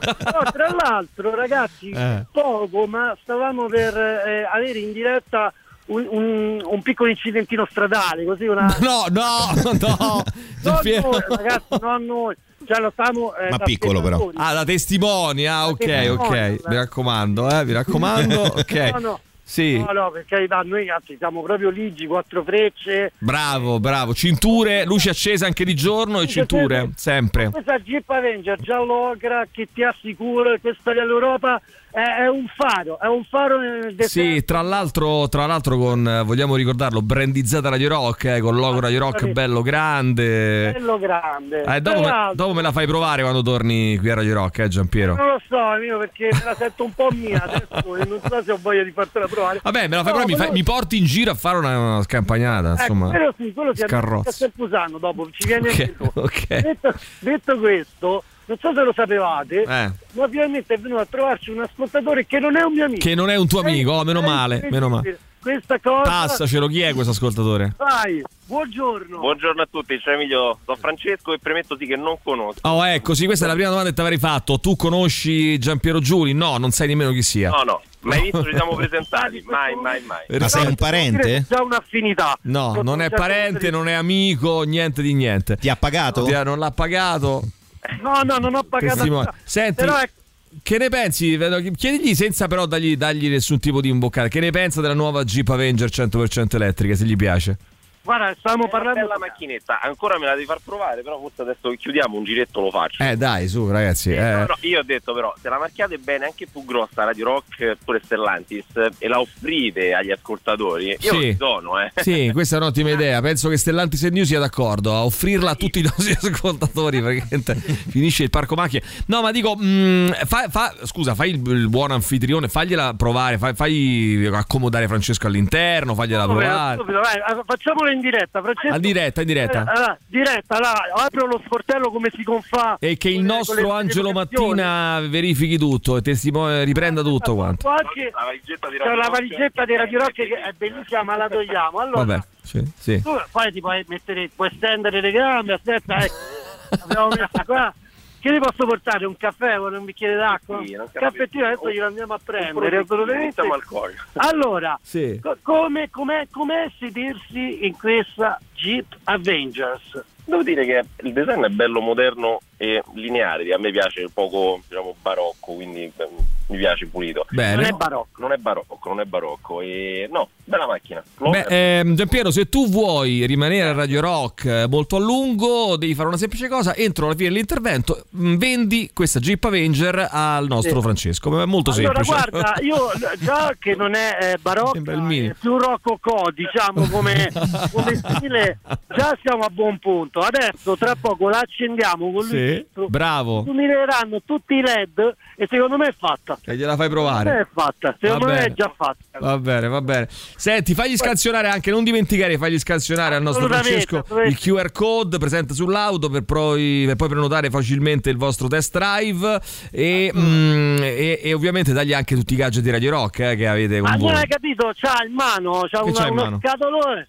tra l'altro, ragazzi, Eh. poco, ma stavamo per eh, avere in diretta un, un, un piccolo incidentino stradale, così una... No, no, no. Non noi, ragazzi, non noi. Cioè, lo stiamo, eh, Ma da piccolo, però. spettatori. Ah, da testimoni, ah, ok, testimoni, ok. eh. Mi raccomando, eh, mi raccomando, ok. No, no. Sì. No, no, per carità, noi ragazzi siamo proprio ligi, quattro frecce. Bravo, bravo. Cinture, luci accese anche di giorno e cinture, sempre. Questa Jeep Avenger giallo ocra che ti assicuro che questa dell'Europa è, è un faro, è un faro nel deserto. Sì, tra l'altro, tra l'altro con, eh, vogliamo ricordarlo, brandizzata Radio Rock, eh, con il logo Radio Rock bello grande. Bello grande. Eh, dopo, me, dopo me la fai provare quando torni qui a Radio Rock, eh, Giampiero. Non lo so, io perché me la sento un po' mia adesso e non so se ho voglia di fartela provare. Vabbè, me la fai No, provare, mi, però- fai- mi porti in giro a fare una, una scampagnata, insomma. Eh, quello sì, quello sì, Scarrozzo. a Castelfusano dopo, ci viene Ok, anche tu. ok. Detto, detto questo, non so se lo sapevate, Eh. ma ovviamente è venuto a trovarci un ascoltatore che non è un mio amico. Che non è un tuo amico, oh, meno Eh, male, eh, meno male. Questa cosa... Passacelo, chi è questo ascoltatore? Vai, buongiorno. Buongiorno a tutti, ciao Emilio, sono Francesco e premetto sì che non conosco. Oh, ecco, sì, questa è la prima domanda che ti avrei fatto. Tu conosci Giampiero Giuli? No, non sai nemmeno chi sia. No, no, mai visto, ci siamo presentati, mai, mai, mai. Ma sei un parente? Già un'affinità. No, non è parente, non è amico, niente di niente. Ti ha pagato? Ti ha- non l'ha pagato. No, no, non ho pagato. Testimone. Senti, Però è... che ne pensi? Chiedigli senza però dargli, dargli nessun tipo di imboccata. Che ne pensa della nuova Jeep Avenger cento per cento elettrica, se gli piace? Guarda, stavamo parlando della macchinetta, ancora me la devi far provare, però forse adesso che chiudiamo un giretto lo faccio. Eh dai, su ragazzi. Eh, Eh. no, no, io ho detto però, se la marchiate bene anche più grossa Radio Rock pure Stellantis e la offrite agli ascoltatori, io Sì. ci sono, eh. Sì, questa è un'ottima idea. Penso che Stellantis e New sia d'accordo a offrirla a tutti i nostri ascoltatori. Perché finisce il parco macchine. No, ma dico, mh, fa, fa- scusa, fai il, il buon anfitrione, fagliela provare, fai, fai accomodare Francesco all'interno, fagliela Subito, provare. subito, vai, facciamolo in diretta, Francesco. A diretta, in diretta. Eh, allora, diretta, là, apro lo sportello come si confà. E che il con le- nostro con le Angelo semplificazioni. Mattina verifichi tutto e testimone, riprenda tutto quanto. Qualche... La valigetta di C'è Radio una Rock. valigetta di Radio Rock che è bellissima, ma la togliamo. Allora, Vabbè, sì, sì. tu poi ti puoi mettere, puoi stendere le gambe, aspetta, ecco. Abbiamo messo qua. Che ne posso portare? Un caffè con un bicchiere d'acqua? Sì, un caffettino, adesso glielo andiamo a prendere. Un Assolutamente. alcolico. Allora, Sì. co- come com'è, com'è sedersi in questa Jeep Avengers? Devo dire che il design è bello moderno e lineare, a me piace poco, diciamo, barocco, quindi beh, mi piace pulito. Bene. Non è barocco. Non è barocco, non è barocco e no, bella macchina. Lo- Beh, ehm, Giampiero, se tu vuoi rimanere a Radio Rock eh, molto a lungo, devi fare una semplice cosa: entro alla fine dell'intervento, mh, vendi questa Jeep Avenger al nostro Sì. Francesco. È molto Allora, semplice. guarda, io già che non è eh, barocco, Sembra il mini. è più rococò, diciamo, come, come stile, già siamo a buon punto. Adesso, tra poco, la accendiamo con Sì, l'illuminatore, bravo. illumineranno tutti i led e secondo me è fatta. E gliela fai Secondo me provare. è fatta, secondo Va me bene. è già fatta. Va bene, va bene. Senti, fagli scansionare anche, non dimenticare, fagli scansionare al nostro Assolutamente, Francesco il Q R code presente sull'auto per poi, per poi prenotare facilmente il vostro test drive e, mm, e, e ovviamente dagli anche tutti i gadget di Radio Rock eh, che avete con Ma non voi. hai capito? C'ha in mano, c'ha Che una- c'ha in uno mano? scatolone.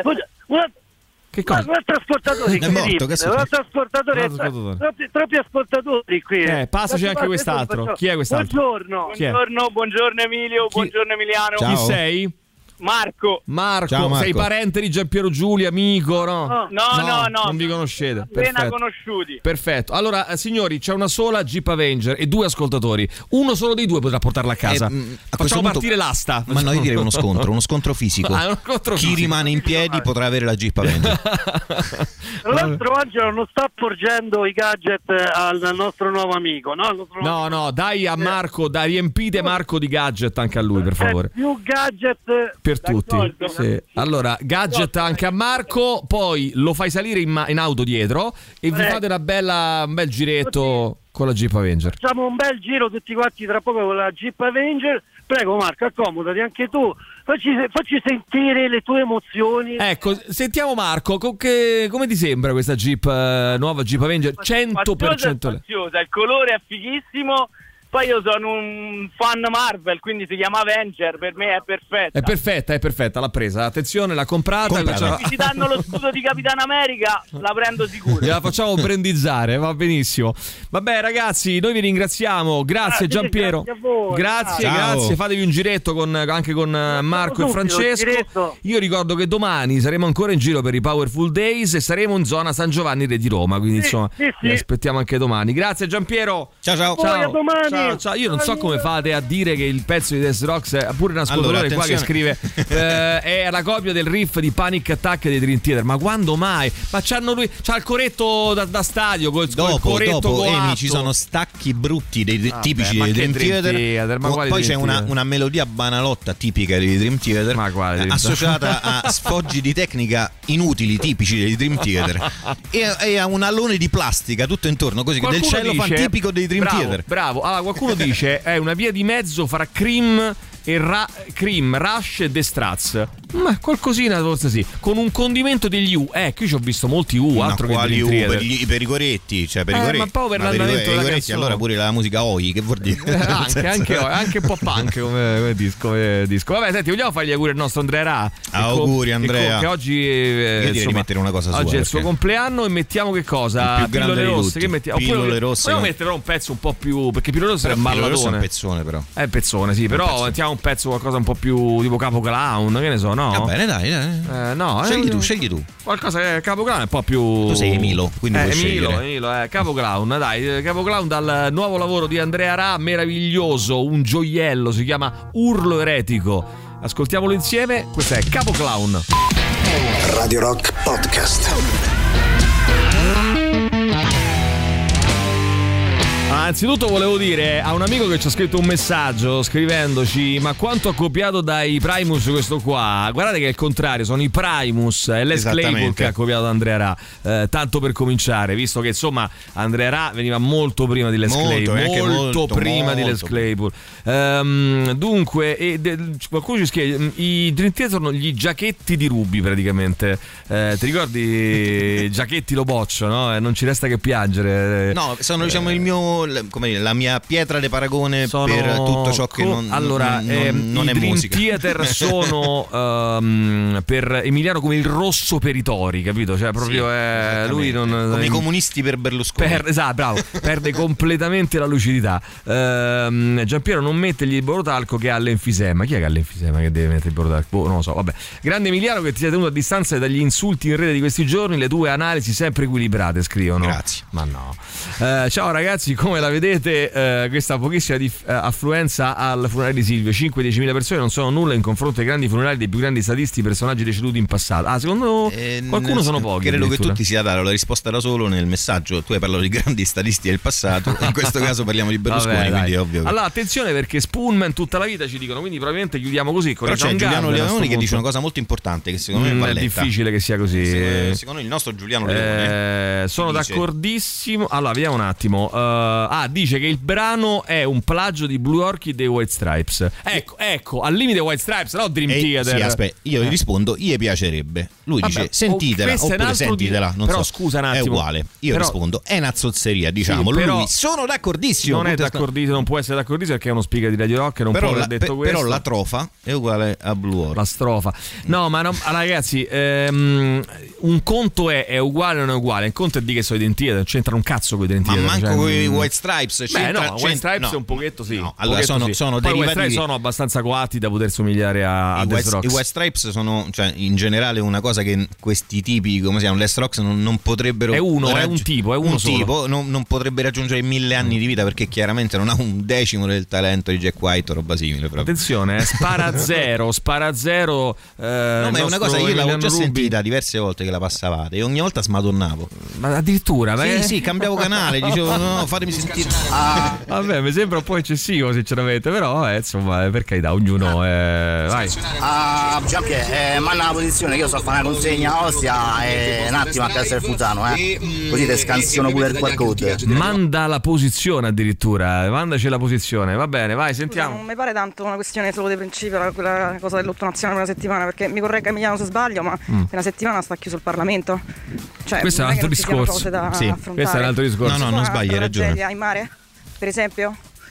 Una- Che cosa? Un altro ascoltatore, È morto, incredibile. che succede? Un altro ascoltatore, Un altro ascoltatore. Troppi, troppi ascoltatori qui. Eh, passaci anche quest'altro. Chi è quest'altro? Buongiorno. Chi è? Buongiorno, buongiorno Emilio, Chi- buongiorno Emiliano. Chi sei? Marco. Marco, Ciao, Marco. sei parente di Giampiero Giuli, amico, no? No, no, no. Non vi conoscete. Appena Perfetto. conosciuti. Perfetto. Allora, eh, signori, c'è una sola Jeep Avenger e due ascoltatori. Uno solo dei due potrà portarla a casa. Eh, mm, a questo Facciamo punto- partire l'asta. Ma no, io direi uno scontro, uno scontro fisico. Ah, uno scontro Chi fisico. rimane in piedi potrà avere la Jeep Avenger. Tra l'altro Angelo non sta porgendo i gadget al nostro nuovo amico, no? Al nostro nuovo No, no, dai a Marco, dai, riempite Marco di gadget anche a lui, per favore. più gadget Per tutti. d'accordo. Sì. Allora, gadget anche a Marco, poi lo fai salire in, ma- in auto dietro e vi Eh. fate una bella, un bel giretto con la Jeep Avenger. Facciamo un bel giro tutti quanti tra poco con la Jeep Avenger. Prego Marco, accomodati anche tu. Facci, facci sentire le tue emozioni. Ecco, sentiamo Marco, co- che- come ti sembra questa Jeep, eh, nuova Jeep Avenger cento per cento? Spaziosa, spaziosa, il colore è fighissimo. Poi io sono un fan Marvel, quindi si chiama Avenger, per me è perfetta. È perfetta, è perfetta, l'ha presa. Attenzione, l'ha comprata. Se ci danno lo scudo di Capitan America, la prendo sicuro. La facciamo brandizzare, va benissimo. Vabbè ragazzi, noi vi ringraziamo. Grazie, grazie Giampiero. Grazie a voi. Grazie, Ciao. grazie. Fatevi un giretto con, anche con Marco e Francesco. Io ricordo che domani saremo ancora in giro per i Powerful Days e saremo in zona San Giovanni Re di Roma. Quindi sì, insomma, sì, sì. vi aspettiamo anche domani. Grazie Giampiero. Ciao ciao. Ciao. A domani. Ciao, ciao. Io non so come fate a dire che il pezzo di Death Rocks è pure un ascoltatore allora, qua che scrive eh, è la copia del riff di Panic Attack dei Dream Theater. Ma quando mai? Ma c'hanno lui c'ha il coretto da, da stadio col, dopo, col coretto dopo coatto. Emi, ci sono stacchi brutti dei, ah, tipici beh, dei Dream Theater, Theater ma poi c'è una, una melodia banalotta tipica dei Dream Theater ma quale, associata a sfoggi di tecnica inutili tipici dei Dream Theater e, e a un alone di plastica tutto intorno così, qualcuno del cello dice, tipico dei Dream bravo, Theater. Bravo, allora qualcuno dice è una via di mezzo fra Cream e Ra- Cream, Rush e The Strats. Ma qualcosina forse sì, con un condimento degli U. Eh, qui ci ho visto molti U, ma altro che quali degli U per, gli, per i coretti, cioè per eh, i coretti. ma proprio per ma l'andamento per i della coretti, canzone. allora pure la musica Oi, che vuol dire? Eh, anche, anche, anche un po' punk come, come, disco, come disco. Vabbè, senti, vogliamo fargli auguri al nostro Andrea Ra? Auguri Andrea. Che, che oggi eh, io direi di mettere una cosa sua, oggi è il suo compleanno e mettiamo che cosa? Il più grande Pillole rosse, di che tutti. mettiamo? Pillole Oppure, rosse. Vogliamo mettere un pezzo un po' più, perché Pillole rosse è un balladone. È un pezzone però. È un pezzone, sì, però pezzone. mettiamo un pezzo qualcosa un po' più tipo Capo Clown, che ne so, no? Va bene, dai, dai. Eh, no, scegli eh, tu, scegli tu. Qualcosa che Capo Clown è un po' più. Tu sei Emilo, quindi eh, puoi Emilo, scegliere. Emilo, eh, Capo Clown, dai, Capo Clown dal nuovo lavoro di Andrea Ra, meraviglioso, un gioiello, si chiama Urlo Eretico. Ascoltiamolo insieme, questo è Capo Clown. Radio Rock Podcast. Anzitutto volevo dire a un amico che ci ha scritto un messaggio scrivendoci: ma quanto ha copiato dai Primus questo qua? Guardate che è il contrario, sono i Primus, è Les Claypool che ha copiato Andrea Ra, eh, tanto per cominciare, visto che insomma Andrea Ra veniva molto prima di Les molto, Claypool, molto, molto prima molto. di Les Claypool. Um, dunque e de, qualcuno ci scrive i Dream Theater sono gli giacchetti di Ruby praticamente, eh, ti ricordi Giacchetti lo boccio, no? Eh, non ci resta che piangere. No, sono diciamo il mio, come dire, la mia pietra di paragone sono per tutto ciò che non, allora, non, ehm, non i è Dream musica. Theater sono um, per Emiliano come il rosso per i tori, capito? Cioè proprio sì, è, lui non come i comunisti per Berlusconi. Per, esatto, bravo, perde completamente la lucidità. Uh, Giampiero non mette il borotalco che ha l'enfisema. Chi è che ha l'enfisema che deve mettere il borotalco? Boh, non lo so, vabbè. Grande Emiliano che ti sei tenuto a distanza dagli insulti in rete di questi giorni, le tue analisi sempre equilibrate, scrivono. Grazie. Ma no. Uh, ciao ragazzi, come la vedete uh, questa pochissima dif- uh, affluenza al funerale di Silvio? cinque dieci mila persone non sono nulla in confronto ai grandi funerali dei più grandi statisti, personaggi deceduti in passato. Ah, secondo eh, qualcuno sono pochi. Credo che tu ti sia dato la risposta da solo nel messaggio. Tu hai parlato di grandi statisti del passato, in questo caso parliamo di Berlusconi. Vabbè, quindi è ovvio che... Allora attenzione, perché Spoonman tutta la vita ci dicono, quindi probabilmente chiudiamo così. Però c'è Giuliano Leoni che dice una cosa molto importante, che secondo me mm, va è letta. difficile che sia così. Secondo, secondo il nostro Giuliano Leone eh, sono dice... d'accordissimo. Allora vediamo un attimo. uh, Ah, dice che il brano è un plagio di Blue Orchid dei White Stripes. Ecco, ecco, al limite White Stripes, no Dream eh, Theater. Sì, aspetta, io gli eh. rispondo, gli piacerebbe. Lui Vabbè, dice sentitela, oh, oppure sentitela, di... non però so. scusa un attimo. È uguale. Io però... rispondo, è una zozzeria, diciamo. Sì, però... Lui sono d'accordissimo. Non è d'accordissimo, non può essere d'accordissimo perché è uno speaker di Radio Rock e non però può la, aver detto pe, questo. Però la trofa è uguale a Blue Orchid. La strofa. No, ma no, ragazzi, ehm, un conto è, è uguale o non è uguale. Un conto è di che sono identiche, non c'entra un cazzo con i Ma Theater, manco cioè, con i White Stripes. Beh, no, c'entra, White Stripes no, è un pochetto sì. No, allora pochetto sono, sì. sono Poi i White derivativi. Stripes sono abbastanza coatti da poter somigliare a, a I, Death West, Rocks. I White Stripes sono, cioè, in generale una cosa che questi tipi, come si chiama, Les Rocks non, non potrebbero. È uno, raggi- è un tipo, è uno un solo. tipo, non, non potrebbe raggiungere mille anni di vita perché chiaramente non ha un decimo del talento di Jack White o roba simile. Proprio. Attenzione, eh, spara zero, spara zero. Eh, no, ma è una cosa, io l'avevo già Ruby. sentita diverse volte che la passavate e ogni volta smadonnavo. Ma addirittura? Sì, beh... sì, cambiavo canale, dicevo no, no, fatemi sentire. Ah, vabbè, mi sembra un po' eccessivo sinceramente, però eh, insomma, per carità, ognuno eh, vai. Ah, Giampier, eh, manna la posizione che io so fare una consegna a Ostia e un attimo a casa del Fusano, eh. Così ti scansiono pure il Q R code. Manda la posizione addirittura, mandaci la posizione, va bene, vai, sentiamo. Non mi pare tanto una questione solo di principio, quella cosa del lotto nazionale per una settimana, perché mi corregga Emiliano se sbaglio, ma mm. per una settimana sta chiuso il Parlamento. Cioè, questo è un altro discorso. Da sì, questo è un altro discorso. No, no, non sbagli, hai ragione. In mare, per esempio?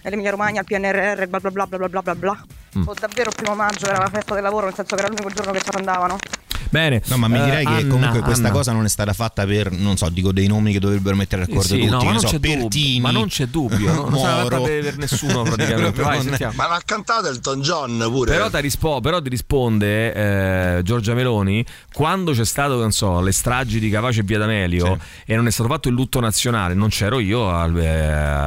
nell'Emilia Romagna, al P N R R, bla bla bla bla bla bla bla. Mm. O davvero il primo maggio era la festa del lavoro, nel senso che era l'unico giorno che ci andavano. Bene. No, ma mi direi uh, che Anna, comunque questa Anna. cosa non è stata fatta per, non so, dico dei nomi che dovrebbero mettere d'accordo sì, tutti, no, ma non so, c'è Pertini, dubbio, ma non c'è dubbio, non, non sarà fatta per nessuno praticamente. Vai, sentiamo. Ma l'ha cantato Elton John pure. Però ti, rispo- però ti risponde eh, Giorgia Meloni, quando c'è stato, non so, le stragi di Capace e Via D'Amelio, sì, e non è stato fatto il lutto nazionale, non c'ero io al, eh,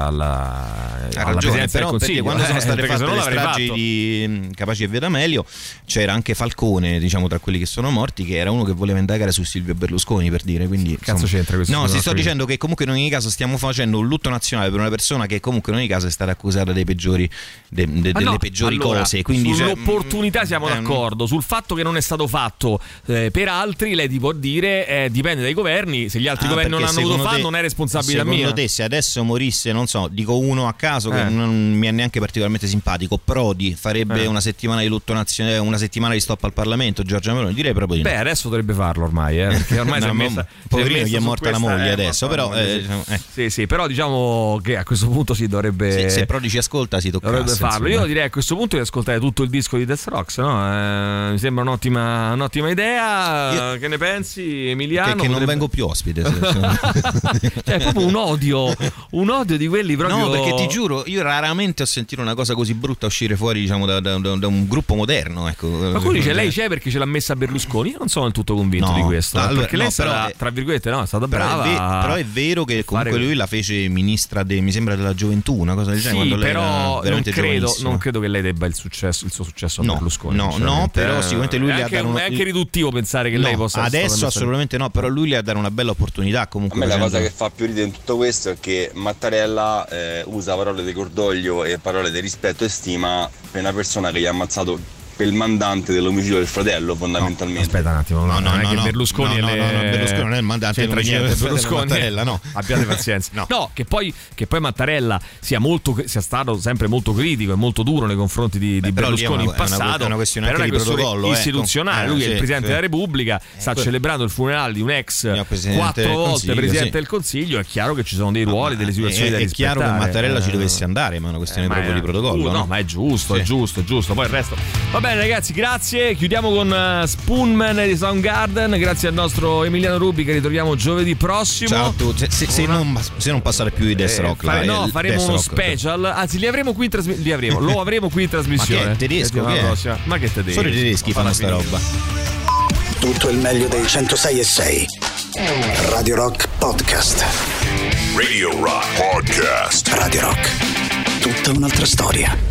alla, ha alla ragione, presidenza però del Consiglio, perché quando eh, sono state perché fatte le stragi fatto. di Capace e Via D'Amelio c'era anche Falcone, diciamo, tra quelli che sono morti, che era uno che voleva indagare su Silvio Berlusconi, per dire, quindi cazzo insomma, c'entra questo? no, si sto dicendo che comunque in ogni caso stiamo facendo un lutto nazionale per una persona che comunque in ogni caso è stata accusata dei peggiori de, de, ah, delle no, peggiori allora, cose, quindi sull'opportunità siamo eh, d'accordo, sul fatto che non è stato fatto eh, per altri lei ti può dire eh, dipende dai governi, se gli altri ah, governi non hanno voluto fare non è responsabilità mia. Secondo te se adesso morisse, non so, dico uno a caso eh. che non mi è neanche particolarmente simpatico, Prodi farebbe eh. una settimana di lutto nazionale, una settimana di stop al Parlamento, Giorgia Meloni? Direi proprio di no. Beh, adesso dovrebbe farlo ormai, eh, perché ormai no, si è messa, poverino, gli è morta questa, la moglie eh, adesso, però eh, diciamo, eh. sì, sì, però diciamo che a questo punto si dovrebbe sì, se Prodi ci ascolta si tocca dovrebbe farlo. Io direi a questo punto di ascoltare tutto il disco di Death Rocks, no? Eh, mi sembra un'ottima, un'ottima idea. Io, che ne pensi, Emiliano? Che, che potrebbe... non vengo più ospite. Cioè, è proprio un odio, un odio di quelli proprio. No, perché ti giuro, io raramente ho sentito una cosa così brutta uscire fuori, diciamo, da, da, da un gruppo moderno. Ecco. Ma quello dice lei c'è perché ce l'ha messa Berlusconi. Io non sono del tutto convinto no, di questo. No, allora, perché lei no, sarà, è, tra virgolette, no, è stata brava. Però è, ve- però è vero che comunque lui la fece ministra, de, mi sembra, della gioventù, una cosa del sì, genere. Quando però lei non credo, non credo che lei debba il successo, il suo successo a no, Berlusconi. No, no, però eh, sicuramente lui le ha dato. È anche riduttivo pensare che no, lei possa. Adesso assolutamente no, però lui le ha dato una bella opportunità. Comunque, a me facendo... la cosa che fa più ridere in tutto questo è che Mattarella eh, usa parole di cordoglio e parole di rispetto e stima per una persona che gli ha ammazzato per il mandante dell'omicidio del fratello, fondamentalmente. No, aspetta un attimo, no, no, non no, è che no, Berlusconi no, le... no, no, Berlusconi non è il mandante dell'omicidio del fratello, Mattarella, no. Abbiate pazienza. no. no, che poi che poi Mattarella sia molto sia stato sempre molto critico e molto duro nei confronti di, Beh, di Berlusconi una, in passato. È una questione però anche una di protocollo istituzionale, eh, lui sì, è il Presidente sì. della Repubblica, eh, sta quello. celebrando il funerale di un ex quattro del volte Presidente sì. del Consiglio, è chiaro che ci sono dei ruoli, no, delle situazioni è, da è rispettare. È chiaro che Mattarella eh, ci dovesse andare, ma è una questione eh, proprio di protocollo. Uh, no, no, ma è giusto, sì. è giusto, è giusto. Poi il resto. Va bene, ragazzi, grazie. Chiudiamo con uh, Spoonman di Soundgarden. Grazie al nostro Emiliano Rubi, che ritroviamo giovedì prossimo. Ciao a tutti. Se, se, Una... non, se non passare più i Death eh, Rock, fare, là, no, faremo Death uno Rock. special. Anzi, li avremo qui in trasmissione. Li avremo, lo avremo qui in trasmissione. Ma che è tedesco? Che è? Ma che tedesco? Solo i tedeschi fanno sta roba. Tutto il meglio dei centosei e sei. Radio Rock Podcast. Radio Rock Podcast. Radio Rock. Tutta un'altra storia.